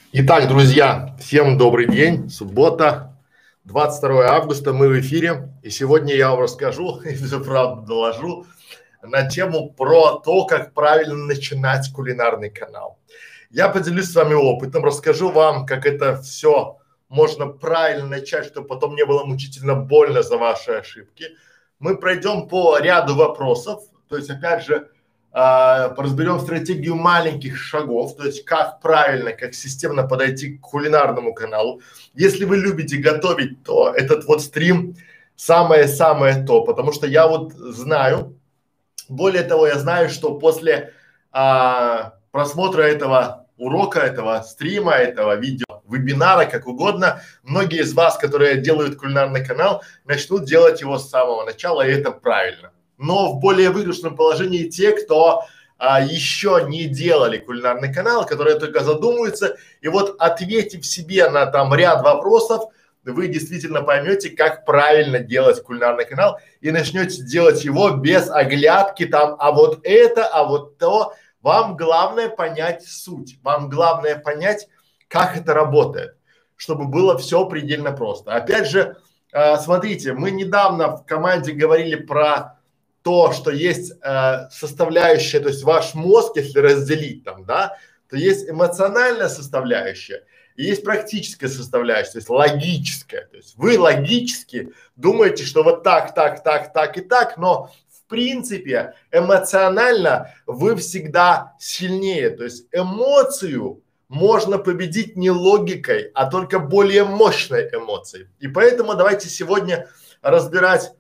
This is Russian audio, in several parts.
Итак, друзья, всем добрый день. Суббота, 22 августа, мы в эфире. И сегодня я вам расскажу, и всю правду доложу, на тему про то, как правильно начинать кулинарный канал. Я поделюсь с вами опытом, расскажу вам, как это все можно правильно начать, чтобы потом не было мучительно больно за ваши ошибки. Мы пройдем по ряду вопросов, то есть опять же разберем стратегию маленьких шагов, то есть как правильно, как системно подойти к кулинарному каналу. Если вы любите готовить, то этот вот стрим самое-самое то, потому что я вот знаю, более того, я знаю, что после просмотра этого урока, этого стрима, этого видео, вебинара, как угодно, многие из вас, которые делают кулинарный канал, начнут делать его с самого начала, и это правильно. Но в более выигрышном положении те, кто еще не делали кулинарный канал, которые только задумываются, и вот ответив себе на там ряд вопросов, вы действительно поймете, как правильно делать кулинарный канал и начнете делать его без оглядки там, а вот это, а вот то. Вам главное понять суть, вам главное понять, как это работает, чтобы было все предельно просто. Опять же, смотрите, мы недавно в команде говорили про то, что есть составляющая, то есть ваш мозг, если разделить там, да, то есть эмоциональная составляющая и есть практическая составляющая, то есть логическая. То есть вы логически думаете, что вот так, так, так, так и так, но в принципе эмоционально вы всегда сильнее. То есть эмоцию можно победить не логикой, а только более мощной эмоцией. И поэтому давайте сегодня разбирать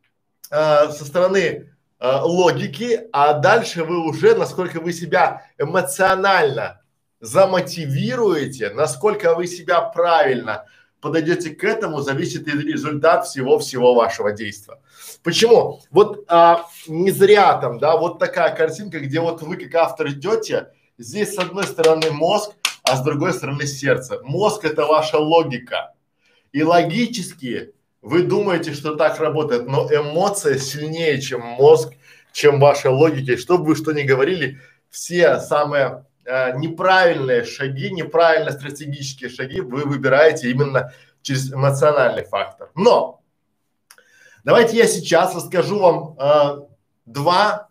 со стороны логики, а дальше вы уже, насколько вы себя эмоционально замотивируете, насколько вы себя правильно подойдете к этому, зависит и результат всего вашего действия. Почему? Вот не зря там, да, вот такая картинка, где вот вы как автор идете, здесь с одной стороны мозг, а с другой стороны сердце. Мозг – это ваша логика. И логически вы думаете, что так работает, но эмоция сильнее, чем мозг, чем ваша логика. И что бы вы что ни говорили, все самые неправильные шаги, неправильно стратегические шаги вы выбираете именно через эмоциональный фактор. Но давайте я сейчас расскажу вам два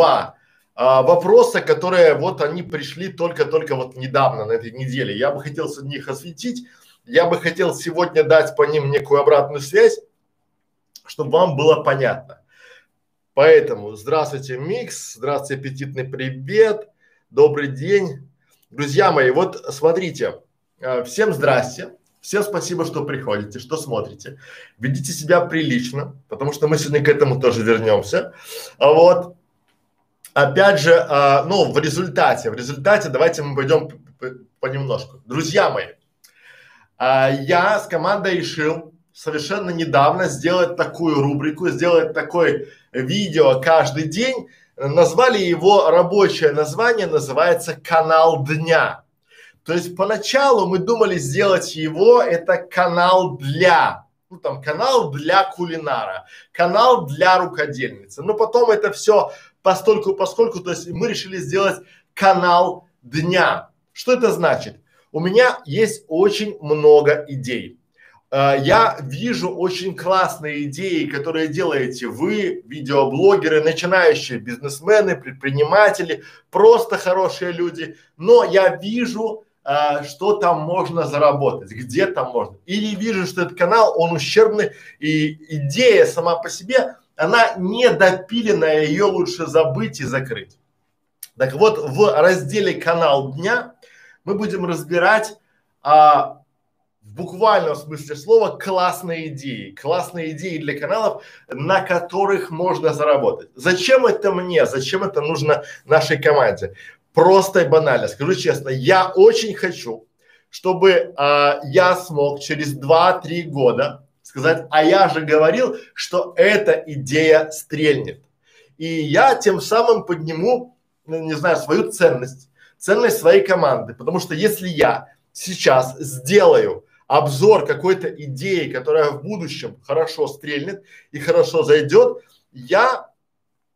вопроса, которые вот они пришли только вот недавно, на этой неделе. Я бы хотел с них осветить. Я бы хотел сегодня дать по ним некую обратную связь, чтобы вам было понятно. Поэтому здравствуйте, Микс, здравствуйте, аппетитный привет, добрый день. Друзья мои, вот смотрите, всем здрасте, всем спасибо, что приходите, что смотрите. Ведите себя прилично, потому что мы сегодня к этому тоже вернемся. Вот. Опять же, ну, в результате давайте мы пойдем понемножку. Друзья мои, я с командой решил совершенно недавно сделать такую рубрику, сделать такое видео каждый день. Назвали его, рабочее название называется «Канал дня». То есть поначалу мы думали сделать его, это канал для, ну там канал для кулинара, канал для рукодельницы. Но потом это все поскольку, то есть мы решили сделать канал дня. Что это значит? У меня есть очень много идей. Я вижу очень классные идеи, которые делаете вы, видеоблогеры, начинающие бизнесмены, предприниматели, просто хорошие люди. Но я вижу, что там можно заработать, где там можно. Или вижу, что этот канал, он ущербный, и идея сама по себе, она недопиленная, ее лучше забыть и закрыть. Так вот, в разделе «Канал дня» мы будем разбирать в буквальном смысле слова классные идеи для каналов, на которых можно заработать. Зачем это мне? Зачем это нужно нашей команде? Просто и банально, скажу честно, я очень хочу, чтобы я смог через 2-3 года сказать, а я же говорил, что эта идея стрельнет. И я тем самым подниму, не знаю, свою ценность своей команды. Потому что если я сейчас сделаю обзор какой-то идеи, которая в будущем хорошо стрельнет и хорошо зайдет, я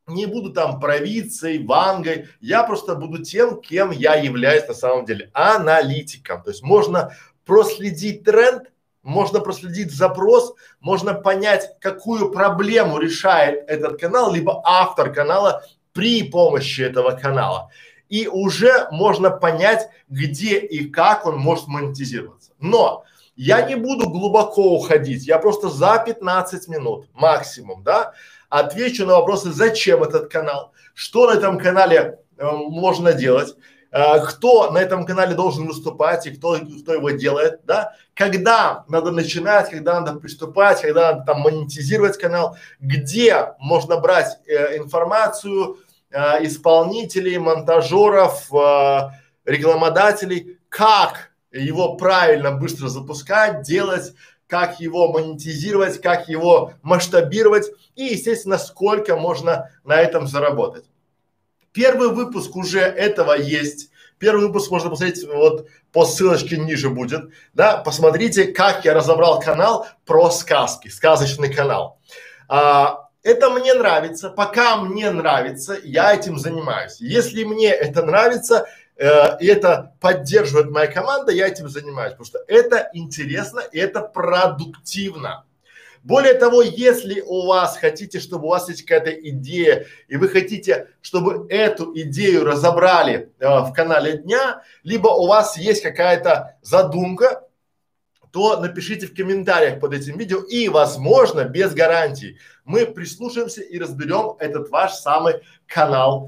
не буду там провидцей, вангой, я просто буду тем, кем я являюсь на самом деле, аналитиком. То есть можно проследить тренд, можно проследить запрос, можно понять, какую проблему решает этот канал, либо автор канала при помощи этого канала. И уже можно понять, где и как он может монетизироваться. Но я не буду глубоко уходить, я просто за 15 минут максимум, да, отвечу на вопросы, зачем этот канал, что на этом канале можно делать, кто на этом канале должен выступать и кто его делает, да, когда надо начинать, когда надо приступать, когда надо там монетизировать канал, где можно брать информацию исполнителей, монтажеров, рекламодателей, как его правильно быстро запускать, делать, как его монетизировать, как его масштабировать и, естественно, сколько можно на этом заработать. Первый выпуск уже этого есть. Первый выпуск можно посмотреть вот по ссылочке ниже будет, да, посмотрите, как я разобрал канал про сказки, сказочный канал. Это мне нравится, пока мне нравится, я этим занимаюсь. Если мне это нравится, и это поддерживает моя команда, я этим занимаюсь, потому что это интересно и это продуктивно. Более того, если у вас хотите, чтобы у вас есть какая-то идея, и вы хотите, чтобы эту идею разобрали в канале дня, либо у вас есть какая-то задумка, то напишите в комментариях под этим видео и, возможно, без гарантий, мы прислушаемся и разберем этот ваш самый канал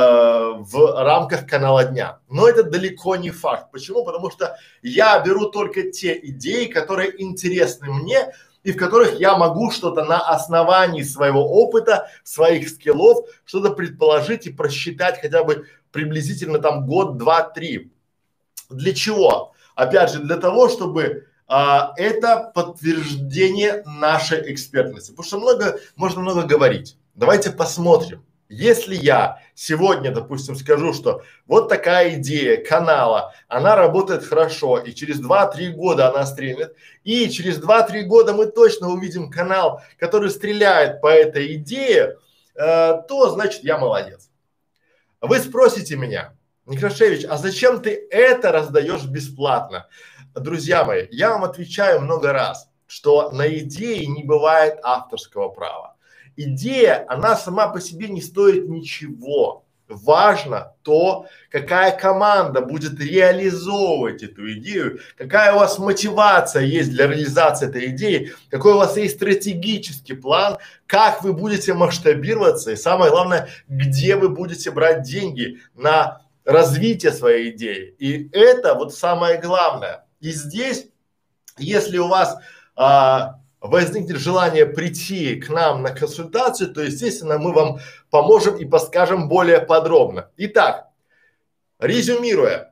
в рамках канала дня. Но это далеко не факт. Почему? Потому что я беру только те идеи, которые интересны мне и в которых я могу что-то на основании своего опыта, своих скиллов, что-то предположить и просчитать хотя бы приблизительно там год, два, три. Для чего? Опять же, для того, чтобы это подтверждение нашей экспертности, потому что можно много говорить. Давайте посмотрим. Если я сегодня, допустим, скажу, что вот такая идея канала, она работает хорошо, и через 2-3 года она стрельнет, и через 2-3 года мы точно увидим канал, который стреляет по этой идее, то значит я молодец. Вы спросите меня, Некрашевич, а зачем ты это раздаешь бесплатно? Друзья мои, я вам отвечаю много раз, что на идее не бывает авторского права. Идея, она сама по себе не стоит ничего. Важно то, какая команда будет реализовывать эту идею, какая у вас мотивация есть для реализации этой идеи, какой у вас есть стратегический план, как вы будете масштабироваться и самое главное, где вы будете брать деньги на развитие своей идеи. И это вот самое главное. И здесь, если у вас возникнет желание прийти к нам на консультацию, то, естественно, мы вам поможем и подскажем более подробно. Итак, резюмируя,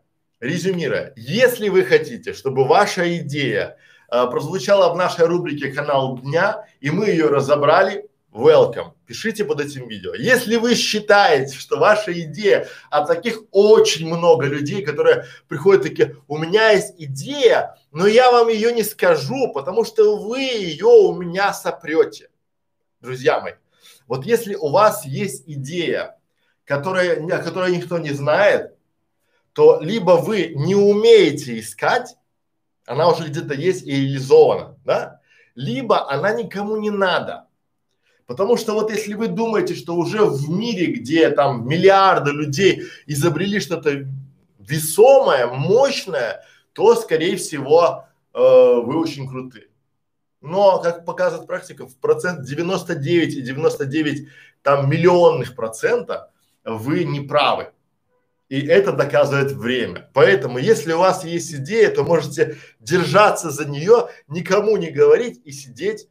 если вы хотите, чтобы ваша идея прозвучала в нашей рубрике «Канал дня» и мы ее разобрали, welcome, пишите под этим видео. Если вы считаете, что ваша идея, а таких очень много людей, которые приходят такие, у меня есть идея, но я вам ее не скажу, потому что вы ее у меня сопрете. Друзья мои, вот если у вас есть идея, о которой никто не знает, то либо вы не умеете искать, она уже где-то есть и реализована, да, либо она никому не надо. Потому что вот если вы думаете, что уже в мире, где там миллиарды людей изобрели что-то весомое, мощное, то, скорее всего, вы очень крутые. Но, как показывает практика, в процент 99,99 там миллионных процента вы не правы. И это доказывает время. Поэтому, если у вас есть идея, то можете держаться за нее, никому не говорить и сидеть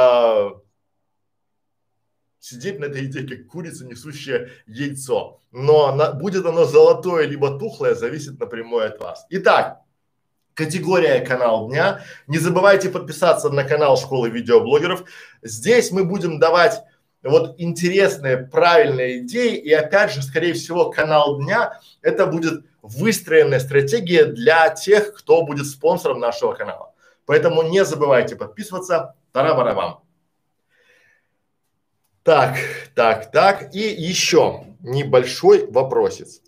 на этой идее, как курица, несущая яйцо. Но будет оно золотое либо тухлое, зависит напрямую от вас. Итак, категория канал дня. Не забывайте подписаться на канал Школы видеоблогеров. Здесь мы будем давать вот интересные, правильные идеи. И опять же, скорее всего, канал дня – это будет выстроенная стратегия для тех, кто будет спонсором нашего канала. Поэтому не забывайте подписываться. Тара-барабам. Так, так. И еще небольшой вопросец.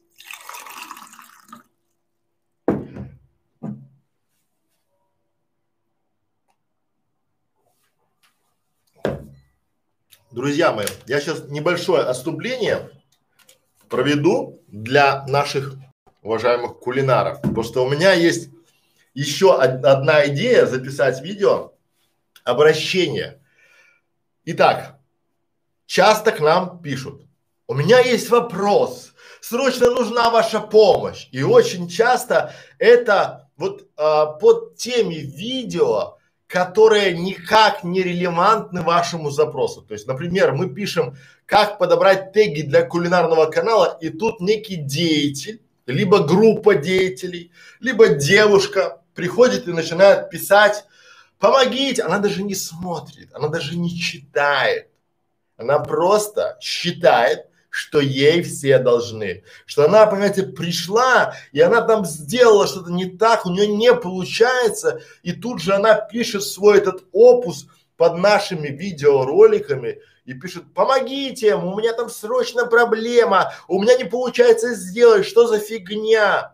Друзья мои, я сейчас небольшое отступление проведу для наших уважаемых кулинаров, потому что у меня есть еще одна идея записать видео обращение. Итак, часто к нам пишут: у меня есть вопрос, срочно нужна ваша помощь. И очень часто это вот под теми видео, которые никак не релевантны вашему запросу. То есть, например, мы пишем, как подобрать теги для кулинарного канала, и тут некий деятель, либо группа деятелей, либо девушка приходит и начинает писать: помогите. Она даже не смотрит, она даже не читает. Она просто считает, что ей все должны. Что она, понимаете, пришла, и она там сделала что-то не так, у нее не получается, и тут же она пишет свой этот опус под нашими видеороликами и пишет: помогите, у меня там срочно проблема, у меня не получается сделать, что за фигня.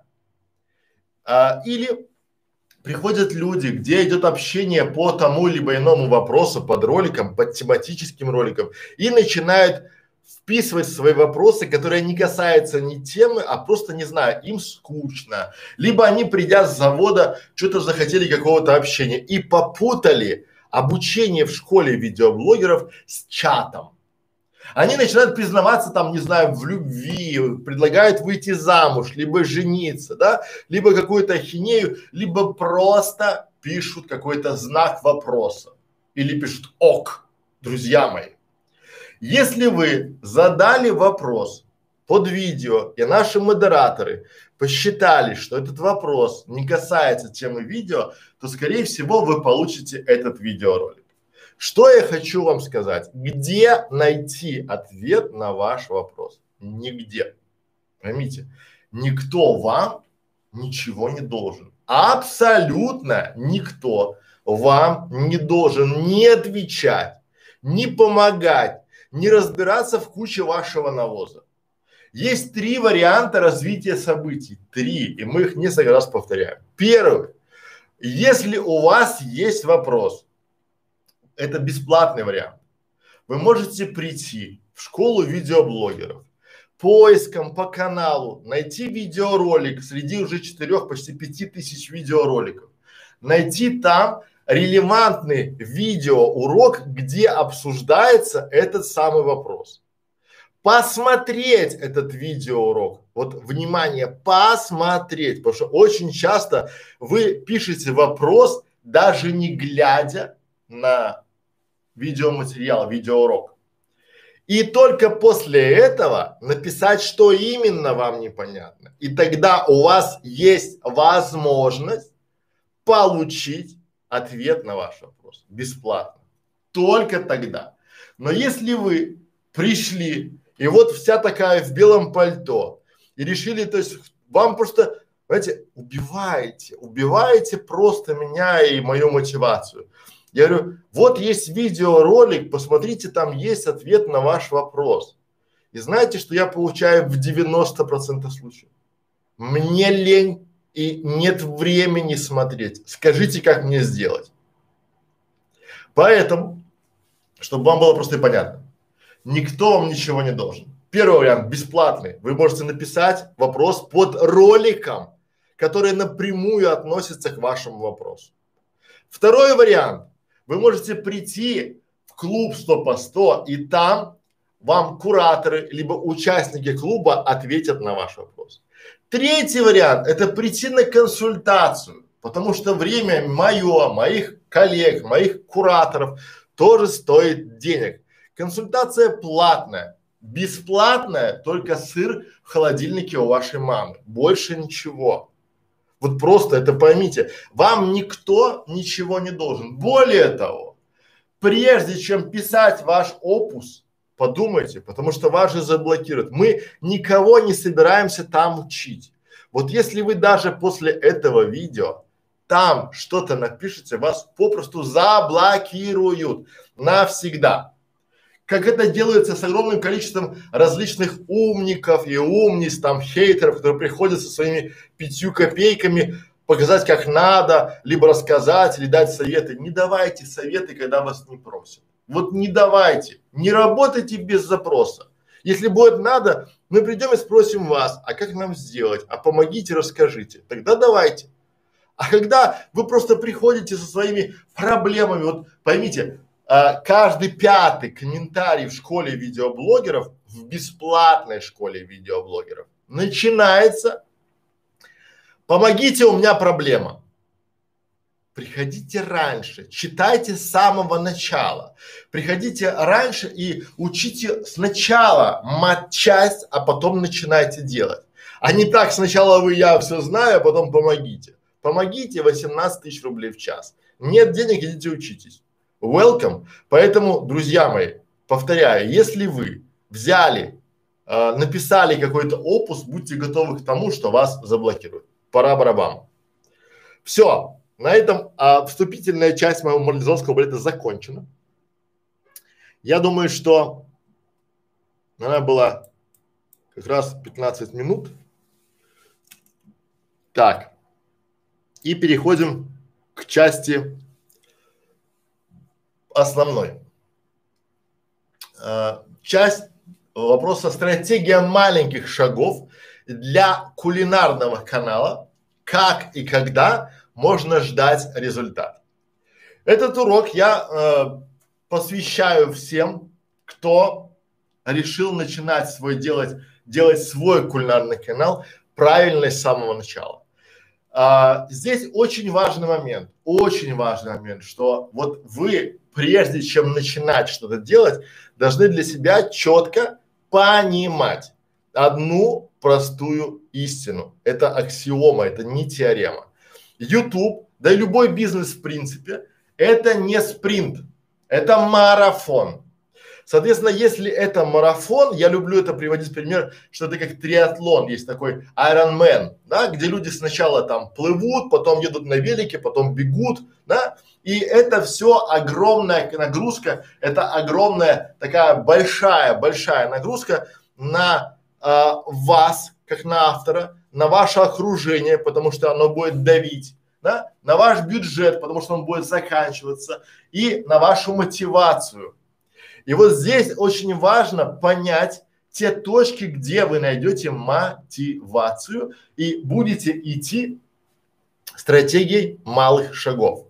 Или приходят люди, где идет общение по тому либо иному вопросу, под роликом, под тематическим роликом, и начинают вписывать свои вопросы, которые не касаются ни темы, а просто, не знаю, им скучно. Либо они, придя с завода, что-то захотели какого-то общения и попутали обучение в школе видеоблогеров с чатом. Они начинают признаваться там, не знаю, в любви, предлагают выйти замуж, либо жениться, да, либо какую-то ахинею, либо просто пишут какой-то знак вопроса или пишут ок. Друзья мои, если вы задали вопрос под видео, и наши модераторы посчитали, что этот вопрос не касается темы видео, то, скорее всего, вы получите этот видеоролик. Что я хочу вам сказать? Где найти ответ на ваш вопрос? Нигде. Поймите, никто вам ничего не должен. Абсолютно никто вам не должен ни отвечать, ни помогать, не разбираться в куче вашего навоза. Есть 3 варианта развития событий. 3, и мы их несколько раз повторяем. Первый. Если у вас есть вопрос, это бесплатный вариант. Вы можете прийти в школу видеоблогеров, поиском по каналу, найти видеоролик среди уже 4, почти 5 тысяч видеороликов, найти там релевантный видеоурок, где обсуждается этот самый вопрос. Посмотреть этот видеоурок, вот внимание, посмотреть, потому что очень часто вы пишете вопрос, даже не глядя на видеоматериал, видеоурок. И только после этого написать, что именно вам непонятно. И тогда у вас есть возможность получить ответ на ваш вопрос бесплатно. Только тогда. Но если вы пришли и вот вся такая в белом пальто и решили, то есть вам просто, знаете, убиваете просто меня и мою мотивацию. Я говорю, вот есть видеоролик, посмотрите, там есть ответ на ваш вопрос. И знаете, что я получаю в 90% случаев? Мне лень и нет времени смотреть. Скажите, как мне сделать? Поэтому, чтобы вам было просто и понятно, никто вам ничего не должен. Первый вариант бесплатный. Вы можете написать вопрос под роликом, который напрямую относится к вашему вопросу. Второй вариант. Вы можете прийти в клуб 100 по 100, и там вам кураторы либо участники клуба ответят на ваш вопрос. Третий вариант – это прийти на консультацию, потому что время мое, моих коллег, моих кураторов тоже стоит денег. Консультация платная, бесплатная, только сыр в холодильнике у вашей мамы, больше ничего. Вот просто это поймите, вам никто ничего не должен. Более того, прежде чем писать ваш опус, подумайте, потому что вас же заблокируют. Мы никого не собираемся там учить. Вот если вы даже после этого видео там что-то напишете, вас попросту заблокируют навсегда. как это делается с огромным количеством различных умников и умниц, там, хейтеров, которые приходят со своими 5 копейками показать, как надо, либо рассказать, или дать советы. Не давайте советы, когда вас не просят. Вот не давайте, не работайте без запроса. Если будет надо, мы придем и спросим вас, а как нам сделать, а помогите, расскажите. Тогда давайте. А когда вы просто приходите со своими проблемами, вот поймите, каждый 5-й комментарий в школе видеоблогеров, в бесплатной школе видеоблогеров, начинается: помогите, у меня проблема. Приходите раньше, читайте с самого начала. Приходите раньше и учите сначала матчасть, а потом начинайте делать. А не так: сначала я все знаю, а потом помогите. Помогите, 18 тысяч рублей в час. Нет денег, идите учитесь. Welcome. Поэтому, друзья мои, повторяю, если вы взяли, написали какой-то опус, будьте готовы к тому, что вас заблокируют. Пора барабан. Все. На этом вступительная часть моего морализовского балета закончена. Я думаю, что она была как раз 15 минут. Так. И переходим к части основной. Часть вопроса: стратегия маленьких шагов для кулинарного канала. Как и когда можно ждать результат. Этот урок я посвящаю всем, кто решил начинать делать свой кулинарный канал правильно с самого начала. Здесь очень важный момент, что вот вы, прежде чем начинать что-то делать, должны для себя четко понимать одну простую истину. Это аксиома, это не теорема. YouTube, да и любой бизнес в принципе, это не спринт, это марафон. Соответственно, если это марафон, я люблю это приводить пример, что это как триатлон, есть такой Ironman, да, где люди сначала там плывут, потом едут на велике, потом бегут, да, и это все огромная нагрузка, это огромная такая большая нагрузка на вас, как на автора, на ваше окружение, потому что оно будет давить, да, на ваш бюджет, потому что он будет заканчиваться, и на вашу мотивацию. И вот здесь очень важно понять те точки, где вы найдете мотивацию и будете идти стратегией малых шагов.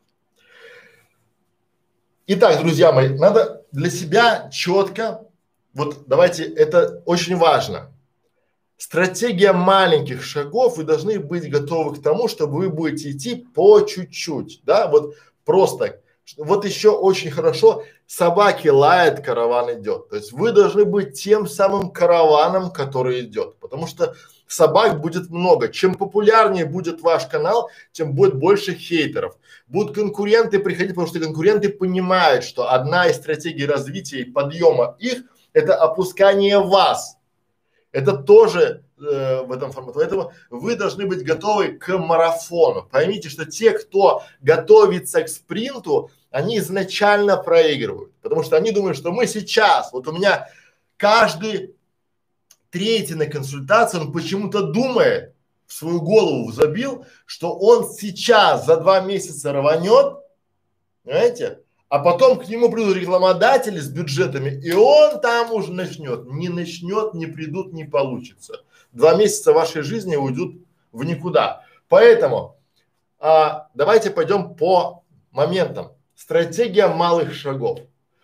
Итак, друзья мои, надо для себя четко, вот давайте, это очень важно. Стратегия маленьких шагов, вы должны быть готовы к тому, чтобы вы будете идти по чуть-чуть, да, вот просто. Вот еще очень хорошо: собаки лают, караван идет. То есть вы должны быть тем самым караваном, который идет, потому что собак будет много. Чем популярнее будет ваш канал, тем будет больше хейтеров. Будут конкуренты приходить, потому что конкуренты понимают, что одна из стратегий развития и подъема их – это опускание вас. Это тоже в этом формате. Поэтому вы должны быть готовы к марафону. Поймите, что те, кто готовится к спринту, они изначально проигрывают, потому что они думают, что мы сейчас, вот у меня каждый третий на консультации, он почему-то думает, в свою голову забил, что он сейчас за 2 месяца рванет, понимаете? А потом к нему придут рекламодатели с бюджетами, и он там уже начнет. Не начнет, не придут, не получится. 2 месяца вашей жизни уйдут в никуда. Поэтому давайте пойдем по моментам. Стратегия малых шагов.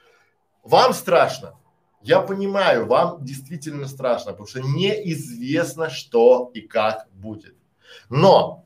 Вам страшно? Я понимаю, вам действительно страшно, потому что неизвестно, что и как будет. Но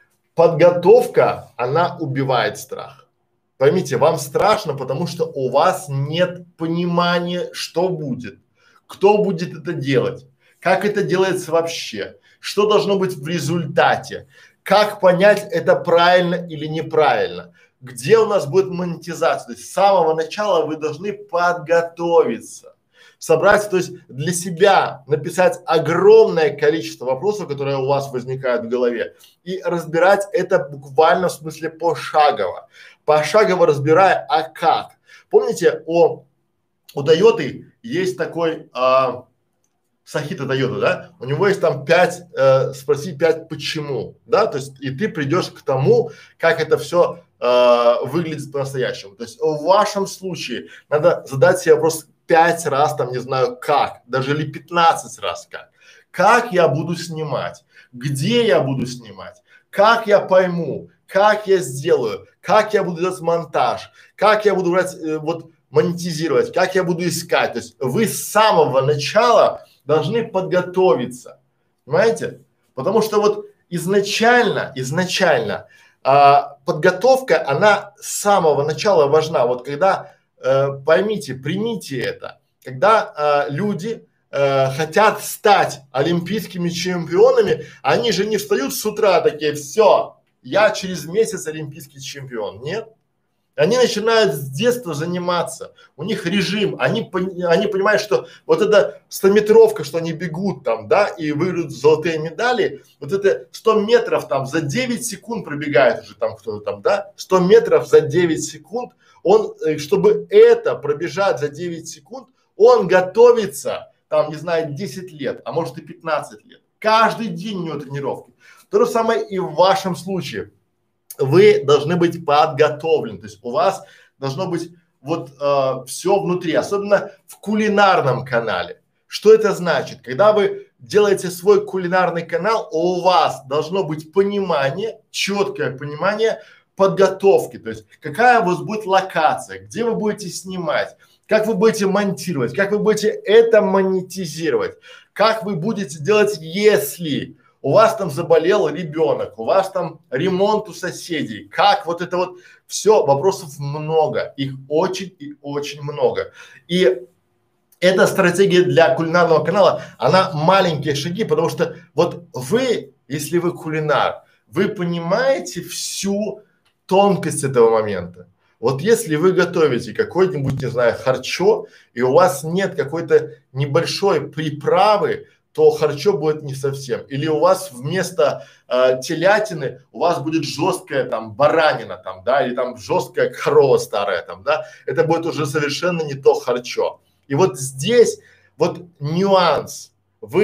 подготовка, она убивает страх. Поймите, вам страшно, потому что у вас нет понимания, что будет, кто будет это делать, как это делается вообще, что должно быть в результате, как понять, это правильно или неправильно, где у нас будет монетизация. То есть с самого начала вы должны подготовиться, собрать, то есть для себя написать огромное количество вопросов, которые у вас возникают в голове, и разбирать это буквально в смысле пошагово разбирая, а как. Помните о у Тойоты есть такой Сахита Тойота, да, у него есть там 5, спроси 5 почему, да, то есть и ты придешь к тому, как это все выглядит по-настоящему. То есть в вашем случае надо задать себе вопрос 5 раз, там, не знаю, как, даже или 15 раз как я буду снимать, где я буду снимать, как я пойму, как я сделаю, как я буду делать монтаж, как я буду брать, вот монетизировать, как я буду искать. То есть вы с самого начала должны подготовиться, понимаете? Потому что вот изначально подготовка, она с самого начала важна. Вот когда, поймите, примите это, когда люди хотят стать олимпийскими чемпионами, они же не встают с утра такие, все, я через месяц олимпийский чемпион. Нет. Они начинают с детства заниматься, у них режим, они понимают, что вот эта 100-метровка, что они бегут там, да, и выиграют золотые медали, вот это 100 метров там за 9 секунд пробегает уже там кто-то там, да, 100 метров за 9 секунд, он, чтобы это пробежать за 9 секунд, он готовится там, не знаю, 10 лет, а может и 15 лет. Каждый день у него тренировки. То же самое и в вашем случае. Вы должны быть подготовлены, то есть у вас должно быть вот все внутри, особенно в кулинарном канале. Что это значит? Когда вы делаете свой кулинарный канал, у вас должно быть понимание, четкое понимание подготовки, то есть какая у вас будет локация, где вы будете снимать, как вы будете монтировать, как вы будете это монетизировать, как вы будете делать, если у вас там заболел ребенок, у вас там ремонт у соседей, как вот это вот все, вопросов много, их очень и очень много. И эта стратегия для кулинарного канала, она маленькие шаги, потому что вот вы, если вы кулинар, вы понимаете всю тонкость этого момента. Вот если вы готовите какой-нибудь, не знаю, харчо, и у вас нет какой-то небольшой приправы, то харчо будет не совсем. Или у вас вместо телятины у вас будет жесткая там баранина там, да, или там жесткая корова старая там, да, это будет уже совершенно не то харчо. И вот здесь вот нюанс,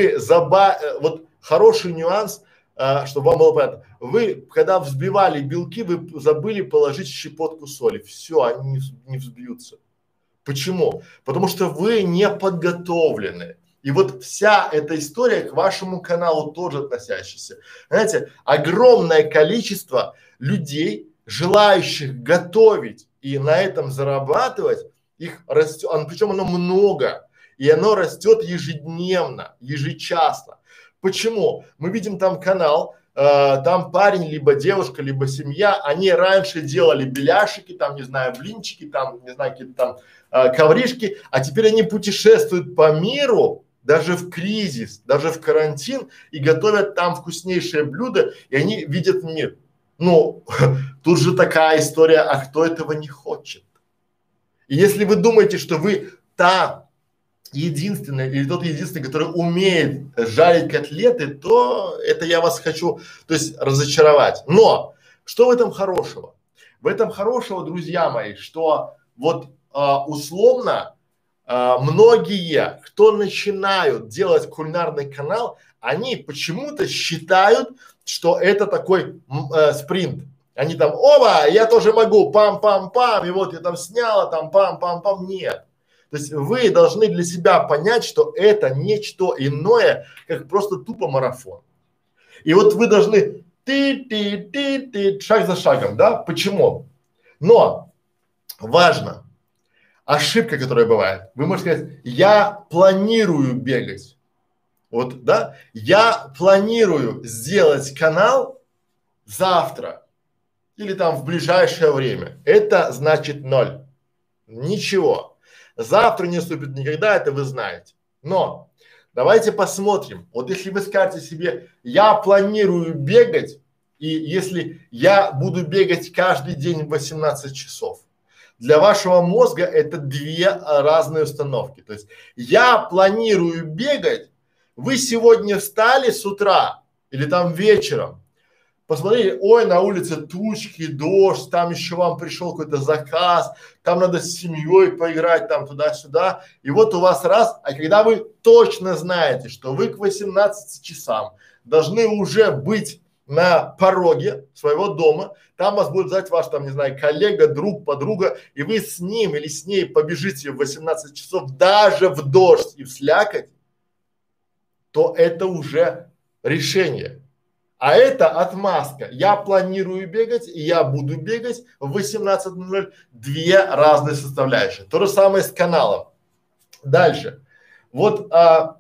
вот хороший нюанс, чтобы вам было понятно, вы когда взбивали белки, вы забыли положить щепотку соли, все, они не взбьются. Почему? Потому что вы не подготовлены. И вот вся эта история к вашему каналу тоже относящаяся. Знаете, огромное количество людей, желающих готовить и на этом зарабатывать, их растет, причем оно много, и оно растет ежедневно, ежечасно. Почему? Мы видим там канал, там парень, либо девушка, либо семья, они раньше делали беляшики, там, не знаю, блинчики, там, не знаю, какие-то там ковришки, а теперь они путешествуют по миру, даже в кризис, даже в карантин, и готовят там вкуснейшие блюда, и они видят мир. Ну, тут же такая история, а кто этого не хочет? И если вы думаете, что вы та единственная или тот единственный, который умеет жарить котлеты, то это я вас хочу, то есть разочаровать. Но что в этом хорошего? В этом хорошего, друзья мои, что вот условно многие, кто начинают делать кулинарный канал, они почему-то считают, что это такой спринт. Они там, оба, я тоже могу, пам-пам-пам, и вот я там сняла, там пам-пам-пам. Нет. То есть вы должны для себя понять, что это нечто иное, как просто тупо марафон. И вот вы должны шаг за шагом, да? Почему? Но важно, ошибка, которая бывает, вы можете сказать, я планирую бегать. Вот, да? Я планирую сделать канал завтра или там в ближайшее время. Это значит ноль. Ничего. Завтра не наступит никогда, это вы знаете. Но давайте посмотрим. Вот если вы скажете себе, я планирую бегать, и если я буду бегать каждый день 18 часов, для вашего мозга это две разные установки. То есть я планирую бегать, вы сегодня встали с утра или там вечером, посмотрели, ой, на улице тучки, дождь, там еще вам пришел какой-то заказ, там надо с семьей поиграть, там туда-сюда. И вот у вас раз, а когда вы точно знаете, что вы к 18 часам должны уже быть на пороге своего дома, там вас будет ждать ваш, там, не знаю, коллега, друг, подруга, и вы с ним или с ней побежите в 18 часов даже в дождь и в слякоть, то это уже решение. А это отмазка. Я планирую бегать, и я буду бегать в 18:00. Две разные составляющие. То же самое с каналом. Дальше. Вот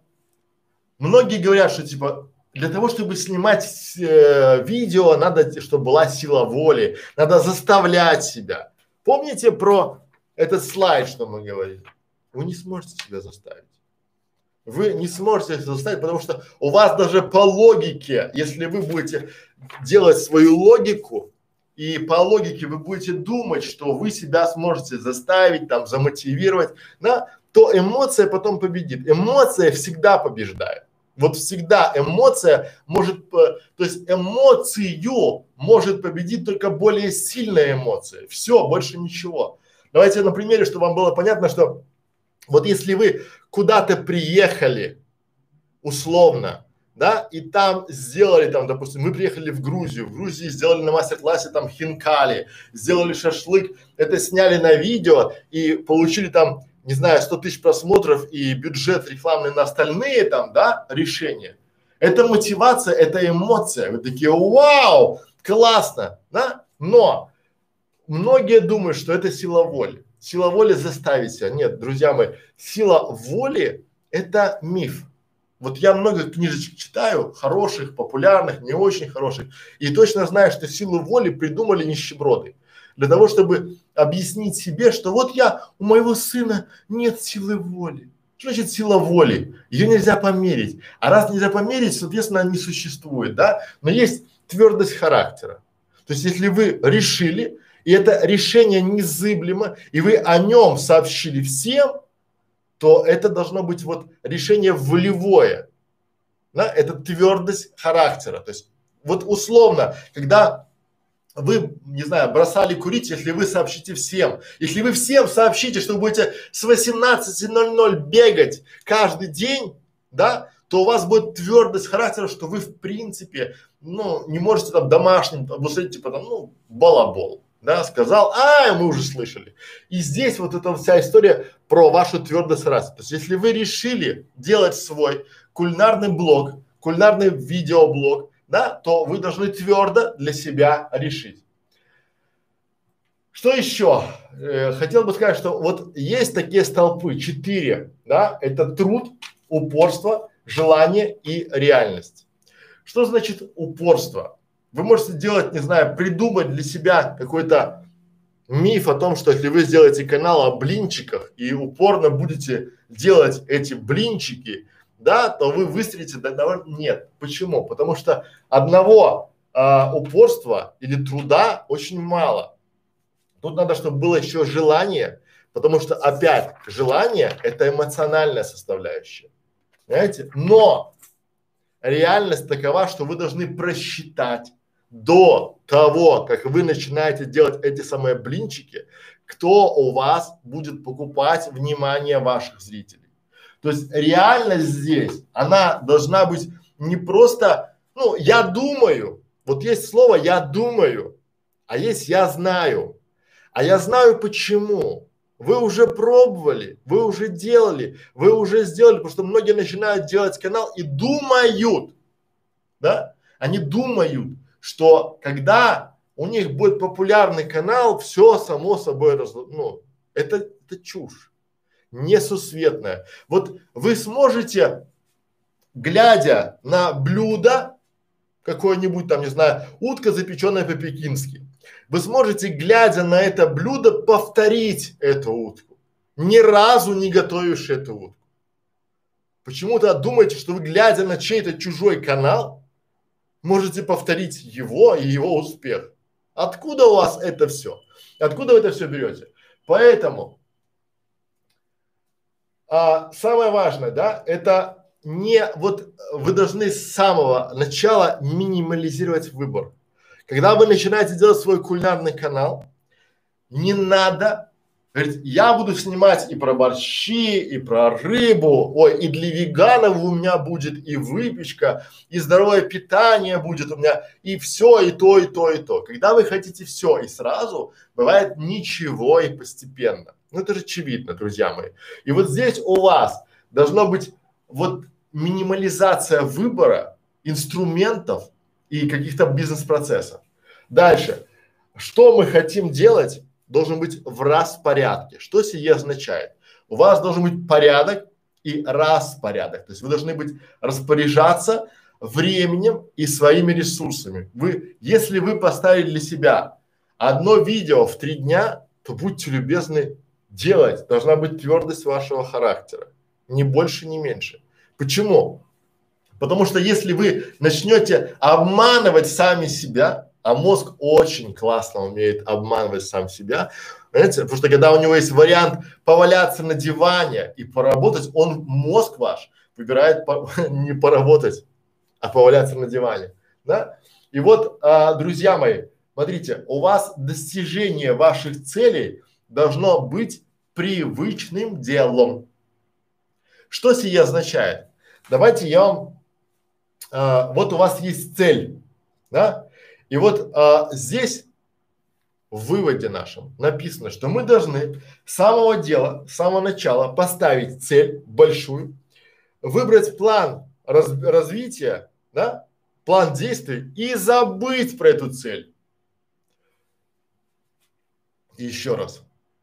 многие говорят, что типа для того, чтобы снимать видео, надо, чтобы была сила воли, надо заставлять себя. Помните про этот слайд, что мы говорили? Вы не сможете себя заставить. Вы не сможете это заставить, потому что у вас даже по логике, если вы будете делать свою логику, и по логике вы будете думать, что вы себя сможете заставить, там, замотивировать, да, то эмоция потом победит. Эмоция всегда побеждает. Вот всегда эмоция может, то есть эмоцию может победить только более сильная эмоция. Все, больше ничего. Давайте на примере, чтобы вам было понятно, что вот если вы куда-то приехали, условно, да, и там сделали там, допустим, мы приехали в Грузии сделали на мастер-классе там хинкали, сделали шашлык, это сняли на видео и получили там, не знаю, 100 тысяч просмотров и бюджет рекламный на остальные там, да, решения. Это мотивация, это эмоция. Вы такие, вау, классно, да, но многие думают, что это сила воли. Сила воли заставить себя. Нет, друзья мои, сила воли – это миф. Вот я много книжечек читаю, хороших, популярных, не очень хороших, и точно знаю, что силу воли придумали нищеброды. Для того, чтобы объяснить себе, что вот у моего сына нет силы воли. Что значит сила воли? Ее нельзя померить. А раз нельзя померить, соответственно, она не существует, да? Но есть твердость характера. То есть, если вы решили, и это решение незыблемо, и вы о нем сообщили всем, то это должно быть вот решение волевое, да, это твердость характера. То есть вот условно, когда вы, не знаю, бросали курить, если вы сообщите всем, если вы всем сообщите, что вы будете с 18:00 бегать каждый день, да, то у вас будет твердость характера, что вы в принципе, ну, не можете там домашним обустрить, типа там, ну, балабол. Да, сказал, мы уже слышали. И здесь вот эта вся история про вашу твердость характера. То есть, если вы решили делать свой кулинарный блог, кулинарный видеоблог, да, то вы должны твердо для себя решить. Что еще? Хотел бы сказать, что вот есть такие столпы, 4, да, это труд, упорство, желание и реальность. Что значит упорство? Вы можете делать, не знаю, придумать для себя какой-то миф о том, что если вы сделаете канал о блинчиках и упорно будете делать эти блинчики, да, то вы выстрелите до одного. Нет. Почему? Потому что одного упорства или труда очень мало. Тут надо, чтобы было еще желание, потому что опять желание – это эмоциональная составляющая, понимаете? Но реальность такова, что вы должны просчитать до того, как вы начинаете делать эти самые блинчики, кто у вас будет покупать внимание ваших зрителей. То есть реальность здесь, она должна быть не просто, ну, я думаю, вот есть слово я думаю, а есть я знаю. А я знаю почему. Вы уже пробовали, вы уже делали, вы уже сделали, потому что многие начинают делать канал и думают, да, они думают, что когда у них будет популярный канал, все само собой ну, это чушь, несусветная. Вот вы сможете, глядя на блюдо, какое-нибудь там, не знаю, утка, запеченная по-пекински, вы сможете, глядя на это блюдо, повторить эту утку, ни разу не готовишь эту утку. Почему-то думаете, что вы, глядя на чей-то чужой канал, можете повторить его и его успех. Откуда у вас это все? Откуда вы это все берете? Поэтому самое важное, да, это не вот вы должны с самого начала минимализировать выбор. Когда вы начинаете делать свой кулинарный канал, не надо говорить, я буду снимать и про борщи, и про рыбу, ой, и для веганов у меня будет и выпечка, и здоровое питание будет у меня, и все, и то, и то, и то. Когда вы хотите все и сразу, бывает ничего и постепенно. Ну это же очевидно, друзья мои. И вот здесь у вас должно быть вот минимализация выбора инструментов и каких-то бизнес-процессов. Дальше. Что мы хотим делать, должен быть в распорядке. Что сие означает? У вас должен быть порядок и распорядок. То есть вы должны быть распоряжаться временем и своими ресурсами. Если вы поставили для себя одно видео в 3 дня, то будьте любезны делать. Должна быть твердость вашего характера. Ни больше, ни меньше. Почему? Потому что если вы начнете обманывать сами себя, а мозг очень классно умеет обманывать сам себя, понимаете? Потому что когда у него есть вариант поваляться на диване и поработать, мозг ваш выбирает не поработать, а поваляться на диване, да? И вот, друзья мои, смотрите, у вас достижение ваших целей должно быть привычным делом. Что сие означает? Давайте я вам, вот у вас есть цель, да? И вот здесь в выводе нашем написано, что мы должны с самого начала поставить цель большую, выбрать план развития, да, план действий и забыть про эту цель. И еще раз,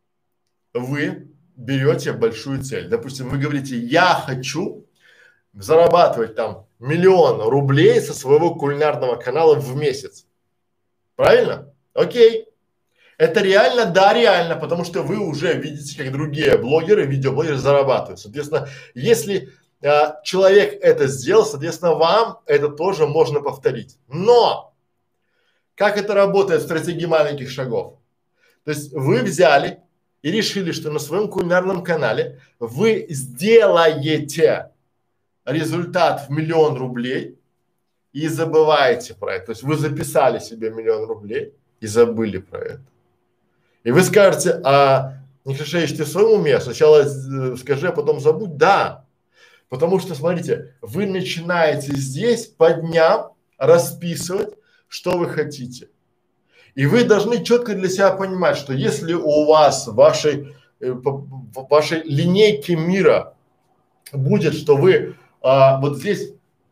вы берете большую цель. Допустим, вы говорите, я хочу зарабатывать там 1 000 000 рублей со своего кулинарного канала в месяц. Правильно? Окей. Это реально? Да, реально, потому что вы уже видите, как другие блогеры, видеоблогеры зарабатывают. Соответственно, если человек это сделал, соответственно, вам это тоже можно повторить. Но как это работает в стратегии маленьких шагов? То есть вы взяли и решили, что на своем кулинарном канале вы сделаете результат в 1 000 000 рублей и забываете про это. То есть вы записали себе 1 000 000 рублей и забыли про это. И вы скажете, Никшишевич, ты в своем уме? Сначала скажи, а потом забудь. Да. Потому что, смотрите, вы начинаете здесь по дням расписывать, что вы хотите. И вы должны четко для себя понимать, что если у вас в вашей линейке мира будет, что вы вот здесь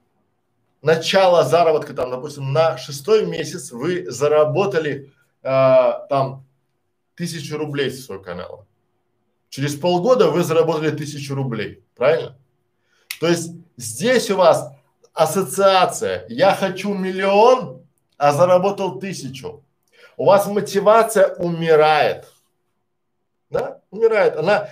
начало заработка, там, допустим, на 6-й месяц вы заработали там 1000 рублей со своего канала. Через полгода вы заработали 1000 рублей, правильно? То есть здесь у вас ассоциация «я хочу 1 000 000, а заработал 1000». У вас мотивация умирает, да? Умирает, она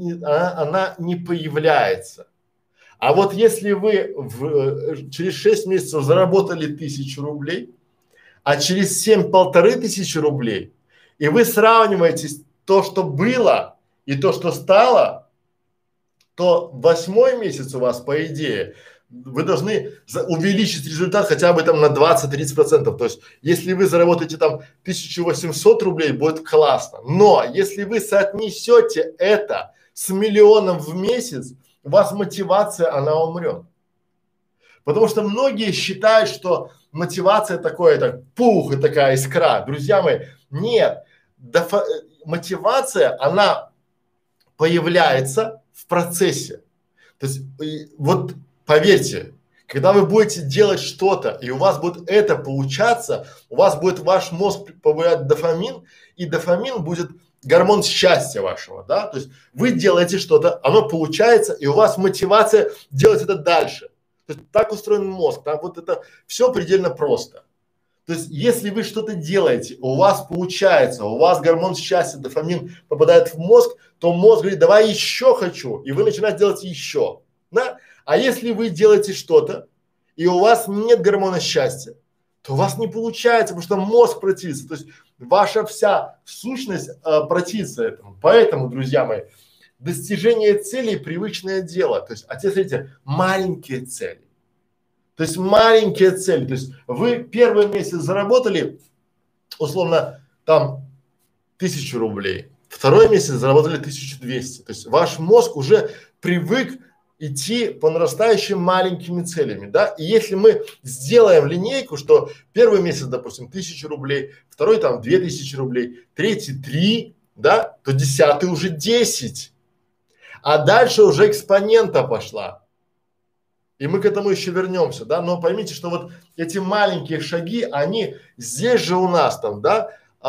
не появляется. А вот если вы через 6 месяцев заработали 1000 рублей, а через 7 1500 рублей, и вы сравниваете то, что было, и то, что стало, то 8-й месяц у вас, по идее, вы должны увеличить результат хотя бы там на 20-30%. То есть, если вы заработаете там 1800 рублей, будет классно. Но если вы соотнесете это с 1 000 000 в месяц, у вас мотивация, она умрет. Потому что многие считают, что мотивация такое, это пух и такая искра. Друзья мои, нет. Мотивация, она появляется в процессе. То есть, вот поверьте, когда вы будете делать что-то, и у вас будет это получаться, у вас будет ваш мозг появлять дофамин, и дофамин будет гормон счастья вашего, да, то есть вы делаете что-то, оно получается, и у вас мотивация делать это дальше. То есть так устроен мозг, там вот это все предельно просто. То есть если вы что-то делаете, у вас получается, у вас гормон счастья, дофамин попадает в мозг, то мозг говорит, давай еще хочу, и вы начинаете делать еще, да. А если вы делаете что-то, и у вас нет гормона счастья, то у вас не получается, потому что мозг противится. То есть ваша вся сущность противится этому. Поэтому, друзья мои, достижение целей привычное дело. То есть, а теперь смотрите, маленькие цели. То есть маленькие цели. То есть вы первый месяц заработали условно там 1000 рублей, второй месяц заработали 1200. То есть ваш мозг уже привык идти по нарастающим маленькими целями, да, и если мы сделаем линейку, что первый месяц, допустим, 1000 рублей, второй там 2000 рублей, третий 3, да, то 10-й уже 10, а дальше уже экспонента пошла. И мы к этому еще вернемся, да, но поймите, что вот эти маленькие шаги, они здесь же у нас там, да,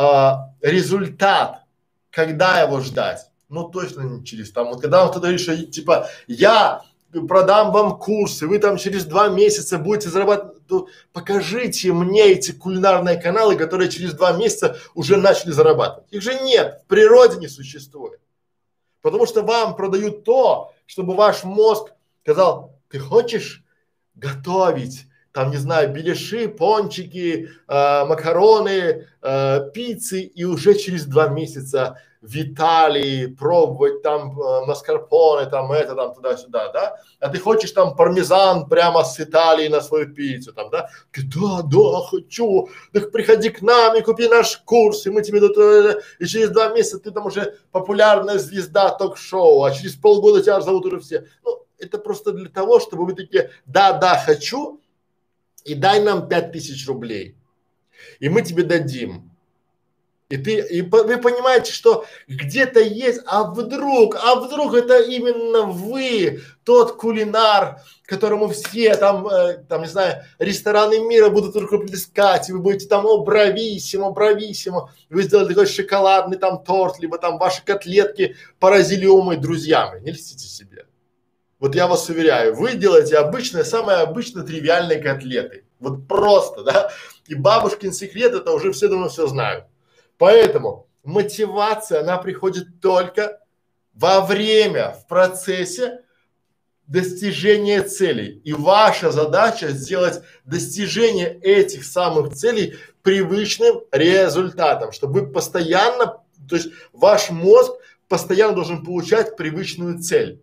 результат, когда его ждать? Ну точно не через там, вот когда он кто-то говорит, что типа я продам вам курсы, вы там через 2 месяца будете зарабатывать, то покажите мне эти кулинарные каналы, которые через 2 месяца уже начали зарабатывать. Их же нет, в природе не существует. Потому что вам продают то, чтобы ваш мозг сказал, ты хочешь готовить, там, не знаю, беляши, пончики, макароны, пиццы, и уже через 2 месяца в Италии пробовать там маскарпоне, там это, там туда-сюда, да? А ты хочешь там пармезан прямо с Италии на свою пиццу, там, да? Да, хочу, так приходи к нам и купи наш курс, и мы тебе тут, и через 2 месяца ты там уже популярная звезда ток-шоу, а через полгода тебя зовут уже все. Ну, это просто для того, чтобы вы такие, да, хочу, и дай нам 5000 рублей, и мы тебе дадим. И вы понимаете, что где-то есть, а вдруг это именно вы, тот кулинар, которому все там, там, не знаю, рестораны мира будут рукоплескать, и вы будете там, о, брависсимо, вы сделали такой шоколадный там торт, либо там ваши котлетки поразили умы, друзья мои, не льстите себе. Вот я вас уверяю, вы делаете обычные, самые обычные тривиальные котлеты, вот просто, да, и бабушкин секрет, это уже все, думаю, все знают. Поэтому мотивация, она приходит только во время, в процессе достижения целей. И ваша задача сделать достижение этих самых целей привычным результатом, чтобы вы постоянно, то есть ваш мозг постоянно должен получать привычную цель,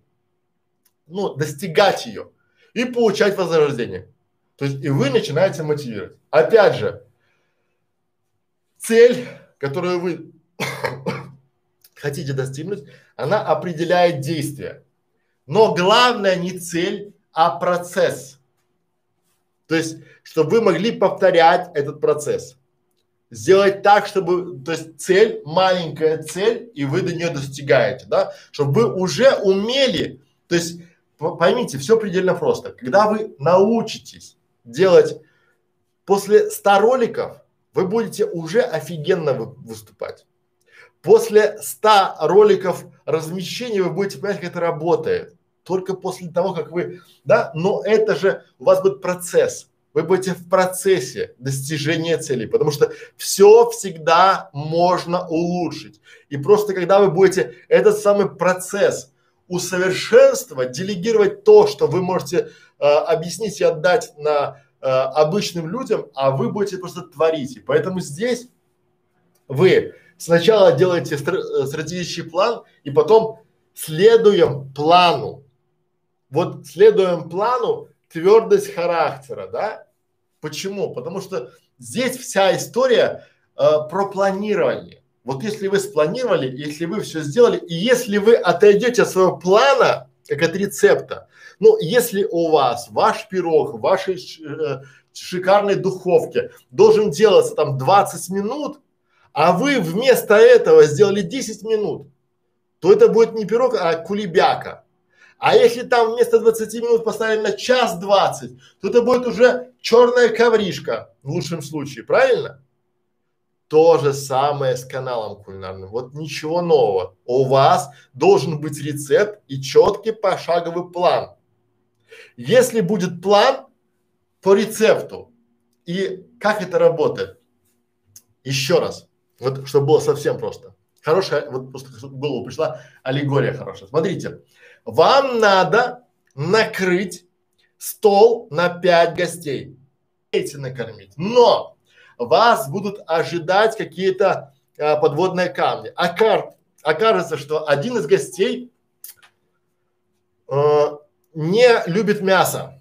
ну, достигать ее и получать вознаграждение. То есть и вы начинаете мотивировать. Опять же, цель, которую вы хотите достигнуть, она определяет действие. Но главное не цель, а процесс. То есть, чтобы вы могли повторять этот процесс. Сделать так, чтобы, то есть цель, маленькая цель, и вы до нее достигаете, да, чтобы вы уже умели, то есть поймите, все предельно просто. Когда вы научитесь делать после 100 роликов, вы будете уже офигенно выступать. После 100 роликов размещения вы будете понимать, как это работает. Только после того, как вы, да, но это же у вас будет процесс. Вы будете в процессе достижения целей, потому что все всегда можно улучшить. И просто когда вы будете этот самый процесс усовершенствовать, делегировать то, что вы можете объяснить и отдать на обычным людям, а вы будете просто творить. И поэтому здесь вы сначала делаете стратегический план и потом следуем плану. Вот следуем плану, твердость характера, да? Почему? Потому что здесь вся история про планирование. Вот если вы спланировали, если вы все сделали, и если вы отойдете от своего плана, как от рецепта, ну, если у вас ваш пирог в вашей шикарной духовке должен делаться там 20 минут, а вы вместо этого сделали 10 минут, то это будет не пирог, а кулебяка. А если там вместо 20 минут поставили на час 20, то это будет уже черная ковришка в лучшем случае, правильно? То же самое с каналом кулинарным. Вот ничего нового. У вас должен быть рецепт и четкий пошаговый план. Если будет план по рецепту, и как это работает? Еще раз, вот чтобы было совсем просто. Хорошая, вот просто в голову пришла аллегория хорошая. Смотрите, вам надо накрыть стол на 5 гостей. Эти накормить, но вас будут ожидать какие-то подводные камни. Окажется, что один из гостей не любит мясо,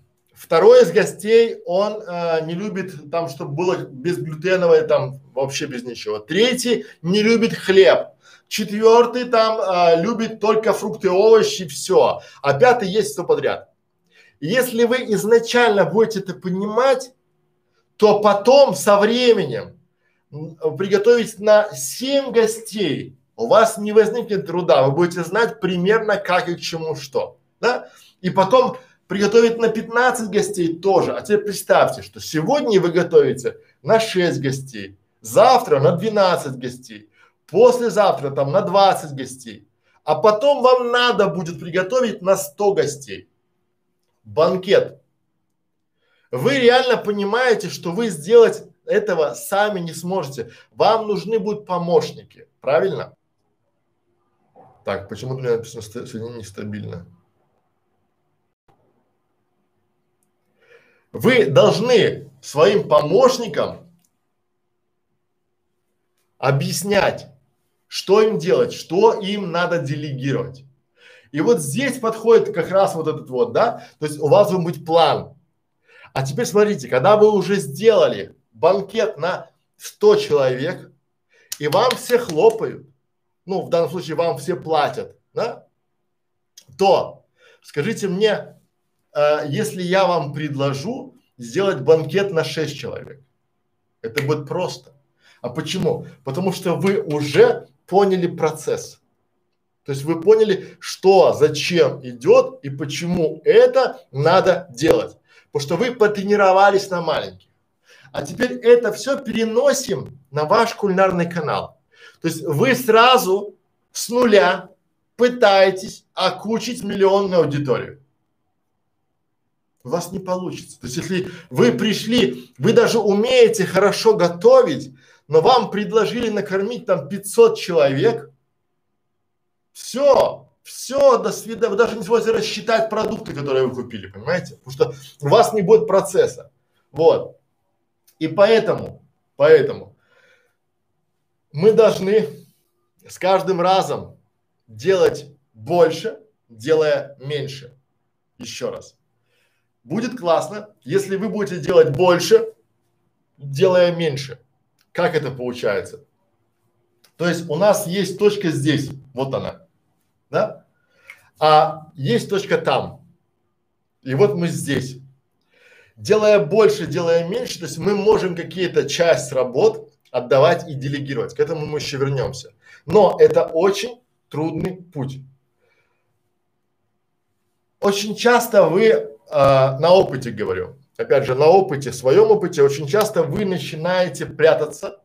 Второй из гостей, он не любит там, чтобы было безглютеновое, там вообще без ничего. Третий не любит хлеб. Четвертый там любит только фрукты, овощи, все. А пятый есть все подряд. И если вы изначально будете это понимать, то потом со временем приготовить на 7 гостей у вас не возникнет труда, вы будете знать примерно как и к чему что, да? И потом приготовить на 15 гостей тоже. А теперь представьте, что сегодня вы готовите на 6 гостей, завтра на 12 гостей, послезавтра там на 20 гостей, а потом вам надо будет приготовить на 100 гостей. Банкет. Вы реально понимаете, что вы сделать этого сами не сможете. Вам нужны будут помощники, правильно? Так, почему у меня написано соединение нестабильно? Вы должны своим помощникам объяснять, что им делать, что им надо делегировать. И вот здесь подходит как раз вот этот вот, да, то есть у вас должен быть план. А теперь смотрите, когда вы уже сделали банкет на 100 человек, и вам все хлопают, ну, в данном случае вам все платят, да, то скажите мне, если я вам предложу сделать банкет на 6 человек, это будет просто. А почему? Потому что вы уже поняли процесс. То есть вы поняли, что, зачем идет и почему это надо делать. Потому что вы потренировались на маленьких. А теперь это все переносим на ваш кулинарный канал. То есть вы сразу с нуля пытаетесь окучить миллионную аудиторию. У вас не получится. То есть если вы пришли, вы даже умеете хорошо готовить, но вам предложили накормить там 500 человек, все, до свидания. Вы даже не сможете рассчитать продукты, которые вы купили, понимаете? Потому что у вас не будет процесса. Вот. И поэтому мы должны с каждым разом делать больше, делая меньше. Еще раз. Будет классно, если вы будете делать больше, делая меньше. Как это получается? То есть у нас есть точка здесь, вот она, да? А есть точка там. И вот мы здесь. Делая больше, делая меньше, то есть мы можем какие-то часть работ отдавать и делегировать. К этому мы еще вернемся. Но это очень трудный путь. Очень часто вы, на опыте говорю, опять же на опыте, своем опыте, очень часто вы начинаете прятаться.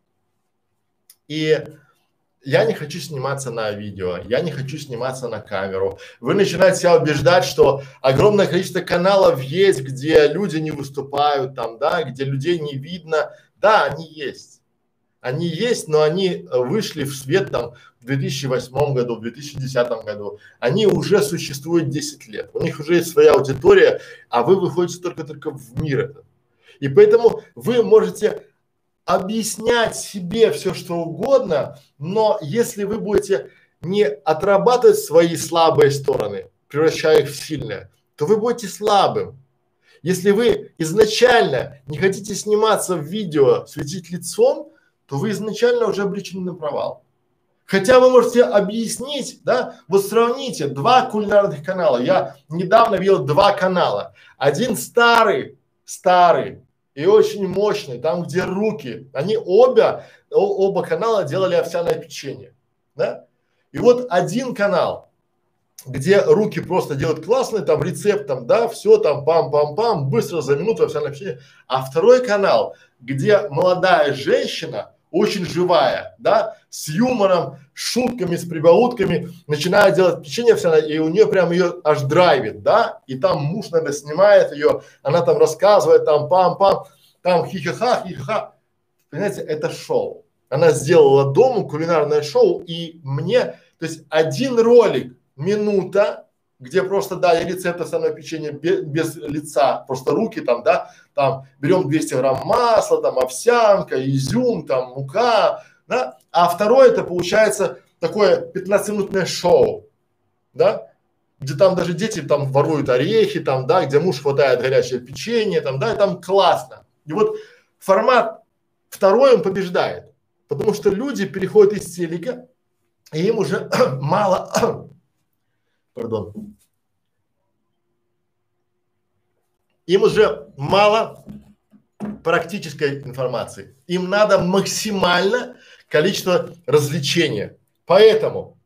И я не хочу сниматься на видео, я не хочу сниматься на камеру. Вы начинаете себя убеждать, что огромное количество каналов есть, где люди не выступают там, да, где людей не видно. Да, они есть. Они есть, но они вышли в свет там в 2008 году, в 2010 году. Они уже существуют 10 лет. У них уже есть своя аудитория, а вы выходите только в мир этот. И поэтому вы можете объяснять себе все что угодно, но если вы будете не отрабатывать свои слабые стороны, превращая их в сильные, то вы будете слабым. Если вы изначально не хотите сниматься в видео, светить лицом, то вы изначально уже обречены на провал. Хотя вы можете объяснить, да, вот сравните два кулинарных канала. Я недавно видел два канала. Один старый и очень мощный, там где руки, они оба канала делали овсяное печенье, да? И вот один канал, где руки просто делают классный, там рецепт, там, да, все там пам-пам-пам, быстро за минуту овсяное печенье. А второй канал, где молодая женщина, очень живая, да, с юмором, шутками, с прибаутками, начинает делать печенье овсяное, и у нее прям ее аж драйвит, да, и там муж, наверное, снимает ее, она там рассказывает, там пам-пам, там хи-ха-ха, понимаете, это шоу. Она сделала дома кулинарное шоу, и мне, то есть один ролик, минута, где просто дали рецепт овсяного печенья без лица, просто руки там, да, там берем 200 грамм масла, там овсянка, изюм, там мука, да, а второе это получается такое 15-минутное шоу, да, где там даже дети там воруют орехи, там, да, где муж хватает горячее печенье, там, да, и там классно. И вот формат второй он побеждает, потому что люди переходят из телека, и им уже мало, пардон, им уже мало практической информации. Им надо максимально количество развлечения. Поэтому,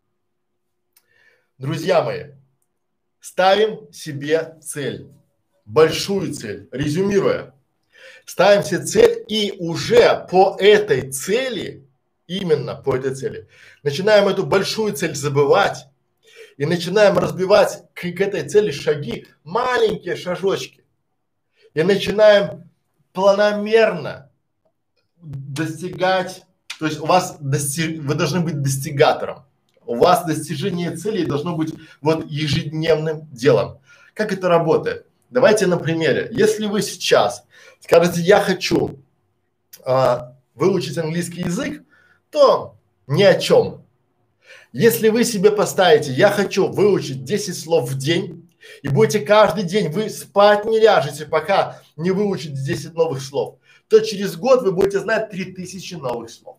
друзья мои, ставим себе цель, большую цель, резюмируя. Ставим себе цель и уже по этой цели, именно по этой цели, начинаем эту большую цель забывать и начинаем разбивать к этой цели шаги, маленькие шажочки. И начинаем планомерно достигать, то есть у вас вы должны быть достигатором. У вас достижение целей должно быть вот ежедневным делом. Как это работает? Давайте на примере. Если вы сейчас скажете, я хочу выучить английский язык, то ни о чем. Если вы себе поставите, я хочу выучить 10 слов в день, и будете каждый день, вы спать не ляжете, пока не выучите 10 новых слов, то через год вы будете знать 3000 новых слов.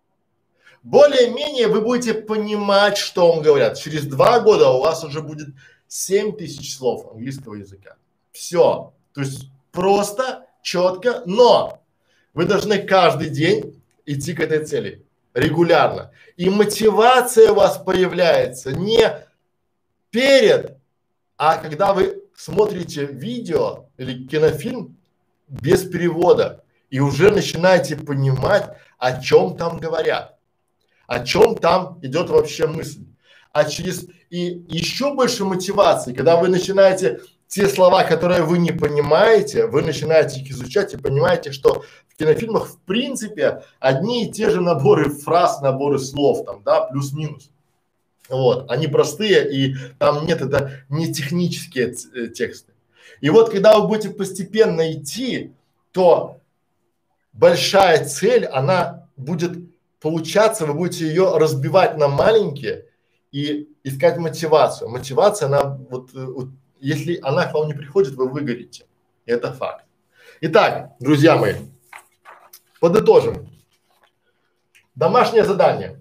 Более-менее вы будете понимать, что вам говорят. Через 2 года у вас уже будет 7000 слов английского языка. Все. То есть просто, четко, но вы должны каждый день идти к этой цели. Регулярно. И мотивация у вас появляется не перед, а когда вы смотрите видео или кинофильм без перевода и уже начинаете понимать, о чем там говорят, о чем там идет вообще мысль. А и еще больше мотивации, когда вы начинаете те слова, которые вы не понимаете, вы начинаете их изучать и понимаете, что в кинофильмах в принципе одни и те же наборы фраз, наборы слов там, да, плюс-минус. Вот, они простые и там нет, это не технические тексты. И вот когда вы будете постепенно идти, то большая цель, она будет получаться, вы будете ее разбивать на маленькие и искать мотивацию. Мотивация, она вот если она к вам не приходит, вы выгорите. Это факт. Итак, друзья мои, подытожим. Домашнее задание.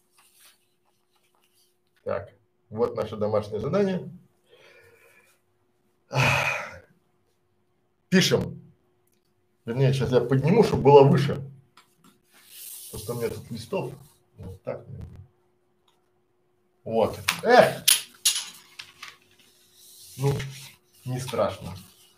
Так, вот наше домашнее задание. Пишем. Вернее, сейчас я подниму, чтобы было выше. Потому что у меня тут листов. Вот так. Вот. Эх! Ну, не страшно.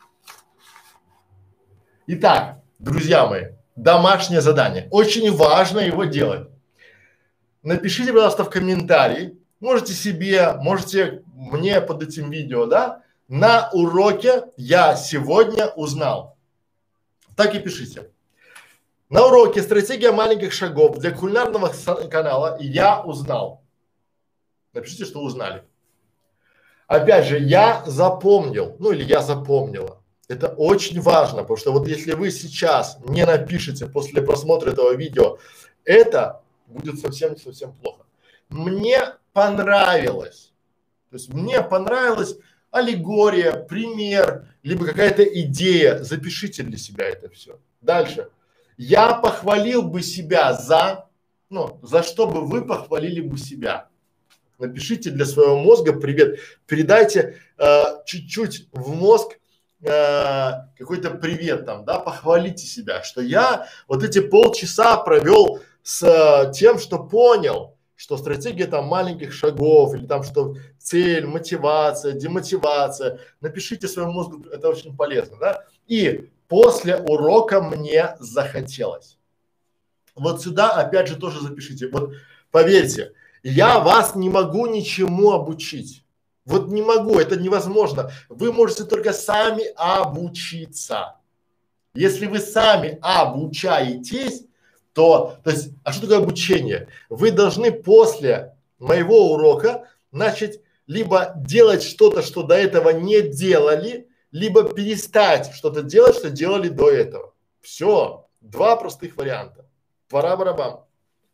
Итак, друзья мои, домашнее задание. Очень важно его делать. Напишите, пожалуйста, в комментарии. Можете себе, можете мне под этим видео, да? На уроке я сегодня узнал. Так и пишите. На уроке «Стратегия маленьких шагов» для кулинарного канала я узнал. Напишите, что узнали. Опять же, я запомнил, ну или я запомнила. Это очень важно, потому что вот если вы сейчас не напишете после просмотра этого видео, это будет совсем плохо. Мне понравилось. То есть мне понравилась аллегория, пример, либо какая-то идея. Запишите для себя это все. Дальше. Я похвалил бы себя за, ну, за что бы вы похвалили бы себя. Напишите для своего мозга привет. Передайте чуть-чуть в мозг какой-то привет там, да, похвалите себя, что я вот эти полчаса провел с тем, что понял, что стратегия там маленьких шагов или там что цель, мотивация, демотивация. Напишите своему мозгу, это очень полезно, да. И после урока мне захотелось. Вот сюда опять же тоже запишите. Вот поверьте, я вас не могу ничему обучить. Вот не могу, это невозможно. Вы можете только сами обучиться. Если вы сами обучаетесь, то есть, а что такое обучение? Вы должны после моего урока начать либо делать что-то, что до этого не делали, либо перестать что-то делать, что делали до этого. Все, два простых варианта. Пора-барабам.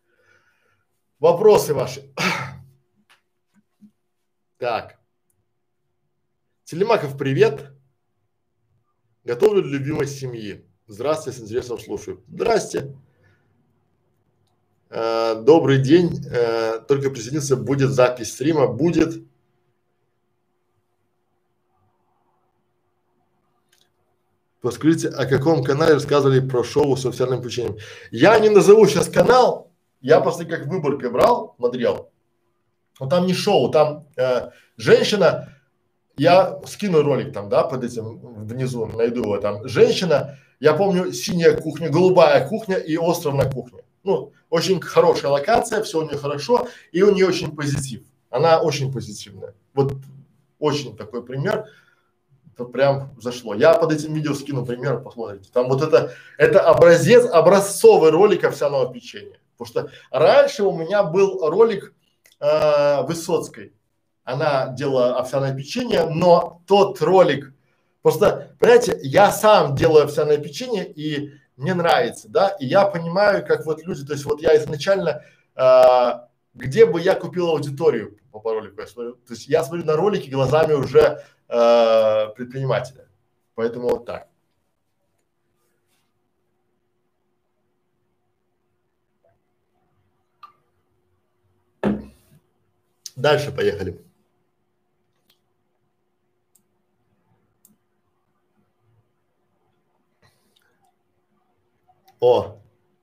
Вопросы ваши. Так. Телемаков, привет. Готовлю для любимой семьи. Здравствуйте, с интересом слушаю. Здрасте. Добрый день. Только присоединиться, будет запись стрима, будет. Подскажите, о каком канале рассказывали про шоу с официальным включением? Я не назову сейчас канал, я просто как выборкой брал, смотрел. Но там не шоу, там женщина, я скину ролик там, да, под этим внизу, найду его там. Женщина, я помню, синяя кухня, голубая кухня и остров на кухне. Ну, очень хорошая локация, все у нее хорошо, и у нее очень позитив. Она очень позитивная. Вот очень такой пример. Это прям зашло. Я под этим видео скину пример, посмотрите. Там вот это образец, образцовый ролик овсяного печенья. Потому что раньше у меня был ролик Высоцкой. Она делала овсяное печенье, но тот ролик, просто, понимаете, я сам делаю овсяное печенье и мне нравится, да, и я понимаю, как вот люди, то есть вот я изначально, где бы я купил аудиторию по ролику, я смотрю, то есть я смотрю на ролики глазами уже предпринимателя, поэтому вот так. Дальше поехали. О.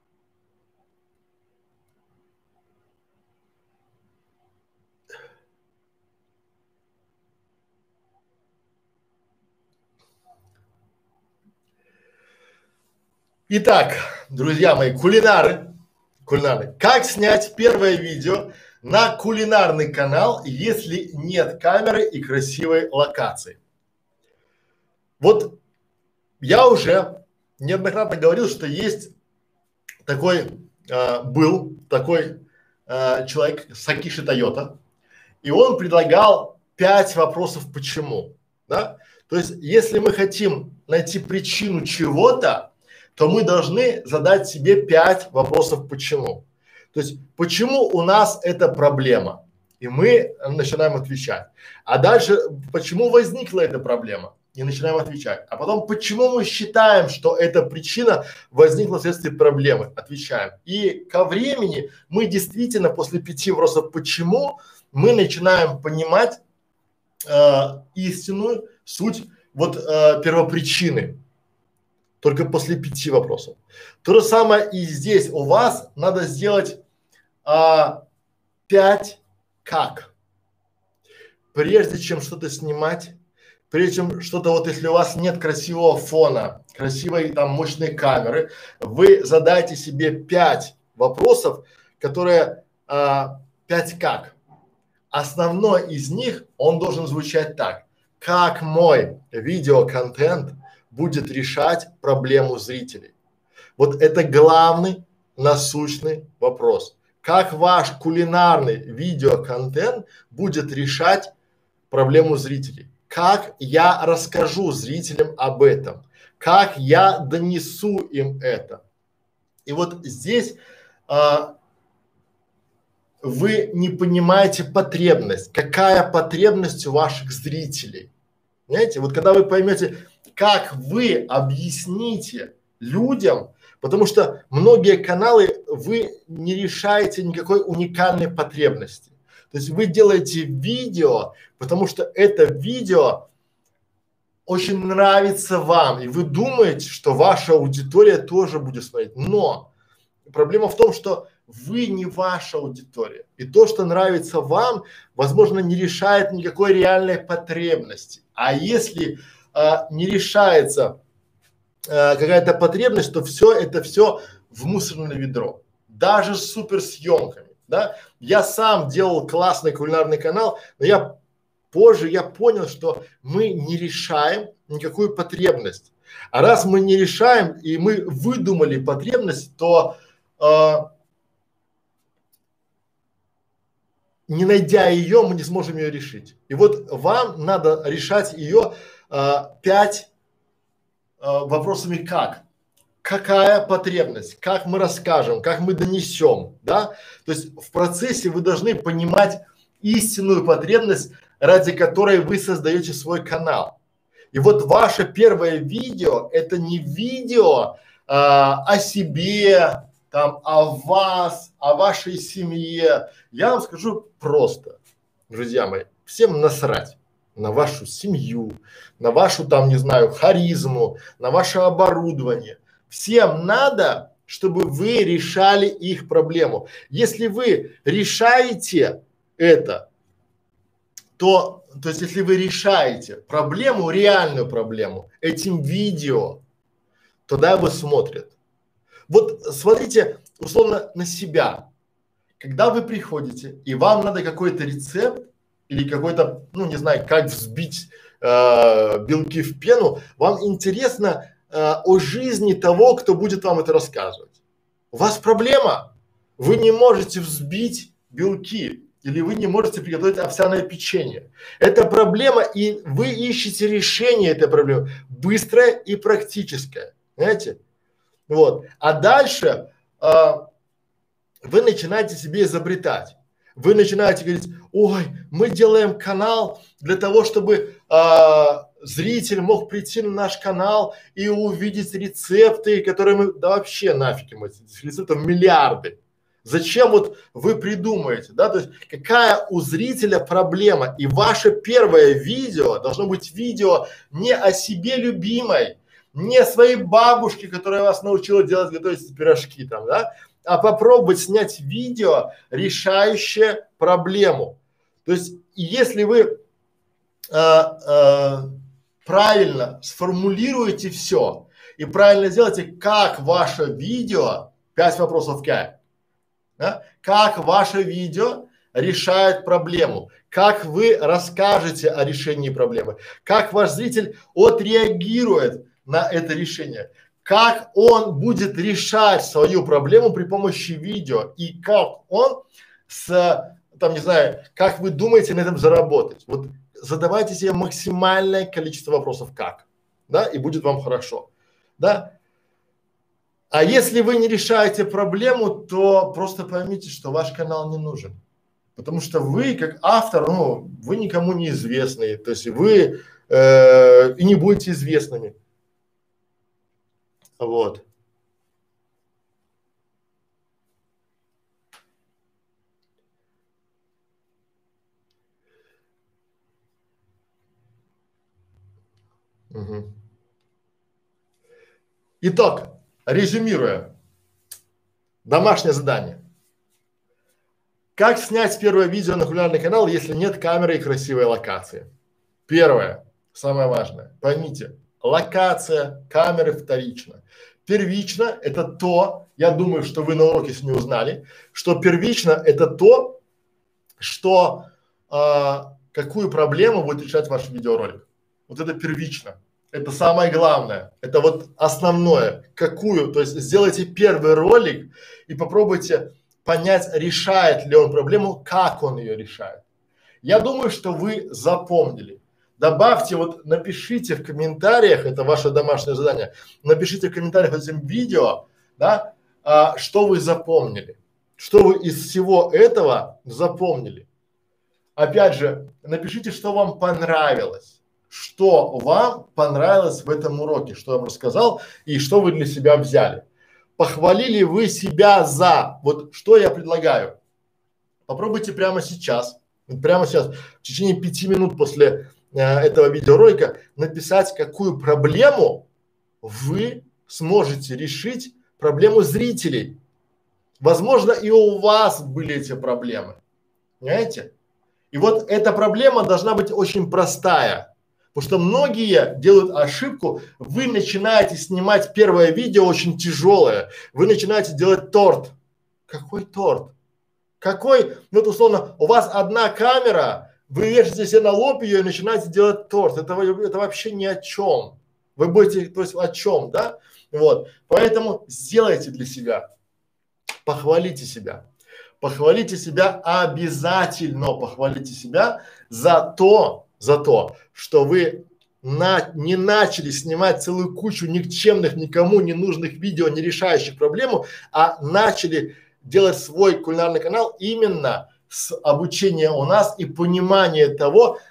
Итак, друзья мои, кулинары, как снять первое видео на кулинарный канал, если нет камеры и красивой локации? Вот я уже неоднократно говорил, что есть такой, был такой человек Сакиши Тойота, и он предлагал 5 вопросов почему, да? То есть, если мы хотим найти причину чего-то, то мы должны задать себе 5 вопросов почему. То есть, почему у нас эта проблема? И мы начинаем отвечать. А дальше, почему возникла эта проблема? И начинаем отвечать. А потом, почему мы считаем, что эта причина возникла вследствие проблемы? Отвечаем. И ко времени мы действительно после 5 вопросов почему мы начинаем понимать истинную суть вот первопричины. Только после 5 вопросов. То же самое и здесь у вас надо сделать 5 как. Прежде чем что-то снимать, прежде чем что-то, вот если у вас нет красивого фона, красивой там мощной камеры, вы задайте себе 5 вопросов, которые 5 как. Основной из них, он должен звучать так: как мой видеоконтент будет решать проблему зрителей? Вот это главный насущный вопрос. Как ваш кулинарный видеоконтент будет решать проблему зрителей? Как я расскажу зрителям об этом? Как я донесу им это? И вот здесь вы не понимаете потребность. Какая потребность у ваших зрителей? Понимаете? Вот когда вы поймете, как вы объясните людям, потому что многие каналы вы не решаете никакой уникальной потребности. То есть вы делаете видео, потому что это видео очень нравится вам, и вы думаете, что ваша аудитория тоже будет смотреть. Но проблема в том, что вы не ваша аудитория. И то, что нравится вам, возможно, не решает никакой реальной потребности. А если не решается какая-то потребность, то все это все в мусорное ведро. Даже с суперсъемками, да. Я сам делал классный кулинарный канал, но я позже понял, что мы не решаем никакую потребность. А раз мы не решаем и мы выдумали потребность, то не найдя ее, мы не сможем ее решить. И вот вам надо решать ее 5 вопросами как. Какая потребность, как мы расскажем, как мы донесем, да? То есть в процессе вы должны понимать истинную потребность ради которой вы создаете свой канал. И вот ваше первое видео – это не видео о себе, там, о вас, о вашей семье. Я вам скажу просто, друзья мои, всем насрать на вашу семью, на вашу там, не знаю, харизму, на ваше оборудование. Всем надо, чтобы вы решали их проблему. Если вы решаете это, то есть если вы решаете проблему, реальную проблему этим видео, тогда его смотрят. Вот смотрите условно на себя. Когда вы приходите и вам надо какой-то рецепт или какой-то, ну не знаю, как взбить белки в пену, вам интересно о жизни того, кто будет вам это рассказывать. У вас проблема, вы не можете взбить белки или вы не можете приготовить овсяное печенье. Это проблема, и вы ищете решение этой проблемы, быстрое и практическое, знаете? Вот. А дальше вы начинаете себе изобретать. Вы начинаете говорить: ой, мы делаем канал для того, чтобы зритель мог прийти на наш канал и увидеть рецепты, которые мы, да вообще нафиг ему, этих рецептов миллиарды. Зачем вот вы придумаете, да, то есть какая у зрителя проблема, и ваше первое видео должно быть видео не о себе любимой, не о своей бабушке, которая вас научила готовить пирожки там, да, а попробовать снять видео, решающее проблему. То есть если вы правильно сформулируете все и правильно сделаете, как ваше видео, 5 вопросов да, как ваше видео решает проблему, как вы расскажете о решении проблемы, как ваш зритель отреагирует на это решение, как он будет решать свою проблему при помощи видео и как он там, не знаю, как вы думаете на этом заработать. Вот задавайте себе максимальное количество вопросов как, да, и будет вам хорошо, да. А если вы не решаете проблему, то просто поймите, что ваш канал не нужен. Потому что вы, как автор, ну, вы никому не известны, то есть вы и не будете известными. Вот. Угу. Итак, резюмируя, домашнее задание. Как снять первое видео на кулинарный канал, если нет камеры и красивой локации? Первое, самое важное, поймите, локация, камеры вторично. Первично – это то, я думаю, что вы на уроке сегодня узнали, что первично – это то, что какую проблему будет решать ваш видеоролик. Вот это первично. Это самое главное. Это вот основное. Какую, то есть сделайте первый ролик и попробуйте понять, решает ли он проблему, как он ее решает. Я думаю, что вы запомнили. Добавьте, вот напишите в комментариях, это ваше домашнее задание, напишите в комментариях под этим видео, да, что вы запомнили, что вы из всего этого запомнили. Опять же, напишите, что вам понравилось, что вам понравилось в этом уроке, что я вам рассказал и что вы для себя взяли. Похвалили вы себя за, вот что я предлагаю. Попробуйте прямо сейчас, в течение 5 минут после этого видеоролика написать, какую проблему вы сможете решить, проблему зрителей. Возможно, и у вас были эти проблемы, понимаете? И вот эта проблема должна быть очень простая, потому что многие делают ошибку, вы начинаете снимать первое видео очень тяжелое, вы начинаете делать торт. Какой торт? Какой, ну вот условно, у вас одна камера, вы вешаете себе на лоб ее и начинаете делать торт. Это вообще ни о чем. Вы будете, то есть о чем, да? Вот. Поэтому сделайте для себя. Похвалите себя. Похвалите себя обязательно. Похвалите себя за то, что вы не начали снимать целую кучу никчемных, никому не нужных видео, не решающих проблему, а начали делать свой кулинарный канал именно с обучения у нас и понимания того,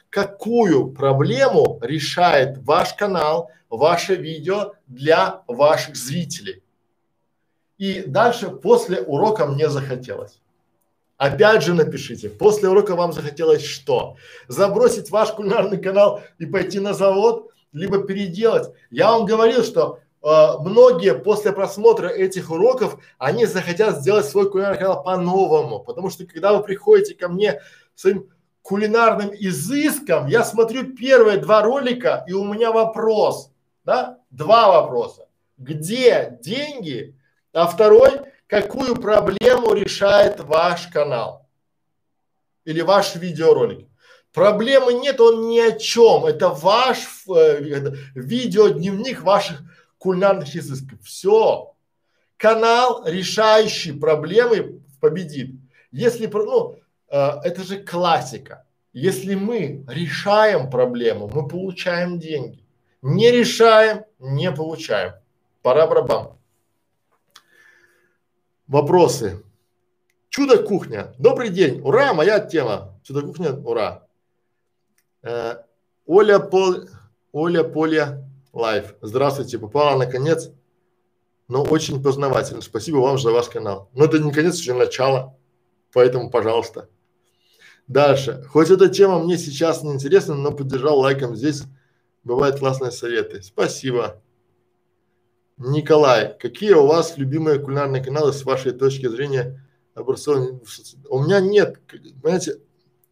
какую проблему решает ваш канал, ваше видео для ваших зрителей. И дальше после урока мне захотелось. Опять же напишите, после урока вам захотелось что? Забросить ваш кулинарный канал и пойти на завод, либо переделать. Я вам говорил, что многие после просмотра этих уроков, они захотят сделать свой кулинарный канал по-новому. Потому что когда вы приходите ко мне своим кулинарным изыском, я смотрю первые два ролика и у меня вопрос, да, два вопроса. Где деньги? А второй, какую проблему решает ваш канал или ваш видеоролик? Проблемы нет, он ни о чем. Это ваш видеодневник ваших кулинарных изысков. Все. Канал, решающий проблемы, победит. Если, это же классика. Если мы решаем проблему, мы получаем деньги. Не решаем, не получаем. Пора-барабам. Вопросы. Чудо-кухня. Добрый день. Ура, моя тема. Чудо-кухня, ура. Оля Поля Лайф. Здравствуйте. Попала наконец, но очень познавательно. Спасибо вам за ваш канал. Но это не конец, уже начало. Поэтому, пожалуйста. Дальше. Хоть эта тема мне сейчас не интересна, но поддержал лайком. Здесь бывают классные советы. Спасибо. Николай, какие у вас любимые кулинарные каналы с вашей точки зрения образцовые? У меня нет, понимаете,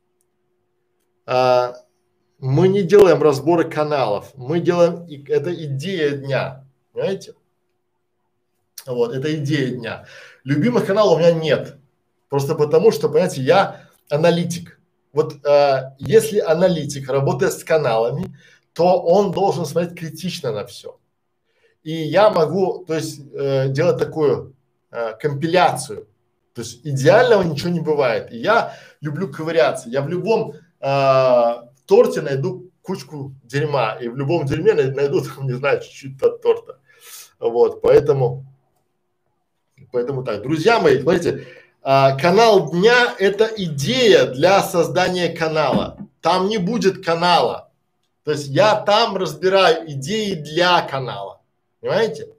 мы не делаем разборы каналов, мы делаем, это идея дня, понимаете? Вот, это идея дня. Любимых каналов у меня нет, просто потому что, понимаете, я аналитик. Вот если аналитик работает с каналами, то он должен смотреть критично на все. И я могу, то есть, делать такую компиляцию. То есть идеального ничего не бывает. И я люблю ковыряться. Я в любом торте найду кучку дерьма. И в любом дерьме найду, не знаю, чуть-чуть от торта. Вот, поэтому так. Друзья мои, смотрите, канал дня – это идея для создания канала. Там не будет канала. То есть я там разбираю идеи для канала. Понимаете?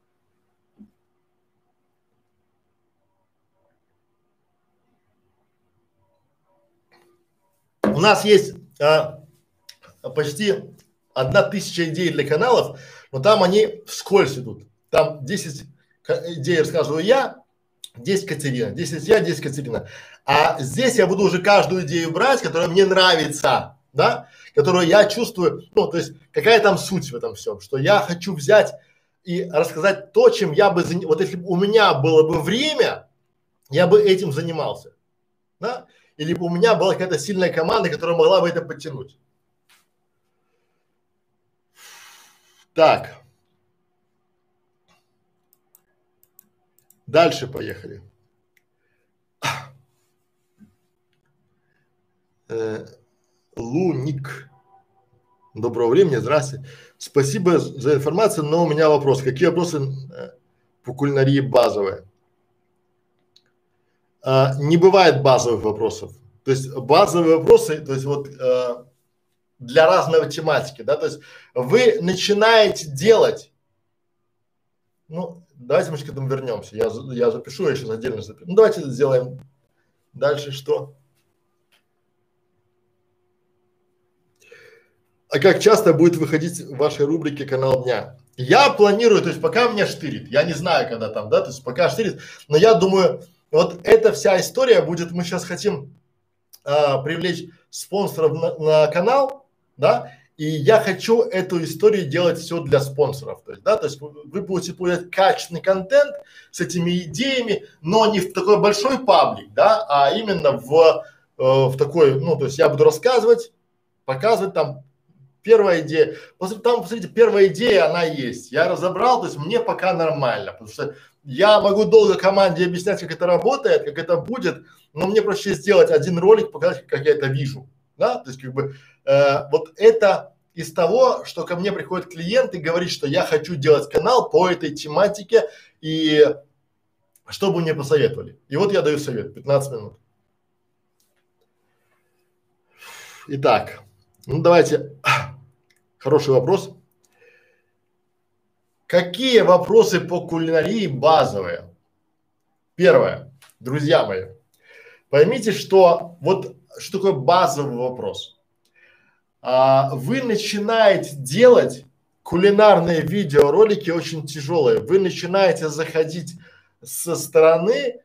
У нас есть почти 1000 идей для каналов, но там они вскользь идут. Там 10 идей рассказываю я, 10 Катерина, 10 я, 10 Катерина. А здесь я буду уже каждую идею брать, которая мне нравится, да, которую я чувствую, ну, то есть какая там суть в этом всем, что я хочу взять и рассказать то, чем я бы вот если бы у меня было бы время, я бы этим занимался, да, или бы у меня была какая-то сильная команда, которая могла бы это подтянуть. Так. Дальше поехали. Луник. Доброго времени, здравствуйте. Спасибо за информацию, но у меня вопрос. Какие вопросы по кулинарии базовые? Не бывает базовых вопросов. То есть базовые вопросы, то есть вот для разной тематики, да, то есть вы начинаете делать, ну, давайте мы к этому вернемся. Я запишу, я сейчас отдельно запишу. Ну, давайте сделаем дальше что? А как часто будет выходить в вашей рубрике канал дня? Я планирую, то есть пока меня штырит, я не знаю, когда там, да, то есть пока штырит, но я думаю, вот эта вся история будет, мы сейчас хотим привлечь спонсоров на канал, да, и я хочу эту историю делать все для спонсоров, то есть, да, то есть вы будете получать качественный контент с этими идеями, но не в такой большой паблик, да, а именно в такой, ну, то есть я буду рассказывать, показывать там. Первая идея, там, посмотрите, первая идея, она есть. Я разобрал, то есть мне пока нормально, потому что я могу долго команде объяснять, как это работает, как это будет, но мне проще сделать один ролик, показать, как я это вижу, да, то есть как бы вот это из того, что ко мне приходит клиент и говорит, что я хочу делать канал по этой тематике и что бы мне посоветовали. И вот я даю совет, 15 минут. Итак. Ну, давайте, хороший вопрос. Какие вопросы по кулинарии базовые? Первое, друзья мои, поймите, что вот что такое базовый вопрос. Вы начинаете делать кулинарные видеоролики очень тяжелые. Вы начинаете заходить со стороны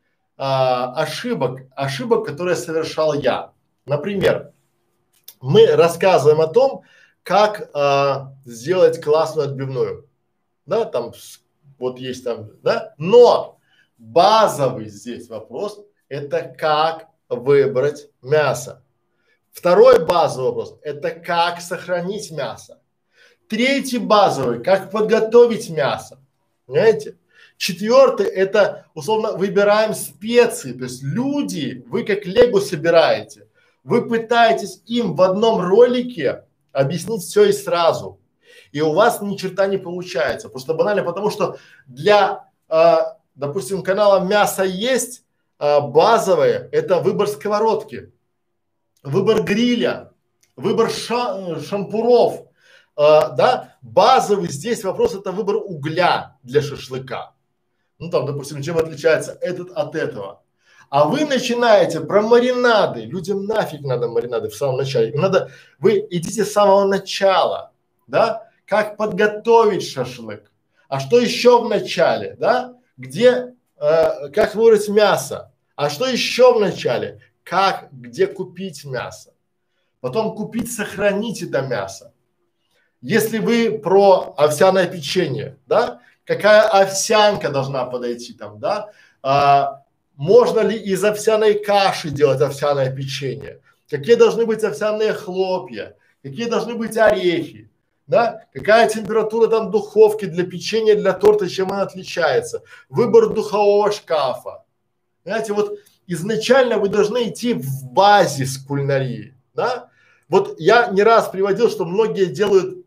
ошибок, которые совершал я. Например, мы рассказываем о том, как сделать классную отбивную. Да, там вот есть там, да, но базовый здесь вопрос – это как выбрать мясо. Второй базовый вопрос – это как сохранить мясо. Третий базовый – как подготовить мясо. Понимаете? Четвертый – это, условно, выбираем специи. То есть люди, вы как лего собираете. Вы пытаетесь им в одном ролике объяснить все и сразу. И у вас ни черта не получается. Просто банально потому, что для, допустим, канала «Мясо есть» базовое – это выбор сковородки, выбор гриля, выбор шампуров, да, базовый здесь вопрос – это выбор угля для шашлыка. Ну там, допустим, чем отличается этот от этого. А вы начинаете про маринады, людям нафиг надо маринады в самом начале, надо, вы идите с самого начала, да, как подготовить шашлык, а что еще в начале, да, где, как выбрать мясо, а что еще в начале, как, где купить мясо, потом купить, сохранить это мясо. Если вы про овсяное печенье, да, какая овсянка должна подойти там, да, можно ли из овсяной каши делать овсяное печенье, какие должны быть овсяные хлопья, какие должны быть орехи, да, какая температура там духовки для печенья, для торта, чем она отличается, выбор духового шкафа. Знаете, вот изначально вы должны идти в базис кулинарии, да. Вот я не раз приводил, что многие делают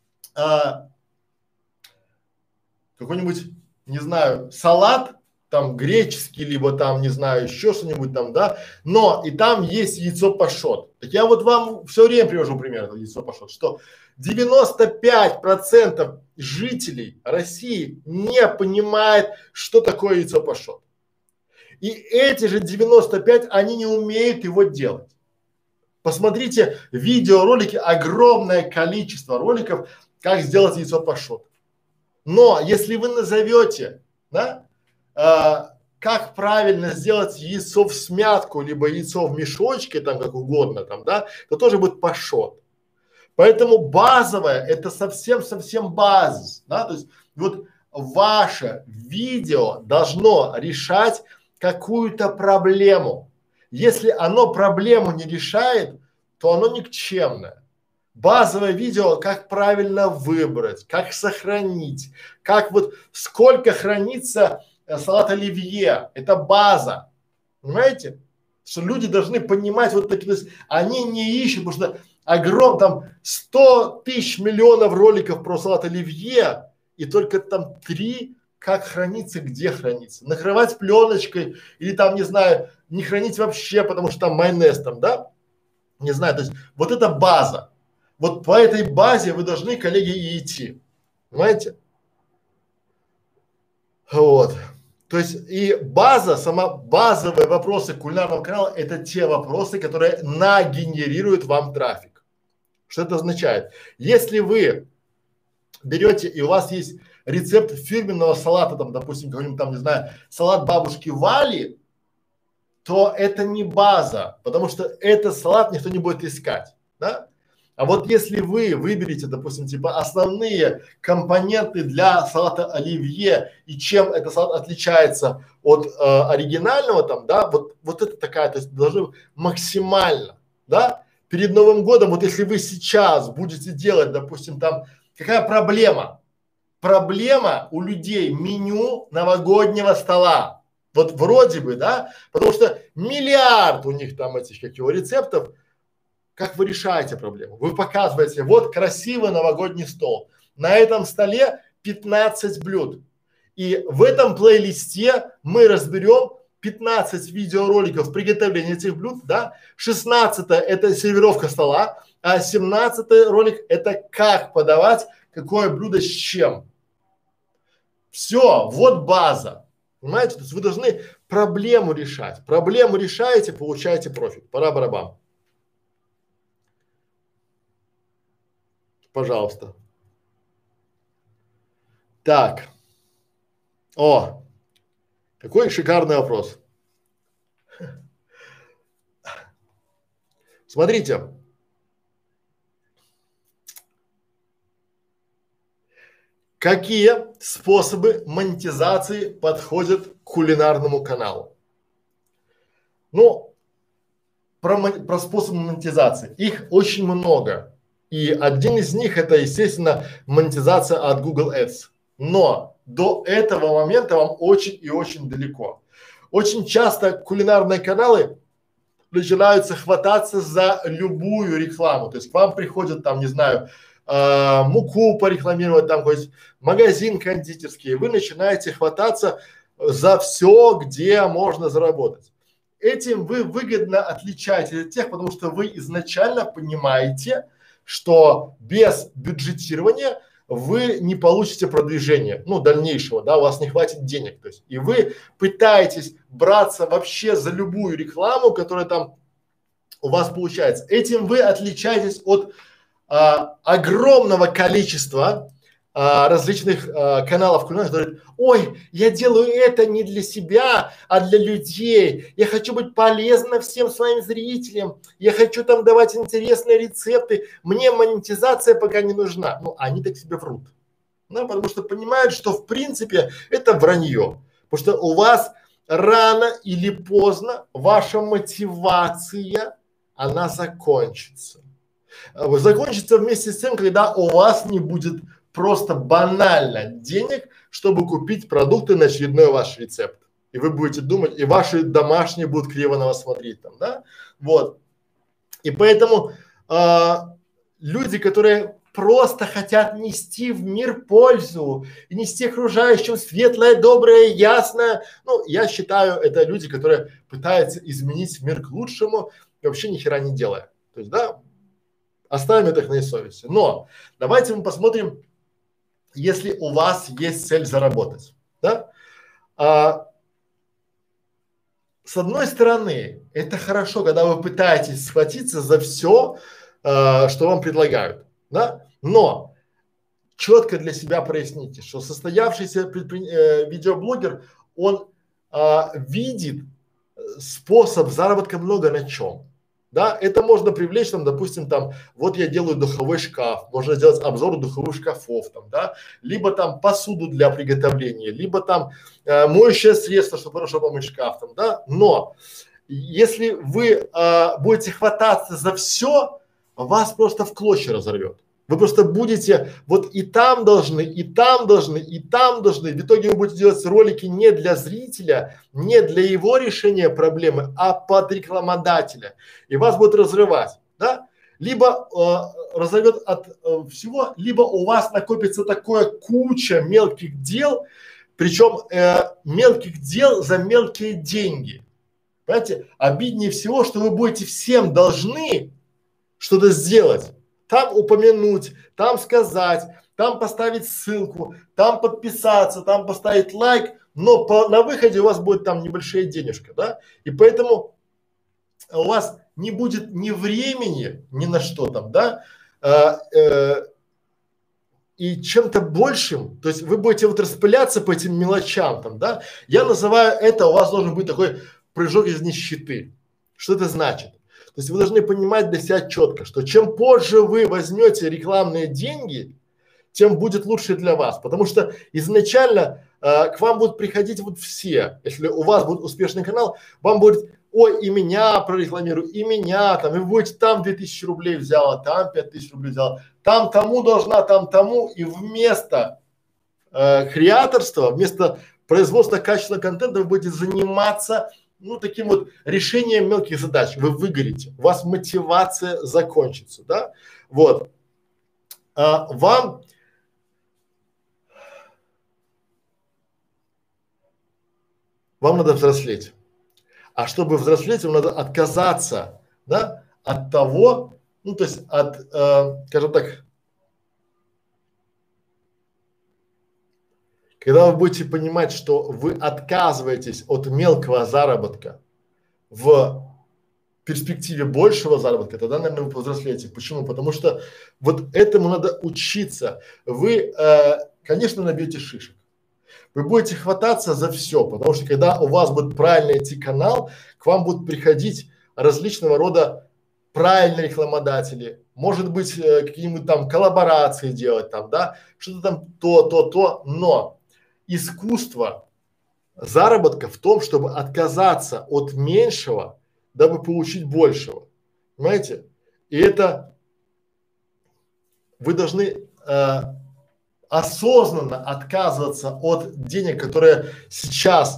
какой-нибудь, не знаю, салат, там греческий, либо там, не знаю, еще что-нибудь там, да, но и там есть яйцо пашот. Так я вот вам все время привожу пример этого яйцо пашот, что 95% жителей России не понимает, что такое яйцо пашот. И эти же 95, они не умеют его делать. Посмотрите видеоролики, огромное количество роликов, как сделать яйцо пашот. Но если вы назовете, да, как правильно сделать яйцо в смятку, либо яйцо в мешочке, там как угодно, там, да, то тоже будет пашот. Поэтому базовое – это совсем базис, да, то есть вот ваше видео должно решать какую-то проблему. Если оно проблему не решает, то оно никчемное. Базовое видео, как правильно выбрать, как сохранить, как вот сколько хранится салат оливье, это база, понимаете? Что люди должны понимать вот такие, то есть они не ищут, потому что там 100 тысяч миллионов роликов про салат оливье и только там 3, как хранится, где хранится, накрывать пленочкой или там, не знаю, не хранить вообще, потому что там майонез там, да, не знаю, то есть вот это база. Вот по этой базе вы должны, коллеги, и идти, понимаете? Вот. То есть и база, сама базовые вопросы кулинарного канала – это те вопросы, которые нагенерируют вам трафик. Что это означает? Если вы берете и у вас есть рецепт фирменного салата, там, допустим, какой-нибудь там, не знаю, салат бабушки Вали, то это не база, потому что этот салат никто не будет искать, да? А вот если вы выберете, допустим, типа основные компоненты для салата оливье и чем этот салат отличается от оригинального там, да, вот это такая, то есть должны максимально, да, перед Новым годом, вот если вы сейчас будете делать, допустим, там, какая проблема? Проблема у людей меню новогоднего стола. Вот вроде бы, да, потому что миллиард у них там этих, как его, рецептов. Как вы решаете проблему? Вы показываете, вот красивый новогодний стол. На этом столе 15 блюд. И в этом плейлисте мы разберем 15 видеороликов приготовления этих блюд, да, 16 это сервировка стола, а 17 ролик это как подавать какое блюдо с чем. Все, вот база. Понимаете? То есть вы должны проблему решать. Проблему решаете, получаете профит. Пора барабан. Пожалуйста. Так. О, какой шикарный вопрос. Смотрите. Какие способы монетизации подходят к кулинарному каналу? Ну, про способы монетизации. Их очень много. И один из них это, естественно, монетизация от Google Ads. Но до этого момента вам очень и очень далеко. Очень часто кулинарные каналы начинаются хвататься за любую рекламу. То есть к вам приходят там, не знаю, муку порекламировать, там какой-то магазин кондитерский, и вы начинаете хвататься за все, где можно заработать. Этим вы выгодно отличаетесь от тех, потому что вы изначально понимаете, что без бюджетирования вы не получите продвижения, ну, дальнейшего, да, у вас не хватит денег, то есть, и вы пытаетесь браться вообще за любую рекламу, которая там у вас получается. Этим вы отличаетесь от огромного количества различных каналов кулинарных, которые говорят: ой, я делаю это не для себя, а для людей. Я хочу быть полезна всем своим зрителям. Я хочу там давать интересные рецепты. Мне монетизация пока не нужна. Ну, они так себе врут. Ну, потому что понимают, что в принципе это вранье. Потому что у вас рано или поздно ваша мотивация, она закончится. Закончится вместе с тем, когда у вас не будет просто банально денег, чтобы купить продукты на очередной ваш рецепт. И вы будете думать, и ваши домашние будут криво на вас смотреть там, да? Вот. И поэтому люди, которые просто хотят нести в мир пользу и нести окружающим светлое, доброе, ясное, ну, я считаю, это люди, которые пытаются изменить мир к лучшему, вообще ни хера не делая. То есть, да, оставим это на их совести. Но давайте мы посмотрим, если у вас есть цель заработать, да? С одной стороны, это хорошо, когда вы пытаетесь схватиться за все, что вам предлагают, да? Но четко для себя проясните, что состоявшийся видеоблогер, он видит способ заработка много на чем. Да, это можно привлечь там, допустим, там, вот я делаю духовой шкаф, можно сделать обзор духовых шкафов там, да, либо там посуду для приготовления, либо там моющее средство, чтобы хорошо помыть шкаф там, да, но если вы будете хвататься за все, вас просто в клочья разорвет. Вы просто будете вот и там должны, и там должны, и там должны. В итоге вы будете делать ролики не для зрителя, не для его решения проблемы, а под рекламодателя. И вас будет разрывать, да? Либо разорвет от всего, либо у вас накопится такая куча мелких дел, причем мелких дел за мелкие деньги. Понимаете, обиднее всего, что вы будете всем должны что-то сделать. Там упомянуть, там сказать, там поставить ссылку, там подписаться, там поставить лайк, но на выходе у вас будет там небольшая денежка, да? И поэтому у вас не будет ни времени, ни на что там, да? И чем-то большим, то есть вы будете вот распыляться по этим мелочам там, да? Я называю это, у вас должен быть такой прыжок из нищеты. Что это значит? То есть вы должны понимать для себя четко, что чем позже вы возьмете рекламные деньги, тем будет лучше для вас. Потому что изначально к вам будут приходить вот все. Если у вас будет успешный канал, вам будет: ой, и меня прорекламируй, и меня там, и вы будете там 2000 рублей взяла, там 5000 рублей взяла, там тому должна, там тому. И вместо креаторства, вместо производства качественного контента вы будете заниматься ну, таким вот решением мелких задач. Вы выгорите, у вас мотивация закончится, да? Вот. Вам надо взрослеть. А чтобы взрослеть, вам надо отказаться, да, от того, ну, то есть от, скажем так, когда вы будете понимать, что вы отказываетесь от мелкого заработка в перспективе большего заработка, тогда, наверное, вы повзрослеете. Почему? Потому что вот этому надо учиться. Вы, конечно, набьете шишек. Вы будете хвататься за все, потому что когда у вас будет правильно идти канал, к вам будут приходить различного рода правильные рекламодатели, может быть, какие-нибудь там коллаборации делать там, да, что-то там то, но искусство заработка в том, чтобы отказаться от меньшего, дабы получить большего, понимаете? И это вы должны осознанно отказываться от денег, которые сейчас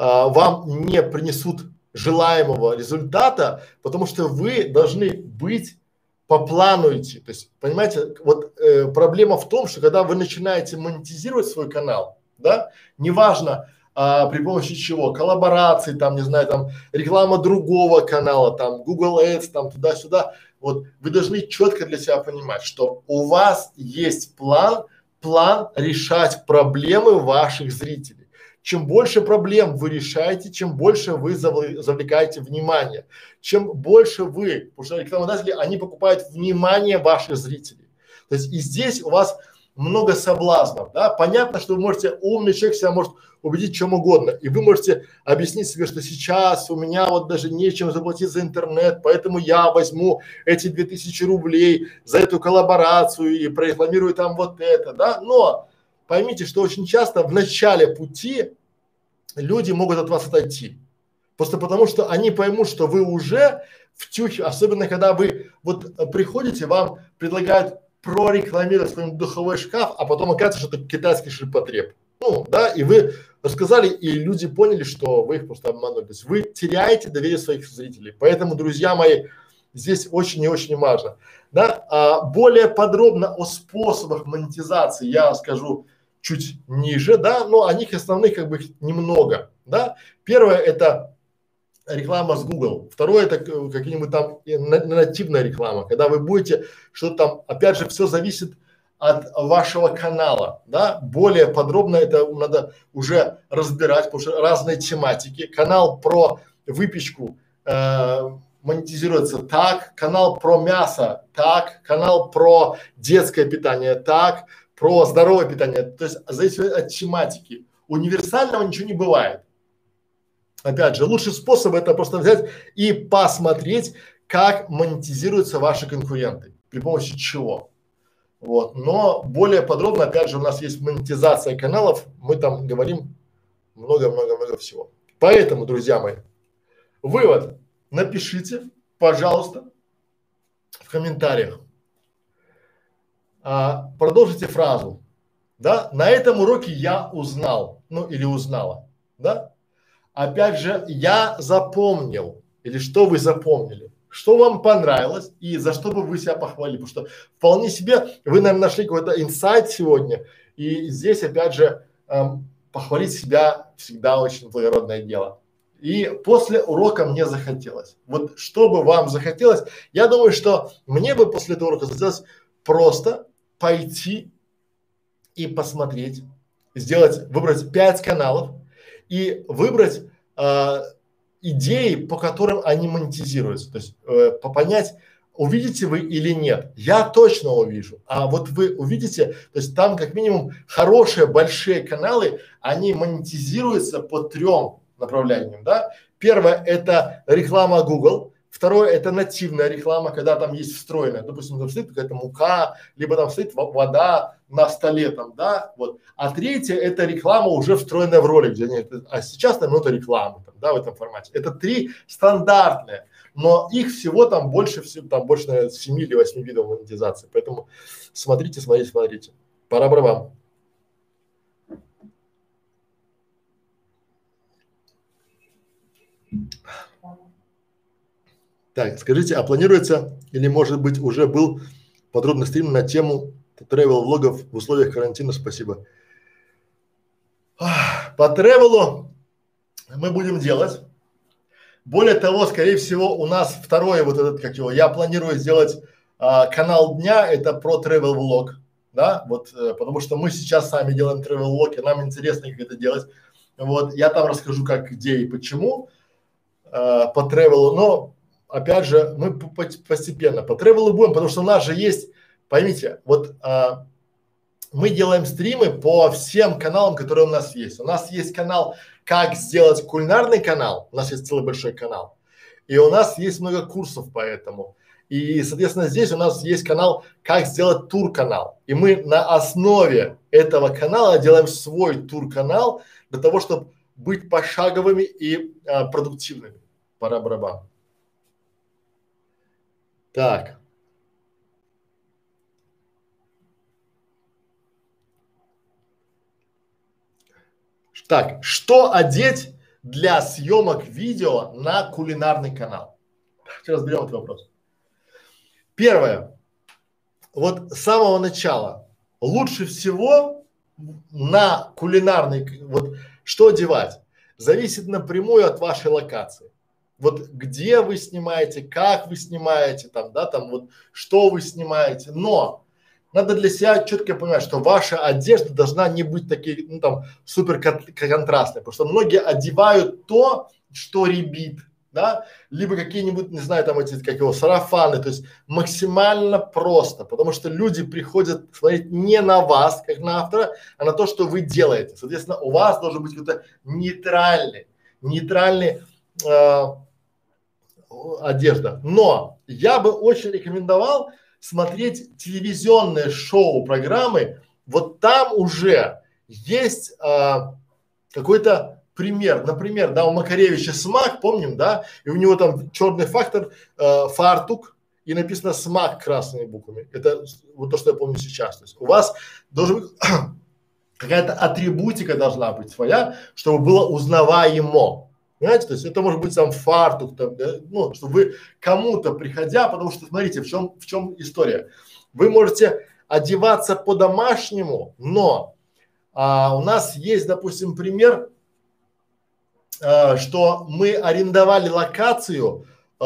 вам не принесут желаемого результата, потому что вы должны быть по плану идти. То есть, понимаете, вот проблема в том, что когда вы начинаете монетизировать свой канал, да, неважно при помощи чего, коллаборации, там, не знаю, там, реклама другого канала, там, Google Ads, там, туда-сюда, вот, вы должны четко для себя понимать, что у вас есть план решать проблемы ваших зрителей. Чем больше проблем вы решаете, чем больше вы завлекаете внимание, чем больше вы, потому что рекламодатели, они покупают внимание ваших зрителей. То есть и здесь у вас много соблазнов, да, понятно, что вы можете, умный человек себя может убедить чем угодно, и вы можете объяснить себе, что сейчас у меня вот даже нечем заплатить за интернет, поэтому я возьму эти 2000 рублей за эту коллаборацию и прорекламирую там вот это, да, но поймите, что очень часто в начале пути люди могут от вас отойти, просто потому что они поймут, что вы уже втюхи, особенно когда вы вот приходите, вам предлагают прорекламировать свой духовой шкаф, а потом оказывается, что это китайский ширпотреб. Ну, да, и вы рассказали, и люди поняли, что вы их просто обманули. То есть вы теряете доверие своих зрителей. Поэтому, друзья мои, здесь очень и очень важно. Да, более подробно о способах монетизации я скажу чуть ниже, да, но о них основных как бы немного, да. Первое это реклама с Google. Второе это какие-нибудь там нативная реклама, когда вы будете что-то там, опять же, все зависит от вашего канала, да, более подробно это надо уже разбирать, потому что разные тематики. Канал про выпечку монетизируется так, канал про мясо так, канал про детское питание так, про здоровое питание, то есть зависит от тематики. Универсального ничего не бывает. Опять же, лучший способ это просто взять и посмотреть, как монетизируются ваши конкуренты, при помощи чего. Вот, но более подробно, опять же, у нас есть монетизация каналов, мы там говорим много-много-много всего. Поэтому, друзья мои, вывод, напишите, пожалуйста, в комментариях, продолжите фразу, да, на этом уроке я узнал, ну или узнала, да, опять же, я запомнил, или что вы запомнили. Что вам понравилось и за что бы вы себя похвалили, потому что вполне себе вы, наверное, нашли какой-то инсайт сегодня, и здесь опять же похвалить себя всегда очень благородное дело. И после урока мне захотелось. Вот что бы вам захотелось, я думаю, что мне бы после этого урока захотелось просто пойти и посмотреть, выбрать 5 каналов и выбрать идеи, по которым они монетизируются, то есть понять, увидите вы или нет. Я точно увижу, а вот вы увидите, то есть там как минимум хорошие большие каналы, они монетизируются по 3 направлениям, да. Первое это реклама Google, второе это нативная реклама, когда там есть встроенная, допустим, там стоит какая-то мука, либо там стоит вода на столе там, да, вот. А третье это реклама уже встроенная в ролик, где нет, а сейчас там минута рекламы, там, да, в этом формате. Это 3 стандартные, но их всего там больше, наверное, 7 или 8 видов монетизации, поэтому смотрите. Пора вам. Так, скажите, а планируется или может быть уже был подробный стрим на тему тревел-влогов в условиях карантина? Спасибо. По тревелу мы будем делать. Более того, скорее всего, у нас второй вот этот, как его, я планирую сделать канал дня, это про travel влог, да, вот, потому что мы сейчас сами делаем travel влог, и нам интересно как это делать. Вот, я там расскажу, как, где и почему по тревелу, но опять же мы постепенно по тревелу будем, потому что у нас же есть, поймите, вот мы делаем стримы по всем каналам, которые у нас есть. У нас есть канал «Как сделать кулинарный канал», у нас есть целый большой канал, и у нас есть много курсов по этому. И, соответственно, здесь у нас есть канал «Как сделать тур-канал». И мы на основе этого канала делаем свой тур-канал для того, чтобы быть пошаговыми и продуктивными. Пара-барабан. Так. Так, что одеть для съемок видео на кулинарный канал? Сейчас разберем этот вопрос. Первое. Вот с самого начала лучше всего на кулинарный, вот что одевать, зависит напрямую от вашей локации. Вот где вы снимаете, как вы снимаете, там, да, там вот что вы снимаете, но надо для себя четко понимать, что ваша одежда должна не быть такой, ну там, супер контрастной, потому что многие одевают то, что рябит, да, либо какие-нибудь, не знаю, там эти, как его, сарафаны, то есть максимально просто, потому что люди приходят смотреть не на вас, как на автора, а на то, что вы делаете. Соответственно, у вас должен быть какой-то нейтральный одежда. Но я бы очень рекомендовал смотреть телевизионные шоу, программы, вот там уже есть какой-то пример. Например, да, у Макаревича смак, помним, да, и у него там черный фактор, фартук, и написано смак красными буквами. Это вот то, что я помню сейчас. То есть у вас должен быть какая-то атрибутика должна быть своя, чтобы было узнаваемо. Понимаете, то есть это может быть сам фартук, там, да, ну, чтобы вы кому-то приходя, потому что смотрите, в чем история. Вы можете одеваться по-домашнему, но у нас есть, допустим, пример, что мы арендовали локацию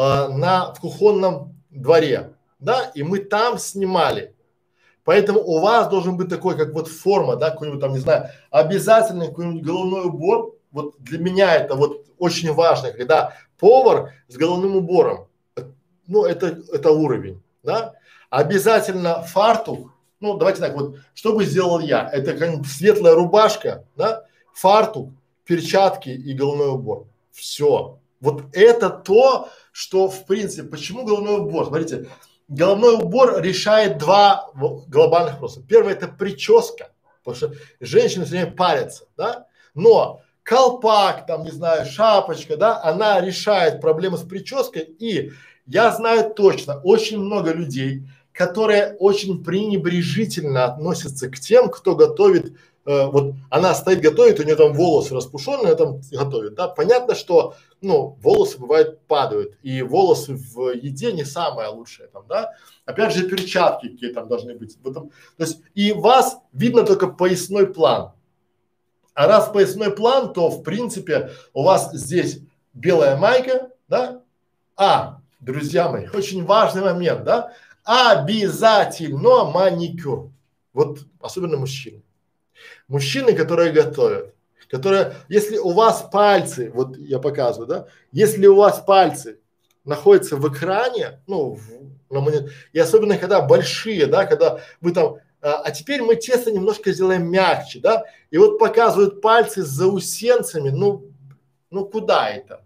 в кухонном дворе, да, и мы там снимали. Поэтому у вас должен быть такой, как вот форма, да, какой-нибудь там, не знаю, обязательно какой-нибудь головной убор. Вот для меня это вот очень важно, когда повар с головным убором, ну это уровень, да. Обязательно фартук, ну давайте так вот, что бы сделал я, это какая-нибудь светлая рубашка, да, фартук, перчатки и головной убор. Все. Вот это то, что в принципе, почему головной убор? Смотрите, головной убор решает два глобальных вопроса. Первое – это прическа, потому что женщины все время парятся, да, но колпак, там, не знаю, шапочка, да, она решает проблемы с прической, и я знаю точно очень много людей, которые очень пренебрежительно относятся к тем, кто готовит, вот она стоит готовит, у нее там волосы распушенные, там готовит, да, понятно, что ну, волосы бывают падают, и волосы в еде не самое лучшее там, да. Опять же, перчатки какие там должны быть. В этом, то есть, и вас видно только поясной план. А раз поясной план, то в принципе у вас здесь белая майка, да. Друзья мои, очень важный момент, да. Обязательно маникюр. Вот особенно мужчины. Мужчины, которые готовят. Которые, если у вас пальцы, вот я показываю, да, если у вас пальцы находятся в экране, ну, и особенно когда большие, да, когда вы там, а теперь мы тесто немножко сделаем мягче, да, и вот показывают пальцы с заусенцами, ну куда это?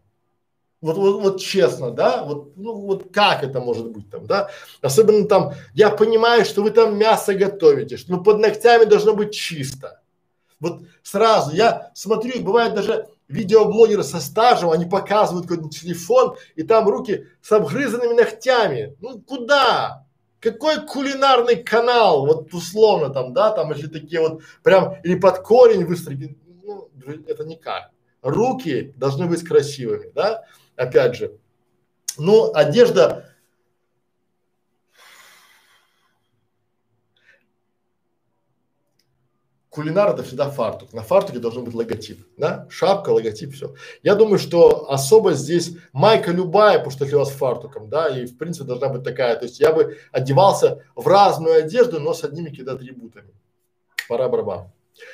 Вот честно, да, вот как это может быть там, да, особенно там, я понимаю, что вы там мясо готовите, что под ногтями должно быть чисто. Вот сразу я смотрю, и бывает даже видеоблогеры со стажем, они показывают какой-то телефон, и там руки с обгрызанными ногтями. Ну куда? Какой кулинарный канал? Вот условно там, да, там если такие вот прям или под корень выстрелить, ну это никак. Руки должны быть красивыми, да, опять же. Ну, одежда. кулинар это всегда фартук. На фартуке должен быть логотип, да? Шапка, логотип, все. Я думаю, что особо здесь майка любая, потому что если у вас с фартуком, да, и в принципе должна быть такая. То есть я бы одевался в разную одежду, но с одними какими-то атрибутами. Пора барабан.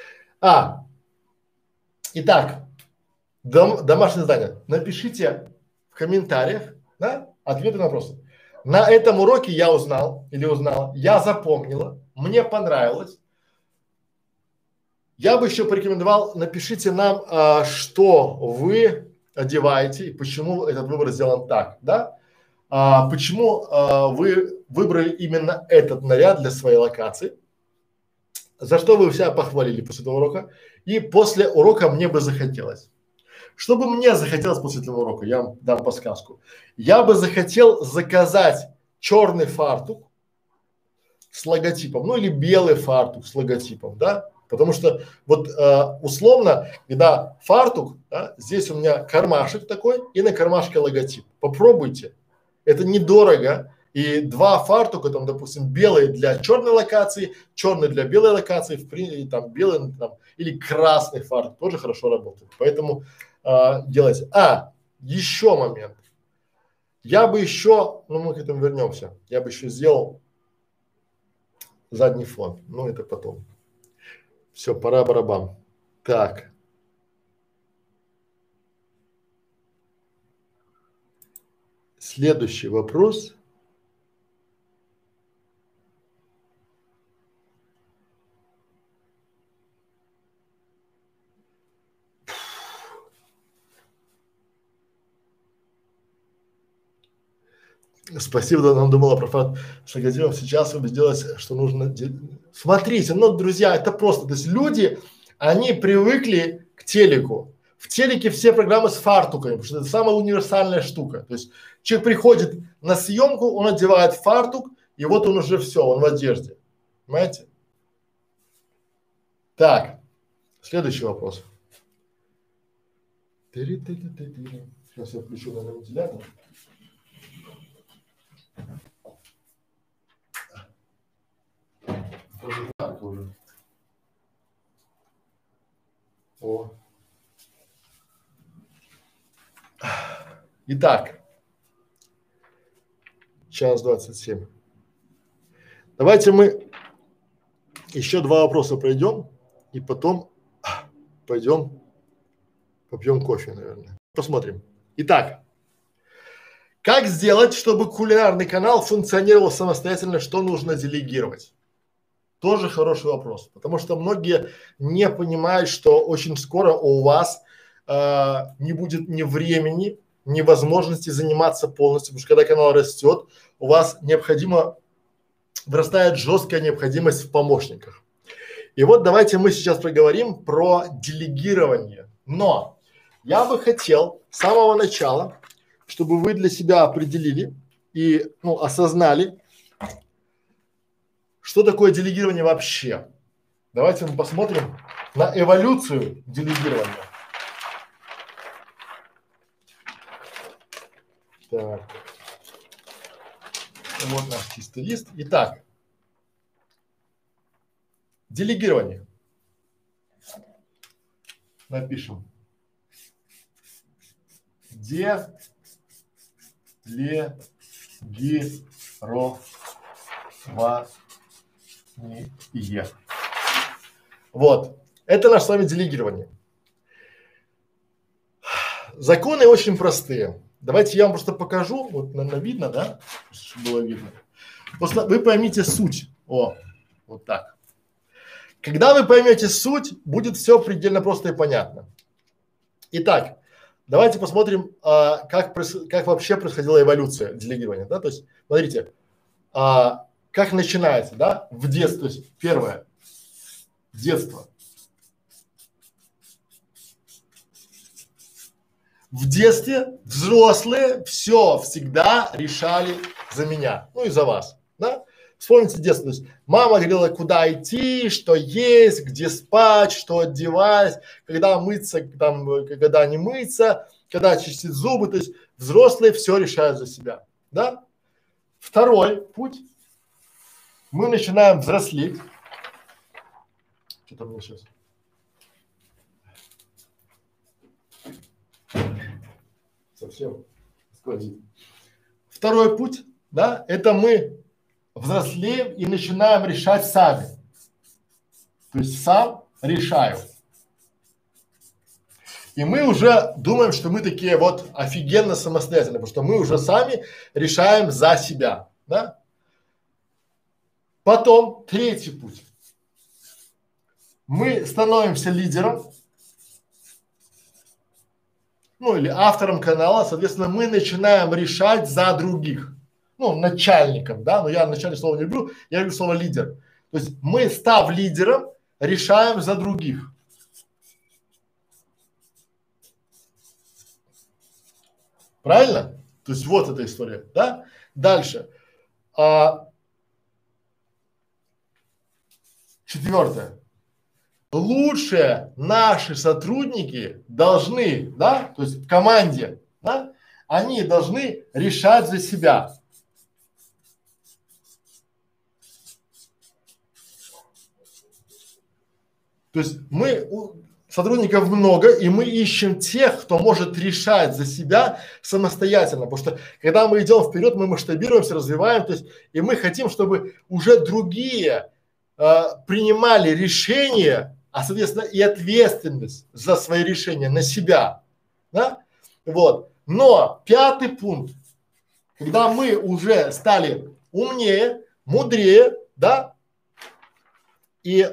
Итак, домашнее задание. Напишите в комментариях, да, ответы на вопросы. На этом уроке я узнал или узнала, я запомнила, мне понравилось. Я бы еще порекомендовал, напишите нам, что вы одеваете и почему этот выбор сделан так, да? Почему вы выбрали именно этот наряд для своей локации, за что вы себя похвалили после этого урока, и после урока мне бы захотелось. Что бы мне захотелось после этого урока, я вам дам подсказку. Я бы захотел заказать черный фартук с логотипом, ну или белый фартук с логотипом, да? Потому что вот условно, когда фартук, да, здесь у меня кармашек такой и на кармашке логотип. Попробуйте, это недорого. И два фартука, там, допустим, белый для черной локации, черный для белой локации, и там белый там, или красный фартук тоже хорошо работает. Поэтому делайте. Еще момент. Я бы еще, ну мы к этому вернемся, я бы еще сделал задний фон, но это потом. Все, пора барабан. Так. Следующий вопрос. Спасибо, он думала про факт с логотипом. Сейчас вы сделать, что нужно. Смотрите, ну, друзья, это просто. То есть люди, они привыкли к телеку. В телеке все программы с фартуками, потому что это самая универсальная штука. То есть человек приходит на съемку, он одевает фартук, и вот он уже все, он в одежде. Понимаете? Так, следующий вопрос. Сейчас я включу на вентилятор. Уже жарко уже. О. Итак, час 27. Давайте мы еще два вопроса пройдем и потом пойдем попьем кофе, наверное. Посмотрим. Итак, как сделать, чтобы кулинарный канал функционировал самостоятельно, что нужно делегировать? Тоже хороший вопрос, потому что многие не понимают, что очень скоро у вас не будет ни времени, ни возможности заниматься полностью, потому что когда канал растет, у вас вырастает жесткая необходимость в помощниках. И вот давайте мы сейчас поговорим про делегирование. Но я бы хотел с самого начала, чтобы вы для себя определили и осознали, что такое делегирование вообще. Давайте мы посмотрим на эволюцию делегирования. Так, вот наш чистый лист. Итак, делегирование. Напишем. Делегирование. Вот. Это наше с вами делегирование. Законы очень простые. Давайте я вам просто покажу. Вот, наверное, видно, да? Чтобы было видно. Просто вы поймите суть. Вот так. Когда вы поймете суть, будет все предельно просто и понятно. Итак, давайте посмотрим, как вообще происходила эволюция делегирования. Да? То есть, смотрите, как начинается, да, в детстве. То есть, первое, детство. В детстве взрослые все всегда решали за меня, ну и за вас, да? Вспомните детство, то есть мама говорила, куда идти, что есть, где спать, что одевать, когда мыться, там, когда не мыться, когда чистить зубы, то есть взрослые все решают за себя, да? Второй путь, мы начинаем взрослеть. Что-то мне сейчас. Совсем сквозит. Второй путь, да, это мы взрослеем и начинаем решать сами. То есть сам решаю. И мы уже думаем, что мы такие вот офигенно самостоятельные, потому что мы уже сами решаем за себя, да. Потом третий путь. Мы становимся лидером, ну или автором канала, соответственно, мы начинаем решать за других. Ну, начальником, да, но я начальник слова не люблю, я люблю слово лидер. То есть мы, став лидером, решаем за других. Правильно? То есть вот эта история, да? Дальше. Четвертое. Лучшие наши сотрудники должны, да, то есть в команде, да, они должны решать за себя. То есть сотрудников много, и мы ищем тех, кто может решать за себя самостоятельно, потому что когда мы идем вперед, мы масштабируемся, развиваем, то есть и мы хотим, чтобы уже другие принимали решения, а соответственно и ответственность за свои решения на себя, да? Вот. Но пятый пункт, когда мы уже стали умнее, мудрее, да, и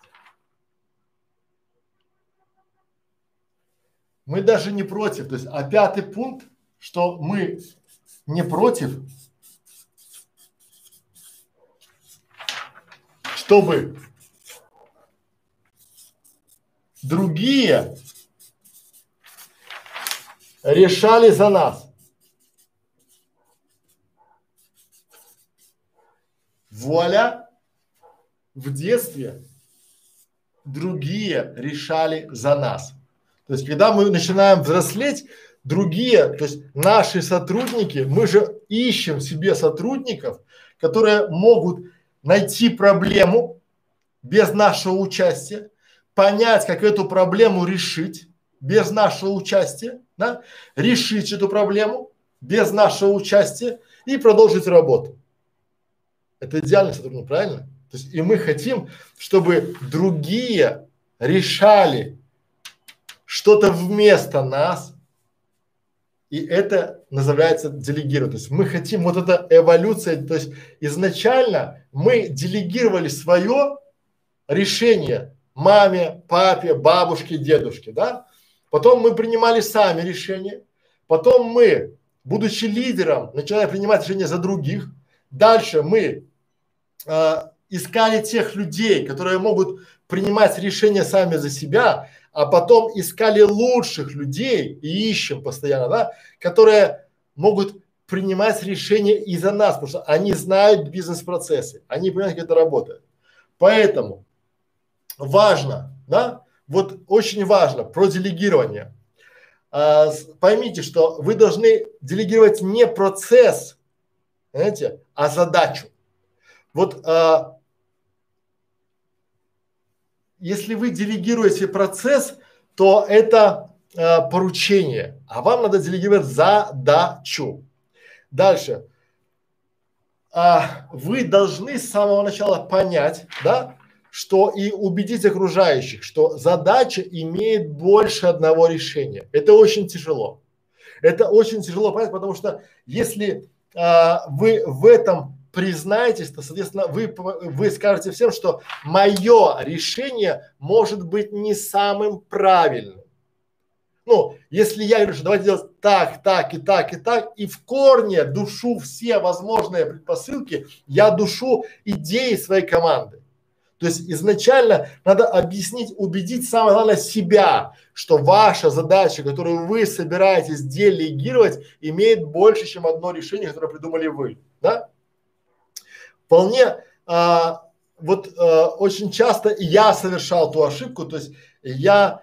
мы даже не против, то есть, а пятый пункт, что мы не против, чтобы другие решали за нас. Вуаля, в детстве другие решали за нас. То есть, когда мы начинаем взрослеть, другие, то есть наши сотрудники, мы же ищем себе сотрудников, которые могут найти проблему без нашего участия, понять, как эту проблему решить без нашего участия, да, решить эту проблему без нашего участия и продолжить работу. Это идеальный сотрудник, правильно? То есть и мы хотим, чтобы другие решали что-то вместо нас, и это называется делегировать. То есть мы хотим вот эта эволюция, то есть изначально мы делегировали свое решение маме, папе, бабушке, дедушке, да? Потом мы принимали сами решения, потом мы, будучи лидером, начали принимать решения за других. Дальше мы искали тех людей, которые могут принимать решения сами за себя, а потом искали лучших людей и ищем постоянно, да, которые могут принимать решения и за нас, потому что они знают бизнес-процессы, они понимают, как это работает. Поэтому важно, да, вот очень важно про делегирование. Поймите, что вы должны делегировать не процесс, знаете, а задачу. Вот если вы делегируете процесс, то это поручение, а вам надо делегировать задачу. Дальше. Вы должны с самого начала понять, да, что и убедить окружающих, что задача имеет больше одного решения. Это очень тяжело. Это очень тяжело понять, потому что если вы в этом признаетесь, то, соответственно, вы скажете всем, что мое решение может быть не самым правильным. Ну, если я говорю, что давайте делать так, так и так и так, и в корне душу все возможные предпосылки, я душу идеи своей команды. То есть изначально надо объяснить, убедить самое главное себя, что ваша задача, которую вы собираетесь делегировать, имеет больше, чем одно решение, которое придумали вы, да? Вполне очень часто я совершал ту ошибку, то есть я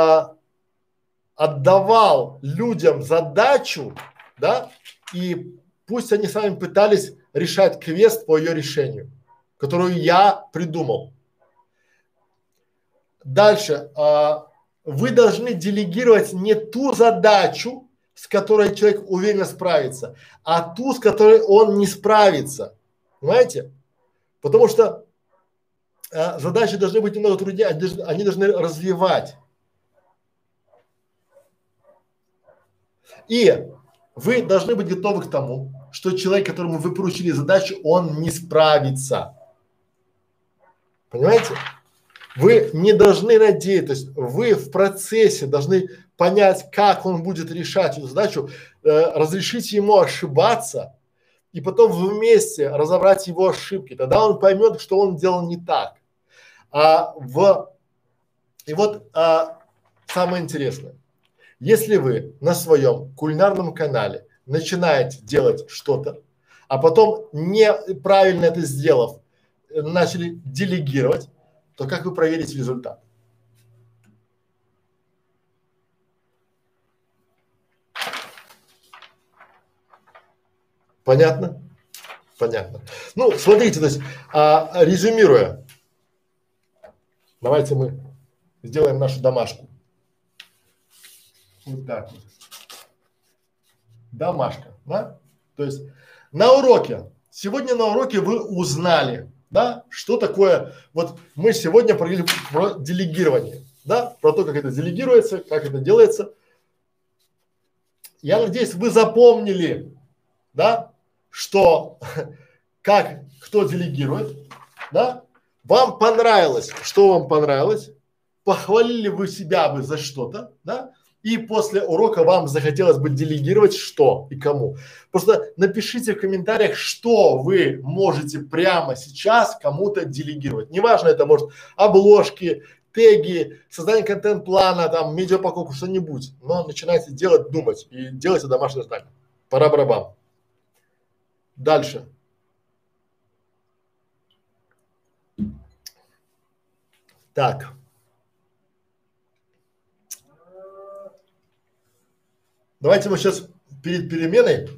отдавал людям задачу, да, и пусть они сами пытались решать квест по ее решению, которую я придумал. Дальше. Вы должны делегировать не ту задачу, с которой человек уверенно справится, а ту, с которой он не справится. Понимаете? Потому что задачи должны быть немного труднее, они должны развивать. И вы должны быть готовы к тому, что человек, которому вы поручили задачу, он не справится. Понимаете? Вы не должны надеяться, то есть вы в процессе должны понять, как он будет решать эту задачу, разрешить ему ошибаться и потом вместе разобрать его ошибки. Тогда он поймет, что он делал не так. И вот самое интересное. Если вы на своем кулинарном канале начинаете делать что-то, а потом неправильно это сделав, начали делегировать, то как вы проверите результат? Понятно? Понятно. Ну, смотрите, то есть, резюмируя, давайте мы сделаем нашу домашку. Вот так вот. Домашка, да? То есть на уроке, сегодня на уроке вы узнали, да, что такое, вот мы сегодня проговорили про делегирование, да, про то, как это делегируется, как это делается. Я надеюсь, вы запомнили, да, что, как, кто делегирует, да, вам понравилось, что вам понравилось, похвалили вы себя бы за что-то, да, и после урока вам захотелось бы делегировать что и кому. Просто напишите в комментариях, что вы можете прямо сейчас кому-то делегировать. Неважно, это может обложки, теги, создание контент-плана, там, медиапокупку, что-нибудь. Но начинайте делать, думать и делайте домашнее задание. Пара-барабам. Дальше. Так. Давайте мы сейчас перед переменой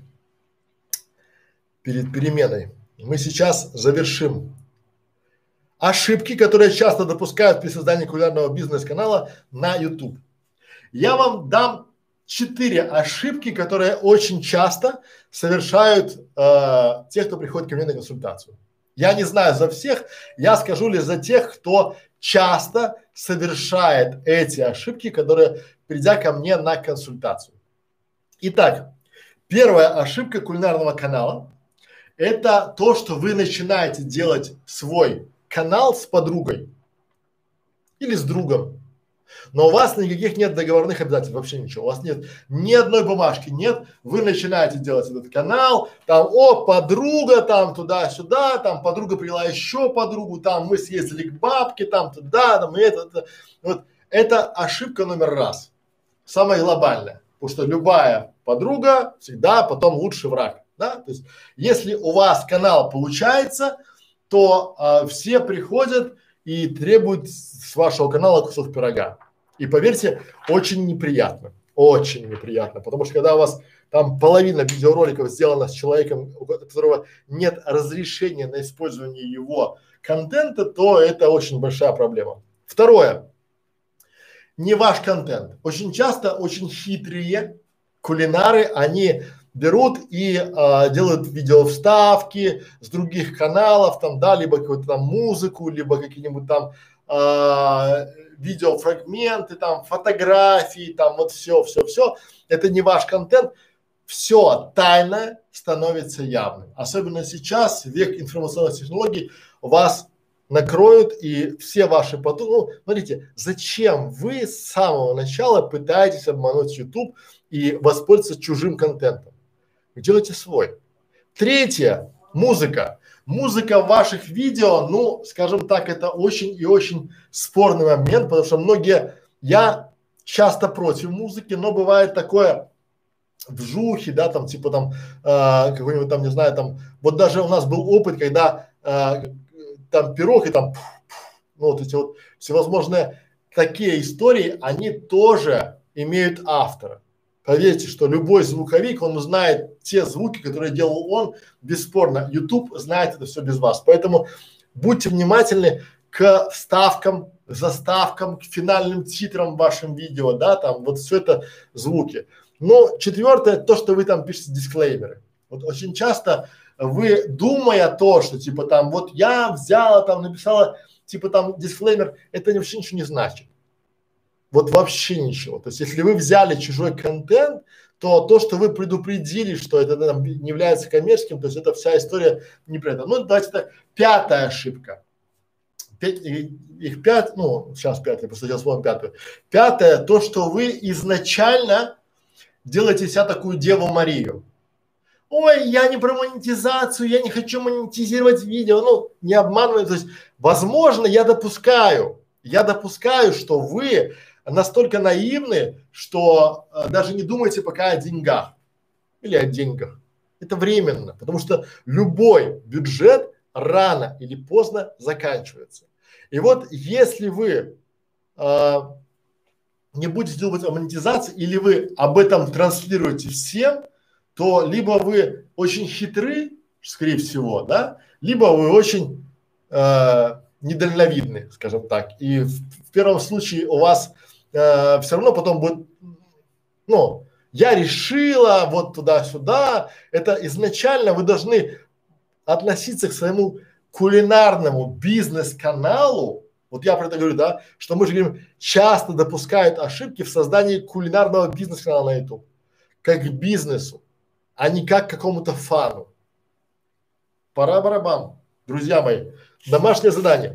мы сейчас завершим ошибки, которые часто допускают при создании кулинарного бизнес-канала на YouTube. Я вам дам 4 ошибки, которые очень часто совершают те, кто приходит ко мне на консультацию. Я не знаю за всех, я скажу лишь за тех, кто часто совершает эти ошибки, которые придя ко мне на консультацию. Итак, первая ошибка кулинарного канала – это то, что вы начинаете делать свой канал с подругой или с другом, но у вас никаких нет договорных обязательств, вообще ничего, у вас нет ни одной бумажки, нет, вы начинаете делать этот канал, там, о, подруга, там, туда-сюда, там, подруга привела еще подругу, там, мы съездили к бабке, там, туда, там, и это. Вот, это ошибка номер раз, самая глобальная. Потому что любая подруга всегда потом лучший враг, да? То есть, если у вас канал получается, то все приходят и требуют с вашего канала кусок пирога. И поверьте, очень неприятно, потому что когда у вас там половина видеороликов сделана с человеком, у которого нет разрешения на использование его контента, то это очень большая проблема. Второе. Не ваш контент. Очень часто очень хитрые кулинары, они берут и делают видео-вставки с других каналов, там, да, либо какую-то там музыку, либо какие-нибудь там видеофрагменты, там, фотографии, там, вот все. Это не ваш контент. Все тайное становится явным. Особенно сейчас, век информационных технологий, вас накроют и все ваши потоки. Ну, смотрите, зачем вы с самого начала пытаетесь обмануть YouTube и воспользоваться чужим контентом? Делайте свой. Третье, музыка. Музыка в ваших видео, ну, скажем так, это очень и очень спорный момент, потому что я часто против музыки, но бывает такое вжухи, да, там, типа там, какой-нибудь там, не знаю, там, вот даже у нас был опыт, когда там пирог и там, ну, вот эти вот всевозможные такие истории, они тоже имеют автора. Поверьте, что любой звуковик, он знает те звуки, которые делал он, бесспорно. YouTube знает это все без вас. Поэтому будьте внимательны к вставкам заставкам, к финальным титрам в вашем видео, да, там вот все это звуки. Но четвертое, то, что вы там пишете дисклеймеры. Вот очень часто вы, думая то, что типа там вот я взяла там, написала типа там дисклеймер, это вообще ничего не значит. Вот вообще ничего. То есть если вы взяли чужой контент, то то, что вы предупредили, что это там не является коммерческим, то есть это вся история не про это. Ну, давайте это пятая ошибка. Их пять, ну, сейчас пятая, просто сейчас вспомнил пятую. Пятое, то, что вы изначально делаете себя такую Деву Марию. Ой, я не про монетизацию, я не хочу монетизировать видео, ну, не обманывай, то есть, возможно, я допускаю, что вы настолько наивны, что даже не думаете пока о деньгах или о деньгах. Это временно, потому что любой бюджет рано или поздно заканчивается. И вот если вы не будете думать о монетизации или вы об этом транслируете всем, то либо вы очень хитры, скорее всего, да, либо вы очень недальновидны, скажем так. И в первом случае у вас все равно потом будет, ну, я решила вот туда-сюда. Это изначально вы должны относиться к своему кулинарному бизнес-каналу. Вот я про это говорю, да, что мы же говорим, часто допускают ошибки в создании кулинарного бизнес-канала на YouTube, как к бизнесу, а не как к какому-то фану. Пора барабан, друзья мои. Домашнее задание.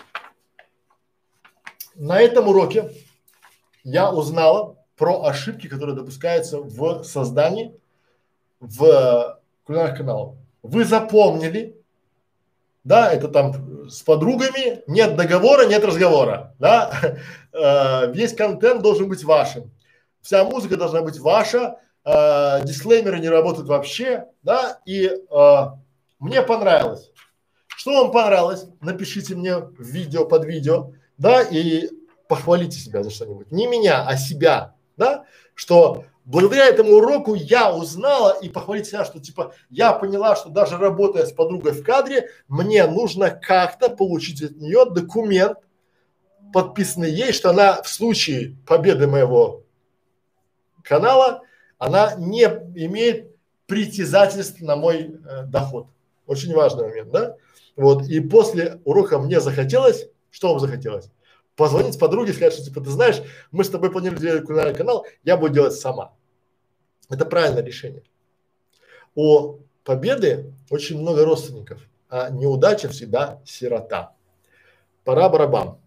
На этом уроке я узнала про ошибки, которые допускаются в создании в кулинарных каналах. Вы запомнили, да, это там с подругами, нет договора, нет разговора, да, весь контент должен быть вашим, вся музыка должна быть ваша, дисклеймеры не работают вообще, да, и мне понравилось. Что вам понравилось? Напишите мне в видео, под видео, да, и похвалите себя за что-нибудь. Не меня, а себя, да, что благодаря этому уроку я узнала и похвалить себя, что типа я поняла, что даже работая с подругой в кадре, мне нужно как-то получить от нее документ, подписанный ей, что она в случае победы моего канала, она не имеет притязательств на мой доход. Очень важный момент, да? Вот, и после урока мне захотелось, что вам захотелось? Позвонить подруге и сказать, что типа, ты знаешь, мы с тобой планируем делать кулинарный канал, я буду делать сама. Это правильное решение. У победы очень много родственников, а неудача всегда сирота. Пора барабан.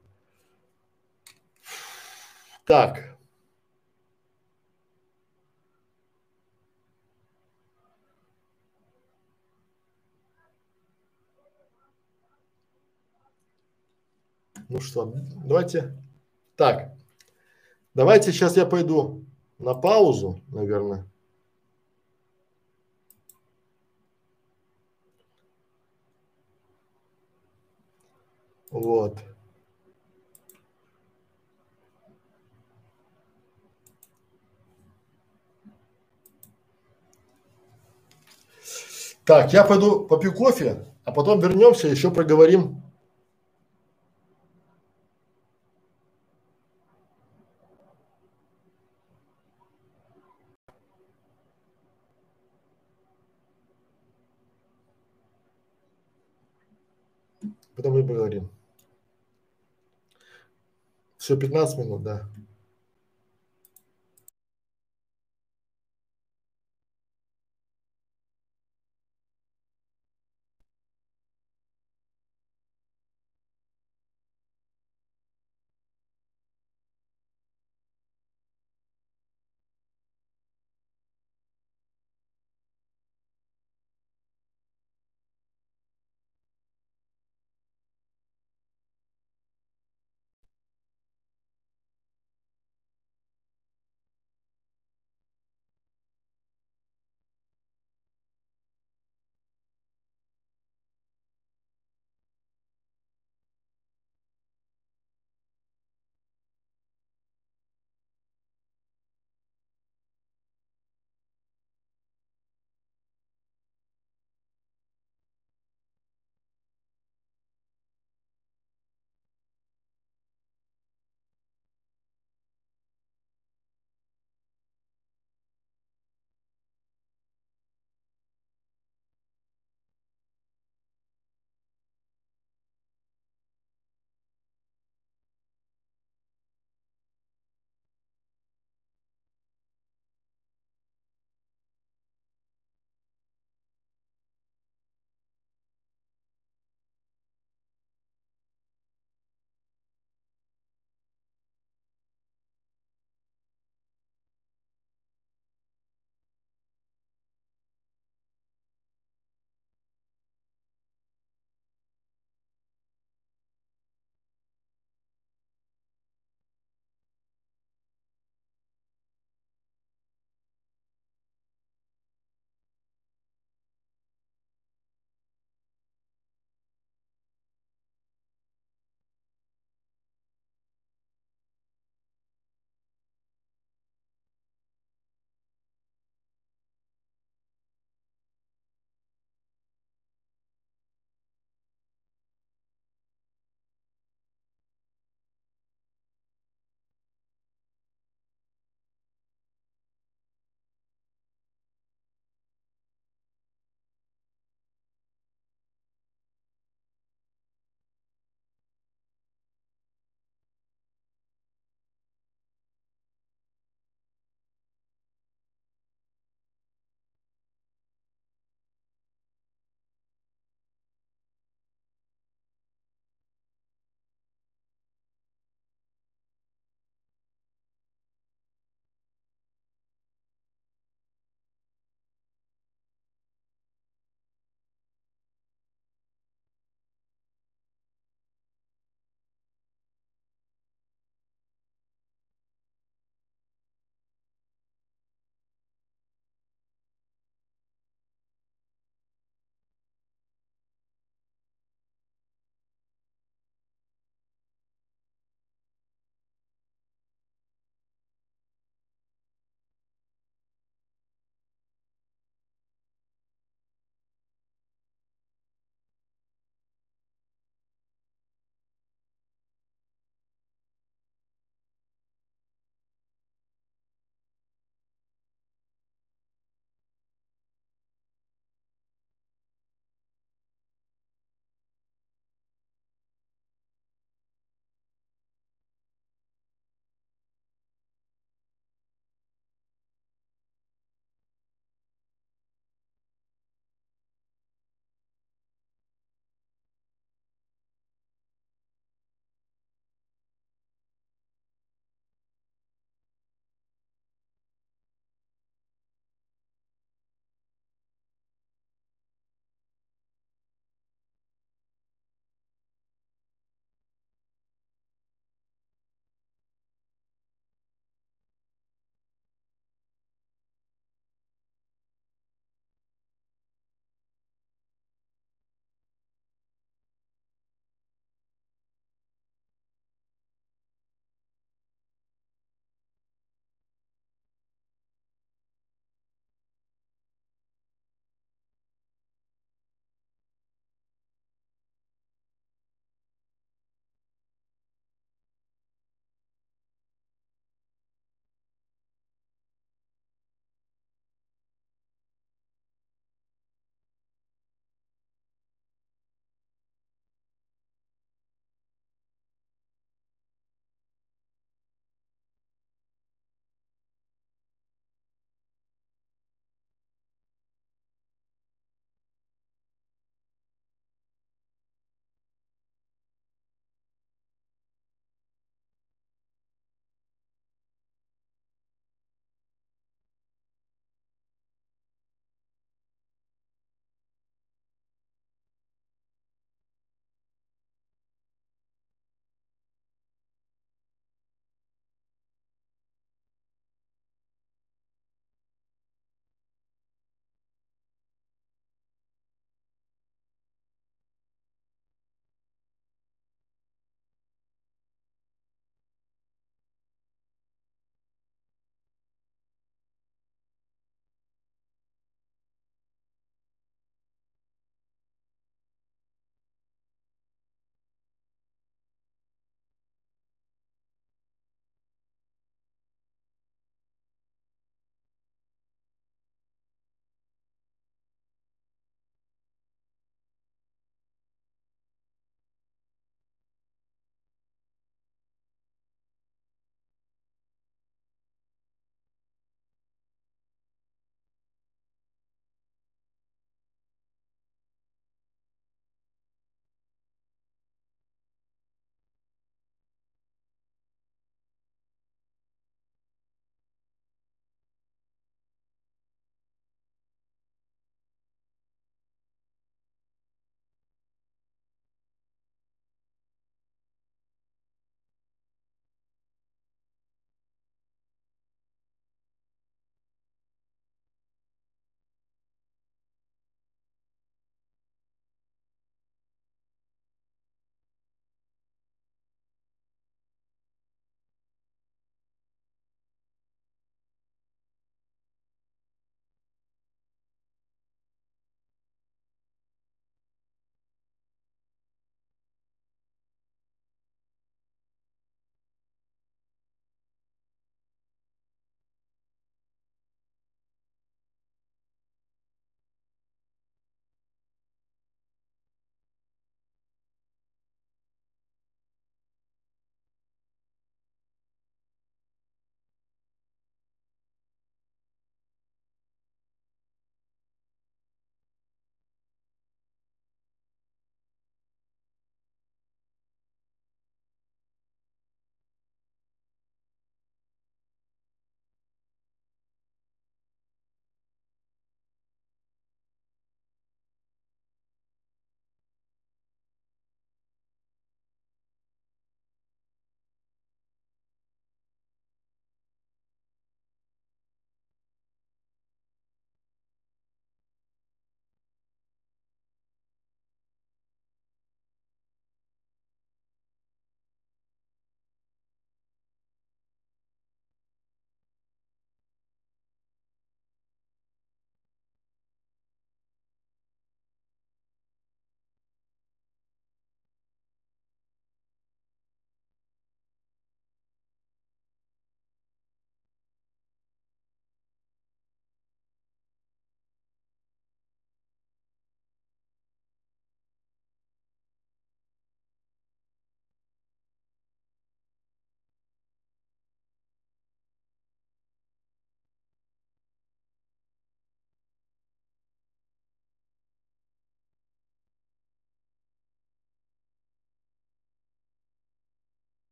Так. Ну что, давайте. Так, давайте сейчас я пойду на паузу, наверное. Вот. Так, я пойду попью кофе, а потом вернемся, еще проговорим. Потом мы поговорим. Все, 15 минут, да.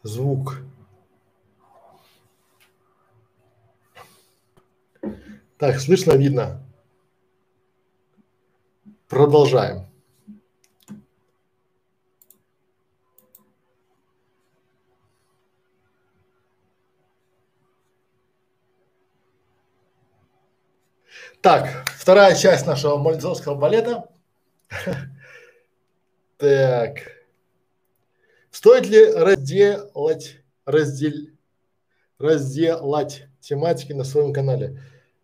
Звук. Так, слышно, видно. Продолжаем. Так, вторая часть нашего мальцовского балета. Так. Стоит ли разделать тематики на своем канале?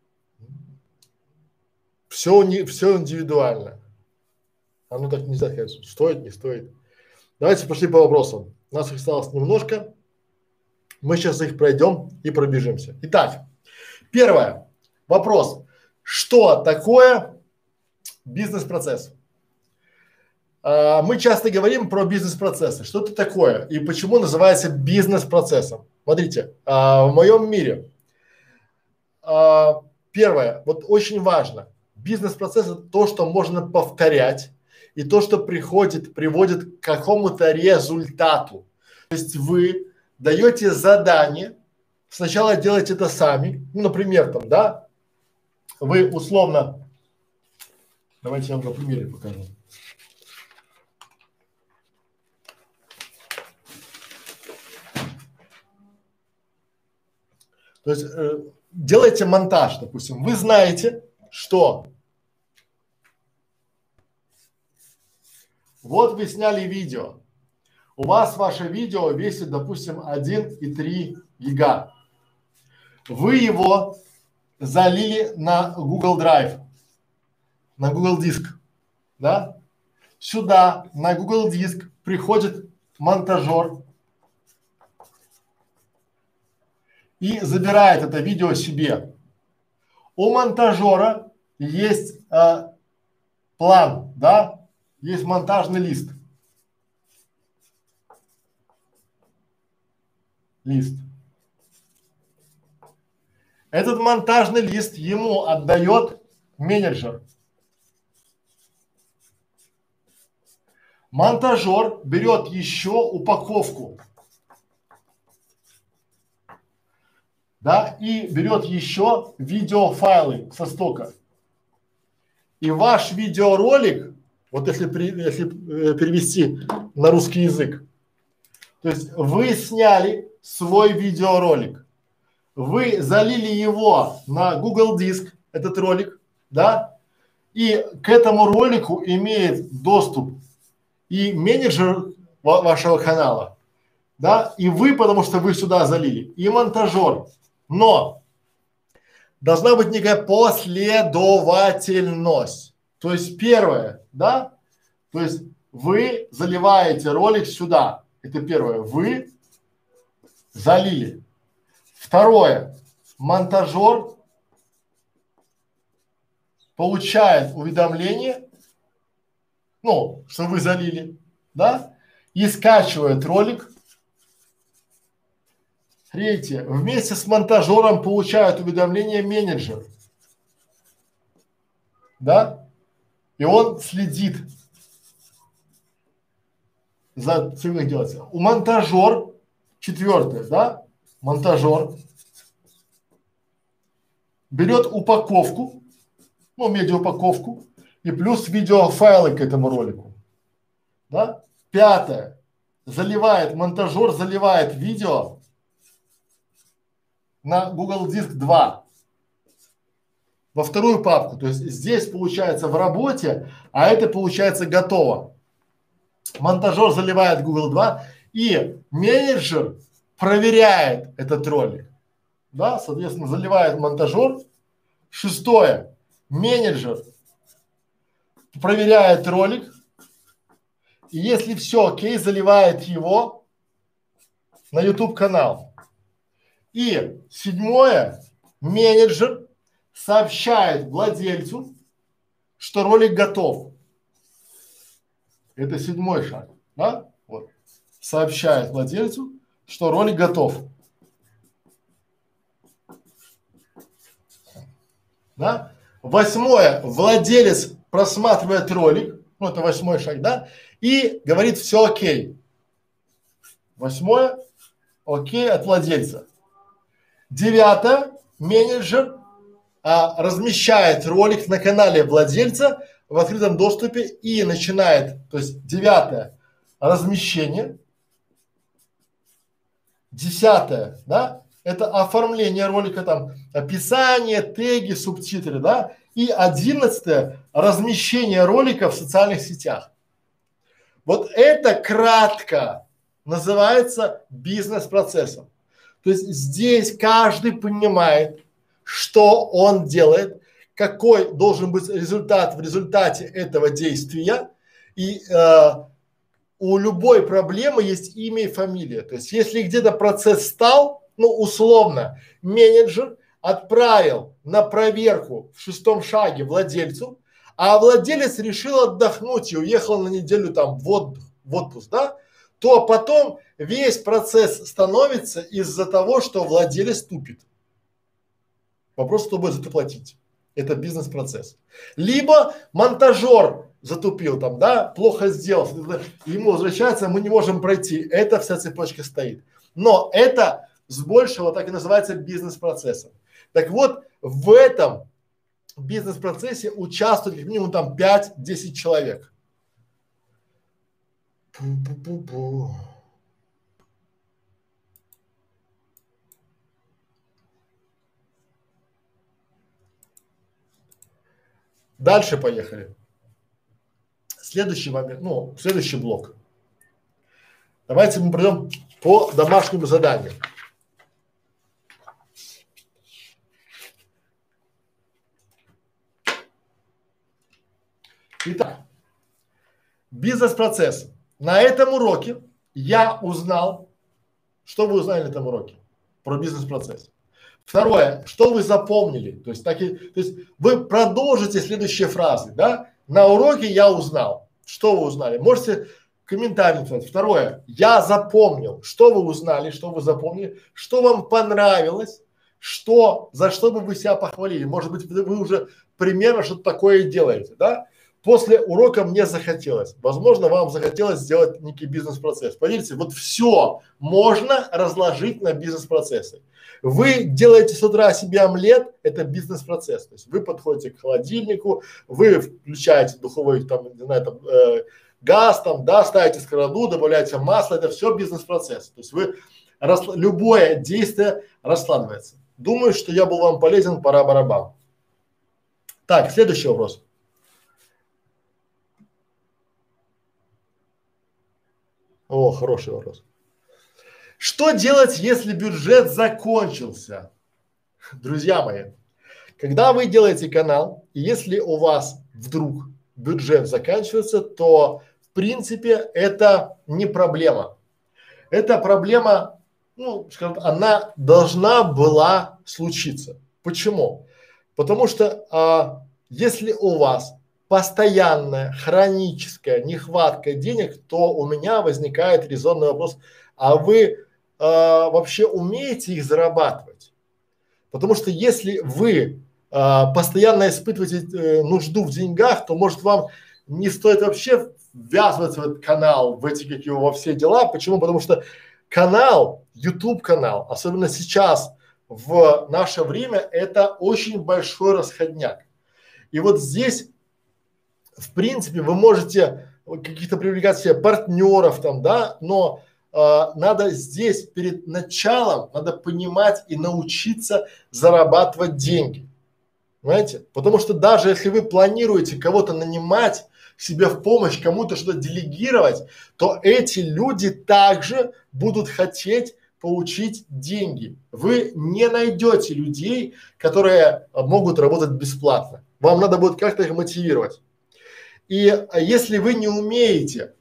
Все индивидуально. Оно так нельзя сказать, стоит, не стоит. Давайте пошли по вопросам. У нас их осталось немножко. Мы сейчас их пройдем и пробежимся. Итак, первое. Вопрос. Что такое бизнес-процесс? Мы часто говорим про бизнес-процессы. Что это такое и почему называется бизнес-процессом? Смотрите, в моем мире первое, вот очень важно, бизнес-процесс – это то, что можно повторять и то, что приводит к какому-то результату. То есть вы даете задание, сначала делаете это сами, ну, например, там, да, вы условно, давайте я вам на примере покажу. То есть делаете монтаж, допустим, вы знаете, что вот вы сняли видео, у вас ваше видео весит, допустим, 1,3 гига, вы его залили на Google Drive, на Google Диск, да? Сюда на Google Диск приходит монтажер и забирает это видео себе. У монтажера есть план, да, есть монтажный лист. Этот монтажный лист ему отдает менеджер. Монтажер берет еще упаковку, да, и берет еще видеофайлы со стока. И ваш видеоролик, вот если перевести на русский язык, то есть вы сняли свой видеоролик, вы залили его на Google Диск, этот ролик, да, и к этому ролику имеет доступ и менеджер вашего канала, да, и вы, потому что вы сюда залили, и монтажер. Но должна быть некая последовательность. То есть первое, да, то есть вы заливаете ролик сюда. Это первое. Вы залили. Второе. Монтажер получает уведомление, ну, что вы залили, да, и скачивает ролик. Третье. Вместе с монтажером получает уведомление менеджер, да, и он следит за всем, как делается. У монтажер, четвертое, да, монтажер берет упаковку, ну, медиаупаковку и плюс видеофайлы к этому ролику, да. Пятое. Монтажер заливает видео на Google Диск 2 во вторую папку. То есть здесь получается в работе, а это получается готово. Монтажер заливает Google 2 и менеджер проверяет этот ролик. Да, соответственно, заливает монтажер. Шестое. Менеджер проверяет ролик. И если все окей, заливает его на YouTube канал. И седьмое, менеджер сообщает владельцу, что ролик готов. Это седьмой шаг, да? Вот. Сообщает владельцу, что ролик готов. Да? Восьмое, владелец просматривает ролик, ну это 8-й шаг, да? И говорит все окей. 8-е, Окей, от владельца. Девятое. Менеджер размещает ролик на канале владельца в открытом доступе и начинает, то есть девятое, размещение. Десятое, да, это оформление ролика, там, описание, теги, субтитры, да. И одиннадцатое, размещение ролика в социальных сетях. Вот это кратко называется бизнес-процессом. То есть здесь каждый понимает, что он делает, какой должен быть результат в результате этого действия. И у любой проблемы есть имя и фамилия. То есть если где-то процесс стал, ну условно, менеджер отправил на проверку в шестом шаге владельцу, а владелец решил отдохнуть и уехал на неделю там в отпуск, да, то потом весь процесс становится из-за того, что владелец тупит. Вопрос, кто будет за это платить. Это бизнес-процесс. Либо монтажер затупил там, да, плохо сделал, ему возвращается, мы не можем пройти. Это вся цепочка стоит. Но это с большего так и называется бизнес-процессом. Так вот, в этом бизнес-процессе участвует как минимум там 5-10 человек. Пу-пу-пу-пу. Дальше поехали. Следующий момент, ну, следующий блок. Давайте мы пройдем по домашнему заданию. Итак, бизнес-процесс. На этом уроке я узнал, что вы узнали на этом уроке про бизнес-процесс. Второе, что вы запомнили, то есть вы продолжите следующие фразы, да? На уроке я узнал, что вы узнали. Можете комментарий написать. Второе, я запомнил, что вы узнали, что вы запомнили, что вам понравилось, за что бы вы себя похвалили. Может быть, вы уже примерно что-то такое делаете, да? После урока мне захотелось. Возможно, вам захотелось сделать некий бизнес-процесс. Поверьте, вот все можно разложить на бизнес-процессы. Вы делаете с утра себе омлет, это бизнес-процесс. То есть вы подходите к холодильнику, вы включаете духовой там, не знаю, там, газ там, да, ставите сковороду, добавляете масло, это все бизнес-процесс. То есть любое действие раскладывается. Думаю, что я был вам полезен, пора барабан. Так, следующий вопрос. О, хороший вопрос. Что делать, если бюджет закончился? Друзья мои, когда вы делаете канал, и если у вас вдруг бюджет заканчивается, то в принципе это не проблема. Эта проблема, ну, скажем, она должна была случиться. Почему? Потому что если у вас постоянная хроническая нехватка денег, то у меня возникает резонный вопрос: а вы вообще умеете их зарабатывать? Потому что если вы постоянно испытываете нужду в деньгах, то может вам не стоит вообще ввязываться в этот канал, в эти во все дела. Почему? Потому что канал, YouTube канал, особенно сейчас в наше время, это очень большой расходняк. И вот здесь в принципе вы можете каких-то привлекать себе партнеров там, да, но надо здесь перед началом надо понимать и научиться зарабатывать деньги, понимаете? Потому что даже если вы планируете кого-то нанимать себе в помощь, кому-то что-то делегировать, то эти люди также будут хотеть получить деньги. Вы не найдете людей, которые могут работать бесплатно. Вам надо будет как-то их мотивировать. И если вы не умеете